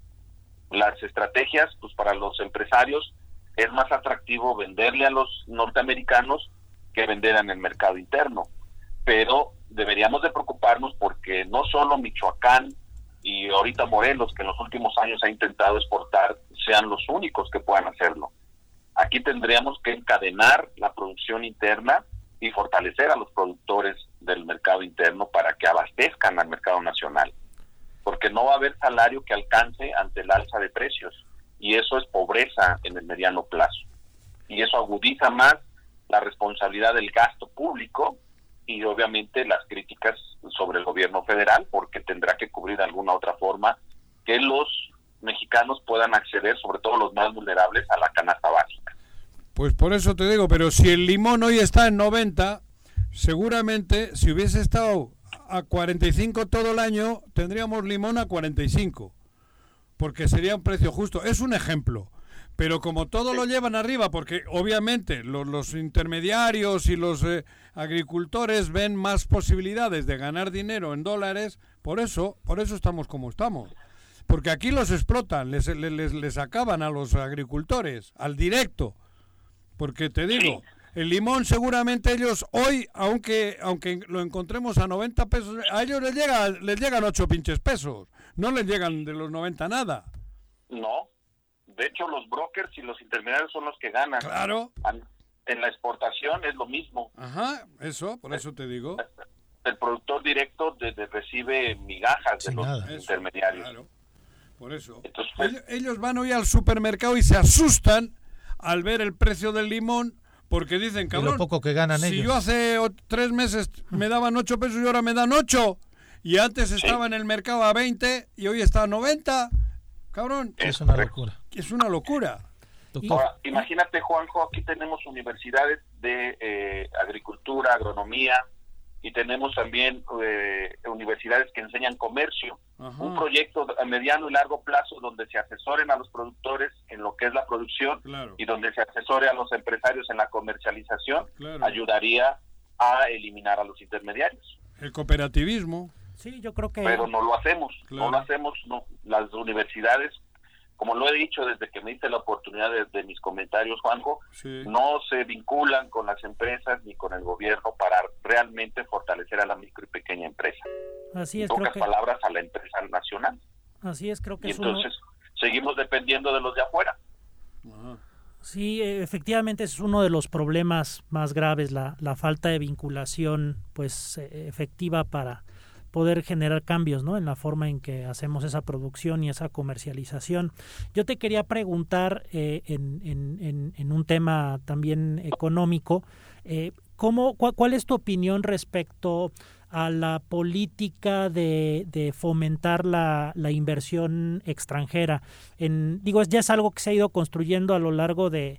Las estrategias, pues para los empresarios es más atractivo venderle a los norteamericanos que vender en el mercado interno, pero deberíamos de preocuparnos porque no solo Michoacán y ahorita Morelos, que en los últimos años ha intentado exportar, sean los únicos que puedan hacerlo. Aquí tendríamos que encadenar la producción interna y fortalecer a los productores del mercado interno para que abastezcan al mercado nacional, porque no va a haber salario que alcance ante el alza de precios, y eso es pobreza en el mediano plazo, y eso agudiza más la responsabilidad del gasto público y obviamente las críticas sobre el gobierno federal, porque tendrá que cubrir de alguna otra forma que los mexicanos puedan acceder, sobre todo los más vulnerables, a la canasta básica. Pues por eso te digo, pero si el limón hoy está en noventa, seguramente si hubiese estado a cuarenta y cinco todo el año, tendríamos limón a cuarenta y cinco, porque sería un precio justo. Es un ejemplo. Pero como todo lo llevan arriba, porque obviamente los, los intermediarios y los eh, agricultores ven más posibilidades de ganar dinero en dólares, por eso, por eso estamos como estamos. Porque aquí los explotan, les, les, les acaban a los agricultores, al directo. Porque te digo, el limón seguramente ellos hoy, aunque aunque lo encontremos a noventa pesos, a ellos les llega les llegan ocho pinches pesos, no les llegan de los noventa nada. No. De hecho, los brokers y los intermediarios son los que ganan. Claro. En la exportación es lo mismo. Ajá, eso, por eso te digo. El productor directo de, de recibe migajas Sin de los nada. intermediarios. Claro, por eso. Entonces, pues, ellos, ellos van hoy al supermercado y se asustan al ver el precio del limón, porque dicen, cabrón, y lo poco que ganan si ellos. yo hace o, tres meses me daban ocho pesos y ahora me dan ocho, y antes estaba sí. en el mercado a veinte y hoy está a noventa... Cabrón, es una locura. Es una locura. Ahora, imagínate, Juanjo, aquí tenemos universidades de eh, agricultura, agronomía, y tenemos también eh, universidades que enseñan comercio. Ajá. Un proyecto a mediano y largo plazo donde se asesoren a los productores en lo que es la producción, claro. y donde se asesore a los empresarios en la comercialización, claro. ayudaría a eliminar a los intermediarios. El cooperativismo. Sí, yo creo que... Pero no lo hacemos, claro. no lo hacemos, no. Las universidades, como lo he dicho desde que me diste la oportunidad de, de mis comentarios, Juanjo, sí. no se vinculan con las empresas ni con el gobierno para realmente fortalecer a la micro y pequeña empresa. Así es, en pocas creo que... palabras, a la empresa nacional. Así es, creo que y es entonces uno... seguimos dependiendo de los de afuera. Ajá. Sí, efectivamente es uno de los problemas más graves, la, la falta de vinculación pues efectiva para poder generar cambios, ¿no?, en la forma en que hacemos esa producción y esa comercialización. Yo te quería preguntar eh, en, en, en, en un tema también económico, eh, ¿cómo, cu- ¿cuál es tu opinión respecto a la política de, de fomentar la, la inversión extranjera? En, digo, ya es algo que se ha ido construyendo a lo largo de,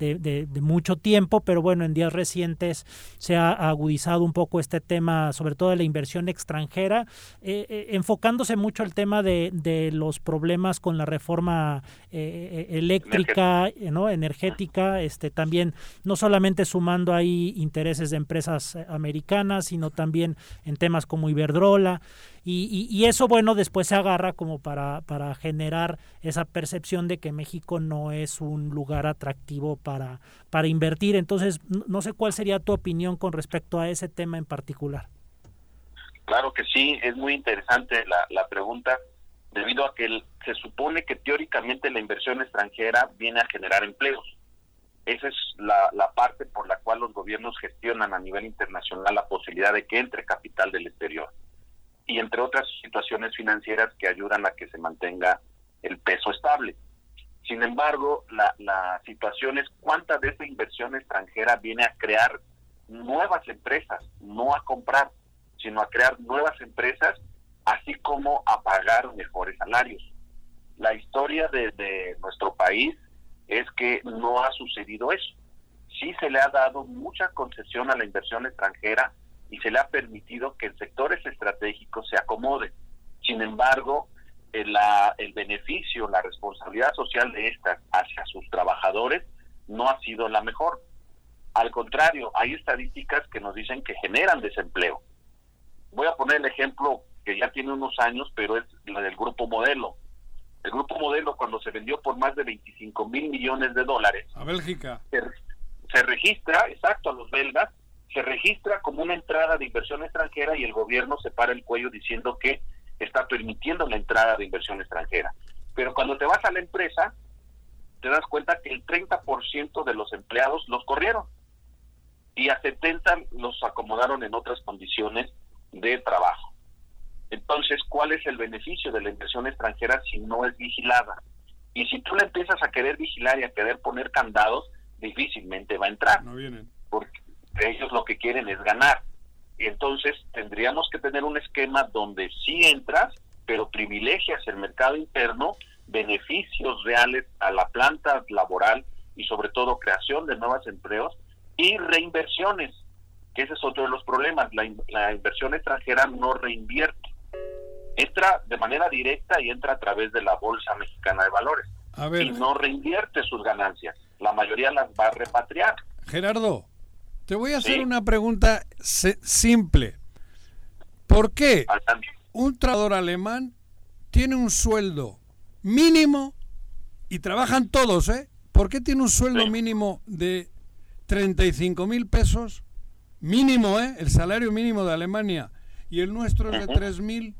de, de, de mucho tiempo, pero bueno, en días recientes se ha agudizado un poco este tema, sobre todo de la inversión extranjera, eh, eh, enfocándose mucho el tema de, de los problemas con la reforma eh, eléctrica, ¿no? energética, este también no solamente sumando ahí intereses de empresas americanas, sino también en temas como Iberdrola, y, y, y eso, bueno, después se agarra como para, para generar esa percepción de que México no es un lugar atractivo para, para invertir. Entonces, no sé cuál sería tu opinión con respecto a ese tema en particular. Claro que sí, es muy interesante la, la pregunta, debido a que el, se supone que teóricamente la inversión extranjera viene a generar empleos. Esa es la, la parte por la cual los gobiernos gestionan a nivel internacional la posibilidad de que entre capital del exterior, y entre otras situaciones financieras que ayudan a que se mantenga el peso estable. Sin embargo, la, la situación es cuánta de esa inversión extranjera viene a crear nuevas empresas, no a comprar, sino a crear nuevas empresas, así como a pagar mejores salarios. La historia de, de nuestro país es que no ha sucedido eso. Sí se le ha dado mucha concesión a la inversión extranjera y se le ha permitido que en sectores estratégicos se acomode. Sin embargo, el, la, el beneficio, la responsabilidad social de estas hacia sus trabajadores no ha sido la mejor. Al contrario, hay estadísticas que nos dicen que generan desempleo. Voy a poner el ejemplo que ya tiene unos años, pero es la del Grupo Modelo. El Grupo Modelo, cuando se vendió por más de veinticinco mil millones de dólares a Bélgica, se, se registra, exacto, a los belgas, se registra como una entrada de inversión extranjera y el gobierno se para el cuello diciendo que está permitiendo la entrada de inversión extranjera. Pero cuando te vas a la empresa, te das cuenta que el treinta por ciento de los empleados los corrieron y a setenta los acomodaron en otras condiciones de trabajo. Entonces, ¿cuál es el beneficio de la inversión extranjera si no es vigilada? Y si tú le empiezas a querer vigilar y a querer poner candados, difícilmente va a entrar. No vienen. Porque ellos lo que quieren es ganar. Y entonces tendríamos que tener un esquema donde sí entras, pero privilegias el mercado interno, beneficios reales a la planta laboral y sobre todo creación de nuevos empleos y reinversiones, que ese es otro de los problemas. La, la inversión extranjera no reinvierte. Entra de manera directa y entra a través de la Bolsa Mexicana de Valores. A ver, y no reinvierte sus ganancias. La mayoría las va a repatriar. Gerardo, te voy a hacer ¿Sí? una pregunta simple. ¿Por qué un trabajador alemán tiene un sueldo mínimo y trabajan todos, ¿eh? ¿Por qué tiene un sueldo sí. mínimo de treinta y cinco mil pesos? Mínimo, ¿eh? El salario mínimo de Alemania. Y el nuestro es de tres mil.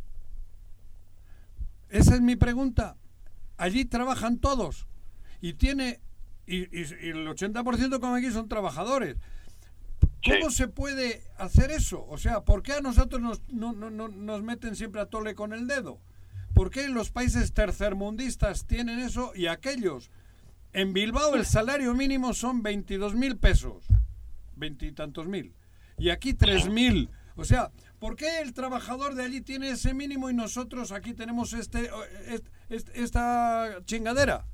Esa es mi pregunta. Allí trabajan todos. Y tiene y, y, y el ochenta por ciento como aquí son trabajadores. ¿Cómo sí. se puede hacer eso? O sea, ¿por qué a nosotros nos, no, no, no, nos meten siempre a tole con el dedo? ¿Por qué en los países tercermundistas tienen eso y aquellos? En Bilbao el salario mínimo son veintidós mil pesos. Veintitantos mil. Y aquí tres mil. O sea, ¿por qué el trabajador de allí tiene ese mínimo y nosotros aquí tenemos este, este esta chingadera?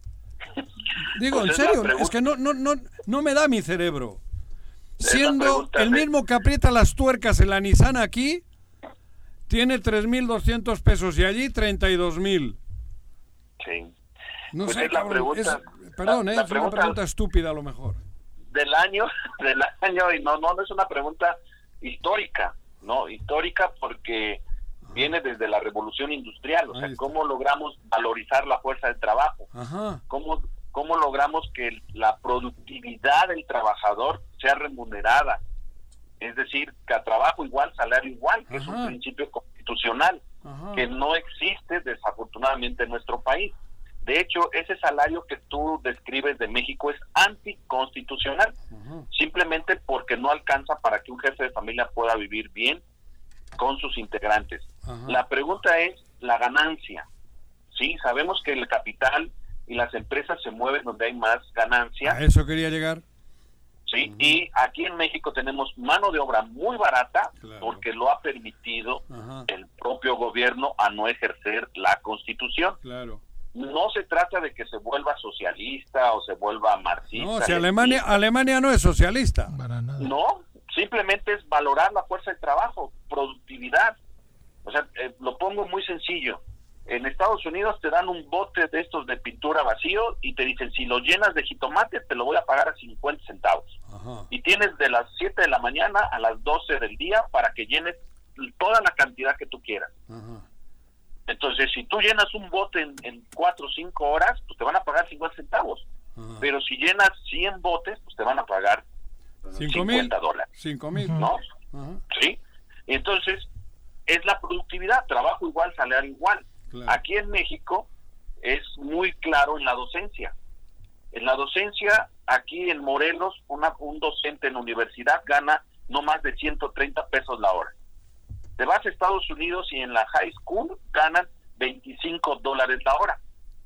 Digo, pues en serio, es que no, no, no, no me da mi cerebro. Siendo el mismo que aprieta las tuercas en la Nissan aquí, tiene tres mil doscientos pesos y allí treinta y dos mil. Sí. No pues sé, es la cabrón, pregunta, es, perdón, la, eh, la es pregunta, una pregunta estúpida a lo mejor. Del año, del año, y no, no, no es una pregunta histórica, no, histórica porque viene desde la revolución industrial, o sea, cómo logramos valorizar la fuerza del trabajo, Ajá. cómo cómo logramos que la productividad del trabajador sea remunerada, es decir, que a trabajo igual, salario igual, que Ajá. es un principio constitucional, Ajá. que no existe desafortunadamente en nuestro país. De hecho, ese salario que tú describes de México es anticonstitucional, Ajá. simplemente porque no alcanza para que un jefe de familia pueda vivir bien con sus integrantes. Ajá. La pregunta es la ganancia. Sí, sabemos que el capital y las empresas se mueven donde hay más ganancia. A eso quería llegar. Sí, uh-huh. y aquí en México tenemos mano de obra muy barata, claro. porque lo ha permitido uh-huh. el propio gobierno a no ejercer la Constitución. Claro. no se trata de que se vuelva socialista o se vuelva marxista. No, si Alemania, Alemania no es socialista. No, simplemente es valorar la fuerza de trabajo, productividad. O sea, eh, lo pongo muy sencillo. En Estados Unidos te dan un bote de estos de pintura vacío y te dicen, si lo llenas de jitomate, te lo voy a pagar a cincuenta centavos. Ajá. Y tienes de las siete de la mañana a las doce del día para que llenes toda la cantidad que tú quieras. Ajá. Entonces, si tú llenas un bote en, en cuatro o cinco horas, pues te van a pagar cincuenta centavos. Ajá. Pero si llenas cien botes, pues te van a pagar cincuenta dólares. cinco mil. ¿No? Ajá. Sí. Entonces, es la productividad, trabajo igual, salario igual. Claro. Aquí en México es muy claro en la docencia. En la docencia, aquí en Morelos, una, un docente en la universidad gana no más de ciento treinta pesos la hora. Te vas a Estados Unidos y en la high school ganan veinticinco dólares la hora.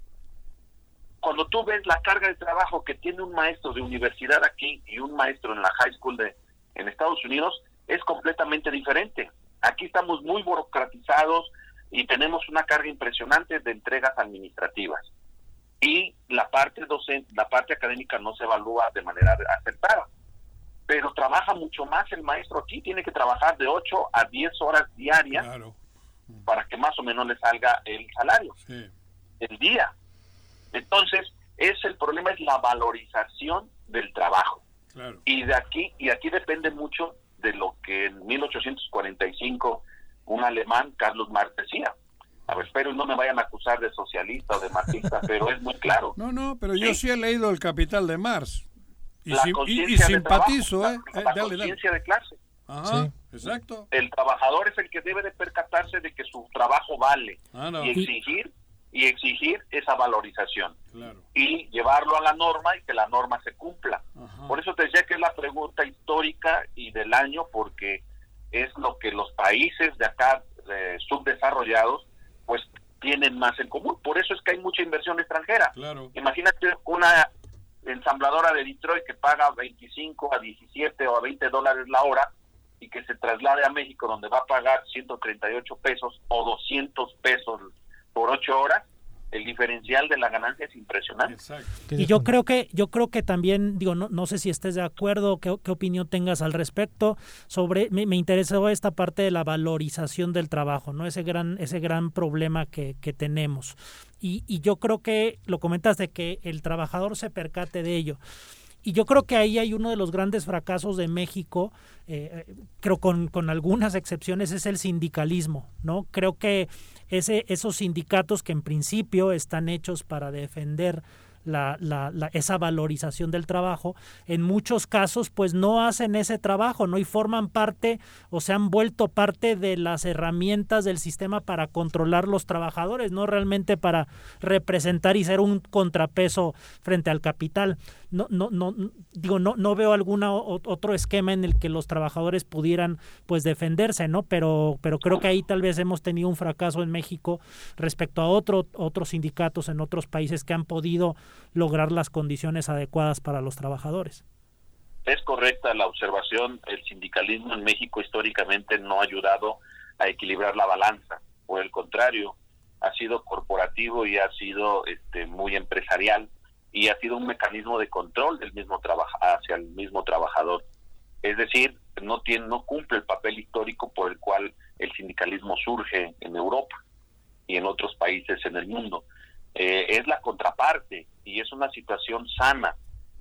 Cuando tú ves la carga de trabajo que tiene un maestro de universidad aquí y un maestro en la high school de en Estados Unidos, es completamente diferente. Aquí estamos muy burocratizados y tenemos una carga impresionante de entregas administrativas. Y la parte docente, la parte académica no se evalúa de manera acertada. Pero trabaja mucho más el maestro aquí, tiene que trabajar de ocho a diez horas diarias, claro, para que más o menos le salga el salario, sí, el día. Entonces, es el problema es la valorización del trabajo. Claro. Y de aquí y aquí depende mucho de lo que en mil ochocientos cuarenta y cinco un alemán, Carlos Marx, decía. A ver, espero no me vayan a acusar de socialista o de marxista, pero es muy claro. No, no, pero yo sí, sí he leído El Capital de Marx. Y, si, y, y simpatizo, trabajo, ¿eh? La, la dale, conciencia dale. de clase. Ajá, sí, exacto. El trabajador es el que debe de percatarse de que su trabajo vale, ah, no. y exigir y exigir esa valorización. Claro. Y llevarlo a la norma y que la norma se cumpla. Ajá. Por eso te decía que es la pregunta histórica y del año, porque es lo que los países de acá eh, subdesarrollados pues tienen más en común. Por eso es que hay mucha inversión extranjera. Claro. Imagínate una ensambladora de Detroit que paga veinticinco a diecisiete o a veinte dólares la hora y que se traslade a México donde va a pagar ciento treinta y ocho pesos o doscientos pesos por ocho horas. El diferencial de la ganancia es impresionante. Exacto. Y yo creo que yo creo que también, digo, no, no sé si estés de acuerdo, qué, qué opinión tengas al respecto sobre, me, me interesó esta parte de la valorización del trabajo, ¿no? Ese gran ese gran problema que, que tenemos. Y, y yo creo que lo comentas de que el trabajador se percate de ello. Y yo creo que ahí hay uno de los grandes fracasos de México, eh, creo con, con algunas excepciones, es el sindicalismo, ¿no? Creo que ese, esos sindicatos que en principio están hechos para defender la, la, la, esa valorización del trabajo, en muchos casos pues no hacen ese trabajo, ¿no? Y forman parte o se han vuelto parte de las herramientas del sistema para controlar los trabajadores, no realmente para representar y ser un contrapeso frente al capital. No, no, no, digo, no, no veo alguna o, otro esquema en el que los trabajadores pudieran pues defenderse, ¿no? Pero, pero creo que ahí tal vez hemos tenido un fracaso en México respecto a otro, otros sindicatos en otros países que han podido lograr las condiciones adecuadas para los trabajadores. Es correcta la observación. El sindicalismo en México históricamente no ha ayudado a equilibrar la balanza. Por el contrario, ha sido corporativo y ha sido este, muy empresarial, y ha sido un mecanismo de control del mismo trabaja, hacia el mismo trabajador. Es decir, no tiene, no cumple el papel histórico por el cual el sindicalismo surge en Europa y en otros países en el mundo. Eh, es la contraparte y es una situación sana,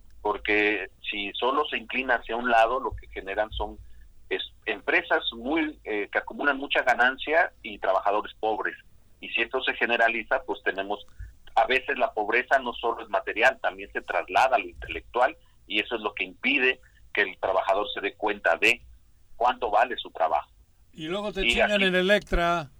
porque si solo se inclina hacia un lado, lo que generan son es, empresas muy eh, que acumulan mucha ganancia y trabajadores pobres. Y si esto se generaliza, pues tenemos a veces la pobreza no solo es material, también se traslada a lo intelectual, y eso es lo que impide que el trabajador se dé cuenta de cuánto vale su trabajo. Y luego te y chingan así, en Electra.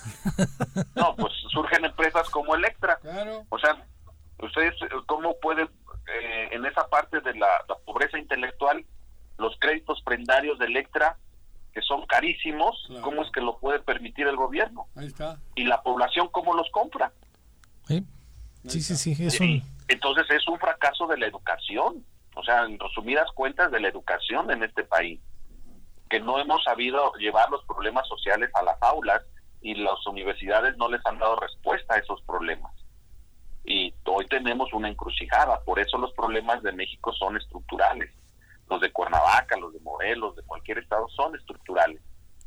No, pues surgen empresas como Electra. Claro. O sea, ustedes, ¿cómo pueden, eh, en esa parte de la, la pobreza intelectual, los créditos prendarios de Electra, que son carísimos, claro, cómo es que lo puede permitir el gobierno? Ahí está. Y la población, ¿cómo los compra? Sí, sí, sí, sí, es un... Entonces es un fracaso de la educación, o sea, en resumidas cuentas, de la educación en este país, que no hemos sabido llevar los problemas sociales a las aulas y las universidades no les han dado respuesta a esos problemas. Y hoy tenemos una encrucijada, por eso los problemas de México son estructurales. Los de Cuernavaca, los de Morelos, de cualquier estado son estructurales.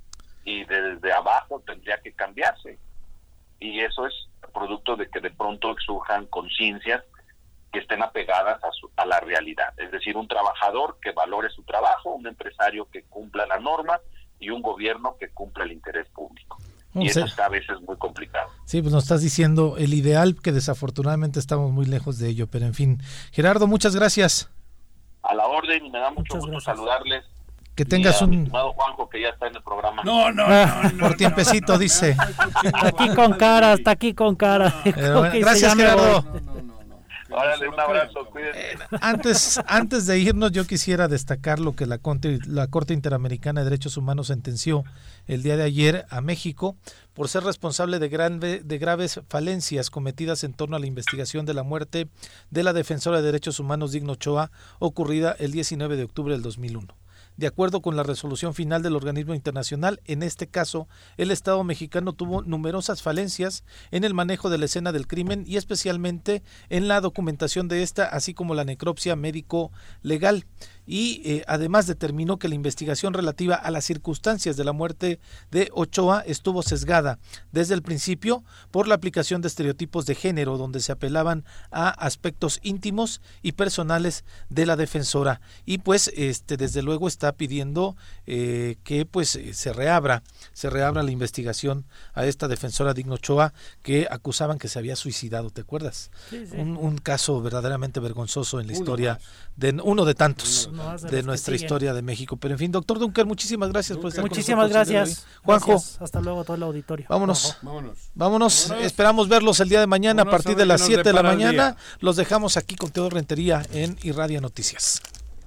Y desde abajo tendría que cambiarse. Y eso es producto de que de pronto surjan conciencias que estén apegadas a, su, a la realidad. Es decir, un trabajador que valore su trabajo, un empresario que cumpla la norma y un gobierno que cumpla el interés público. Y eso a veces es muy complicado. Sí, pues nos estás diciendo el ideal, que desafortunadamente estamos muy lejos de ello, pero en fin. Gerardo, muchas gracias. A la orden, y me da mucho muchas gusto gracias. saludarles. Que tengas un... estimado Juanjo, que ya está en el programa. No, no, ah, no, no Por no, tiempecito, no, dice. Está aquí con cara, está aquí con cara. Bueno, gracias, Gerardo. No, no, no, no. Órale, un abrazo, cuídense. Eh, antes, antes de irnos, yo quisiera destacar lo que la Corte, la Corte Interamericana de Derechos Humanos sentenció el día de ayer a México por ser responsable de, gran, de graves falencias cometidas en torno a la investigación de la muerte de la defensora de derechos humanos Digna Ochoa, ocurrida el diecinueve de octubre del dos mil uno. De acuerdo con la resolución final del organismo internacional, en este caso, el Estado mexicano tuvo numerosas falencias en el manejo de la escena del crimen y especialmente en la documentación de esta, así como la necropsia médico-legal. Y eh, además determinó que la investigación relativa a las circunstancias de la muerte de Ochoa estuvo sesgada desde el principio por la aplicación de estereotipos de género, donde se apelaban a aspectos íntimos y personales de la defensora. Y pues este desde luego está pidiendo eh, que pues se reabra, se reabra la investigación a esta defensora Digna Ochoa, que acusaban que se había suicidado, ¿te acuerdas? Sí, sí. Un, un caso verdaderamente vergonzoso en la uno historia más. de uno de tantos. Uno de, de nuestra historia de México. Pero en fin, doctor Dunker, muchísimas gracias por estar muchísimas con nosotros. Muchísimas gracias. Juanjo. Gracias. Hasta luego a todo el auditorio. Vámonos. Vámonos. Vámonos. Vámonos. Esperamos verlos el día de mañana Vámonos a partir a de las siete de la mañana. Los dejamos aquí con Teodoro Rentería en Irradia Noticias.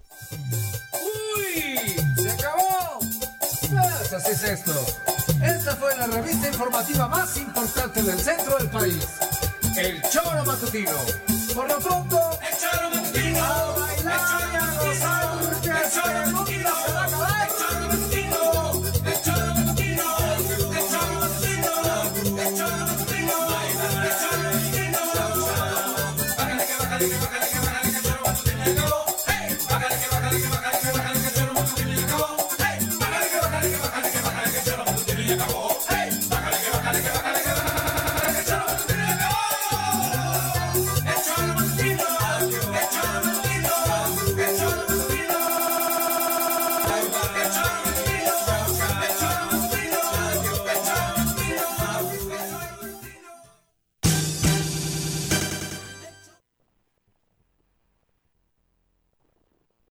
¡Uy! ¡Se acabó! Pues así es esto. Esta fue la revista informativa más importante del centro del país. El Choro Matutino. Por lo pronto, el Choro Matutino. A bailar y a gozar, porque el Choro Matutino se va a acabar. El Choro Matutino. El Choro Matutino. El Choro Matutino. El Choro Matutino. El Choro Matutino. Bájale que bájale que bájale.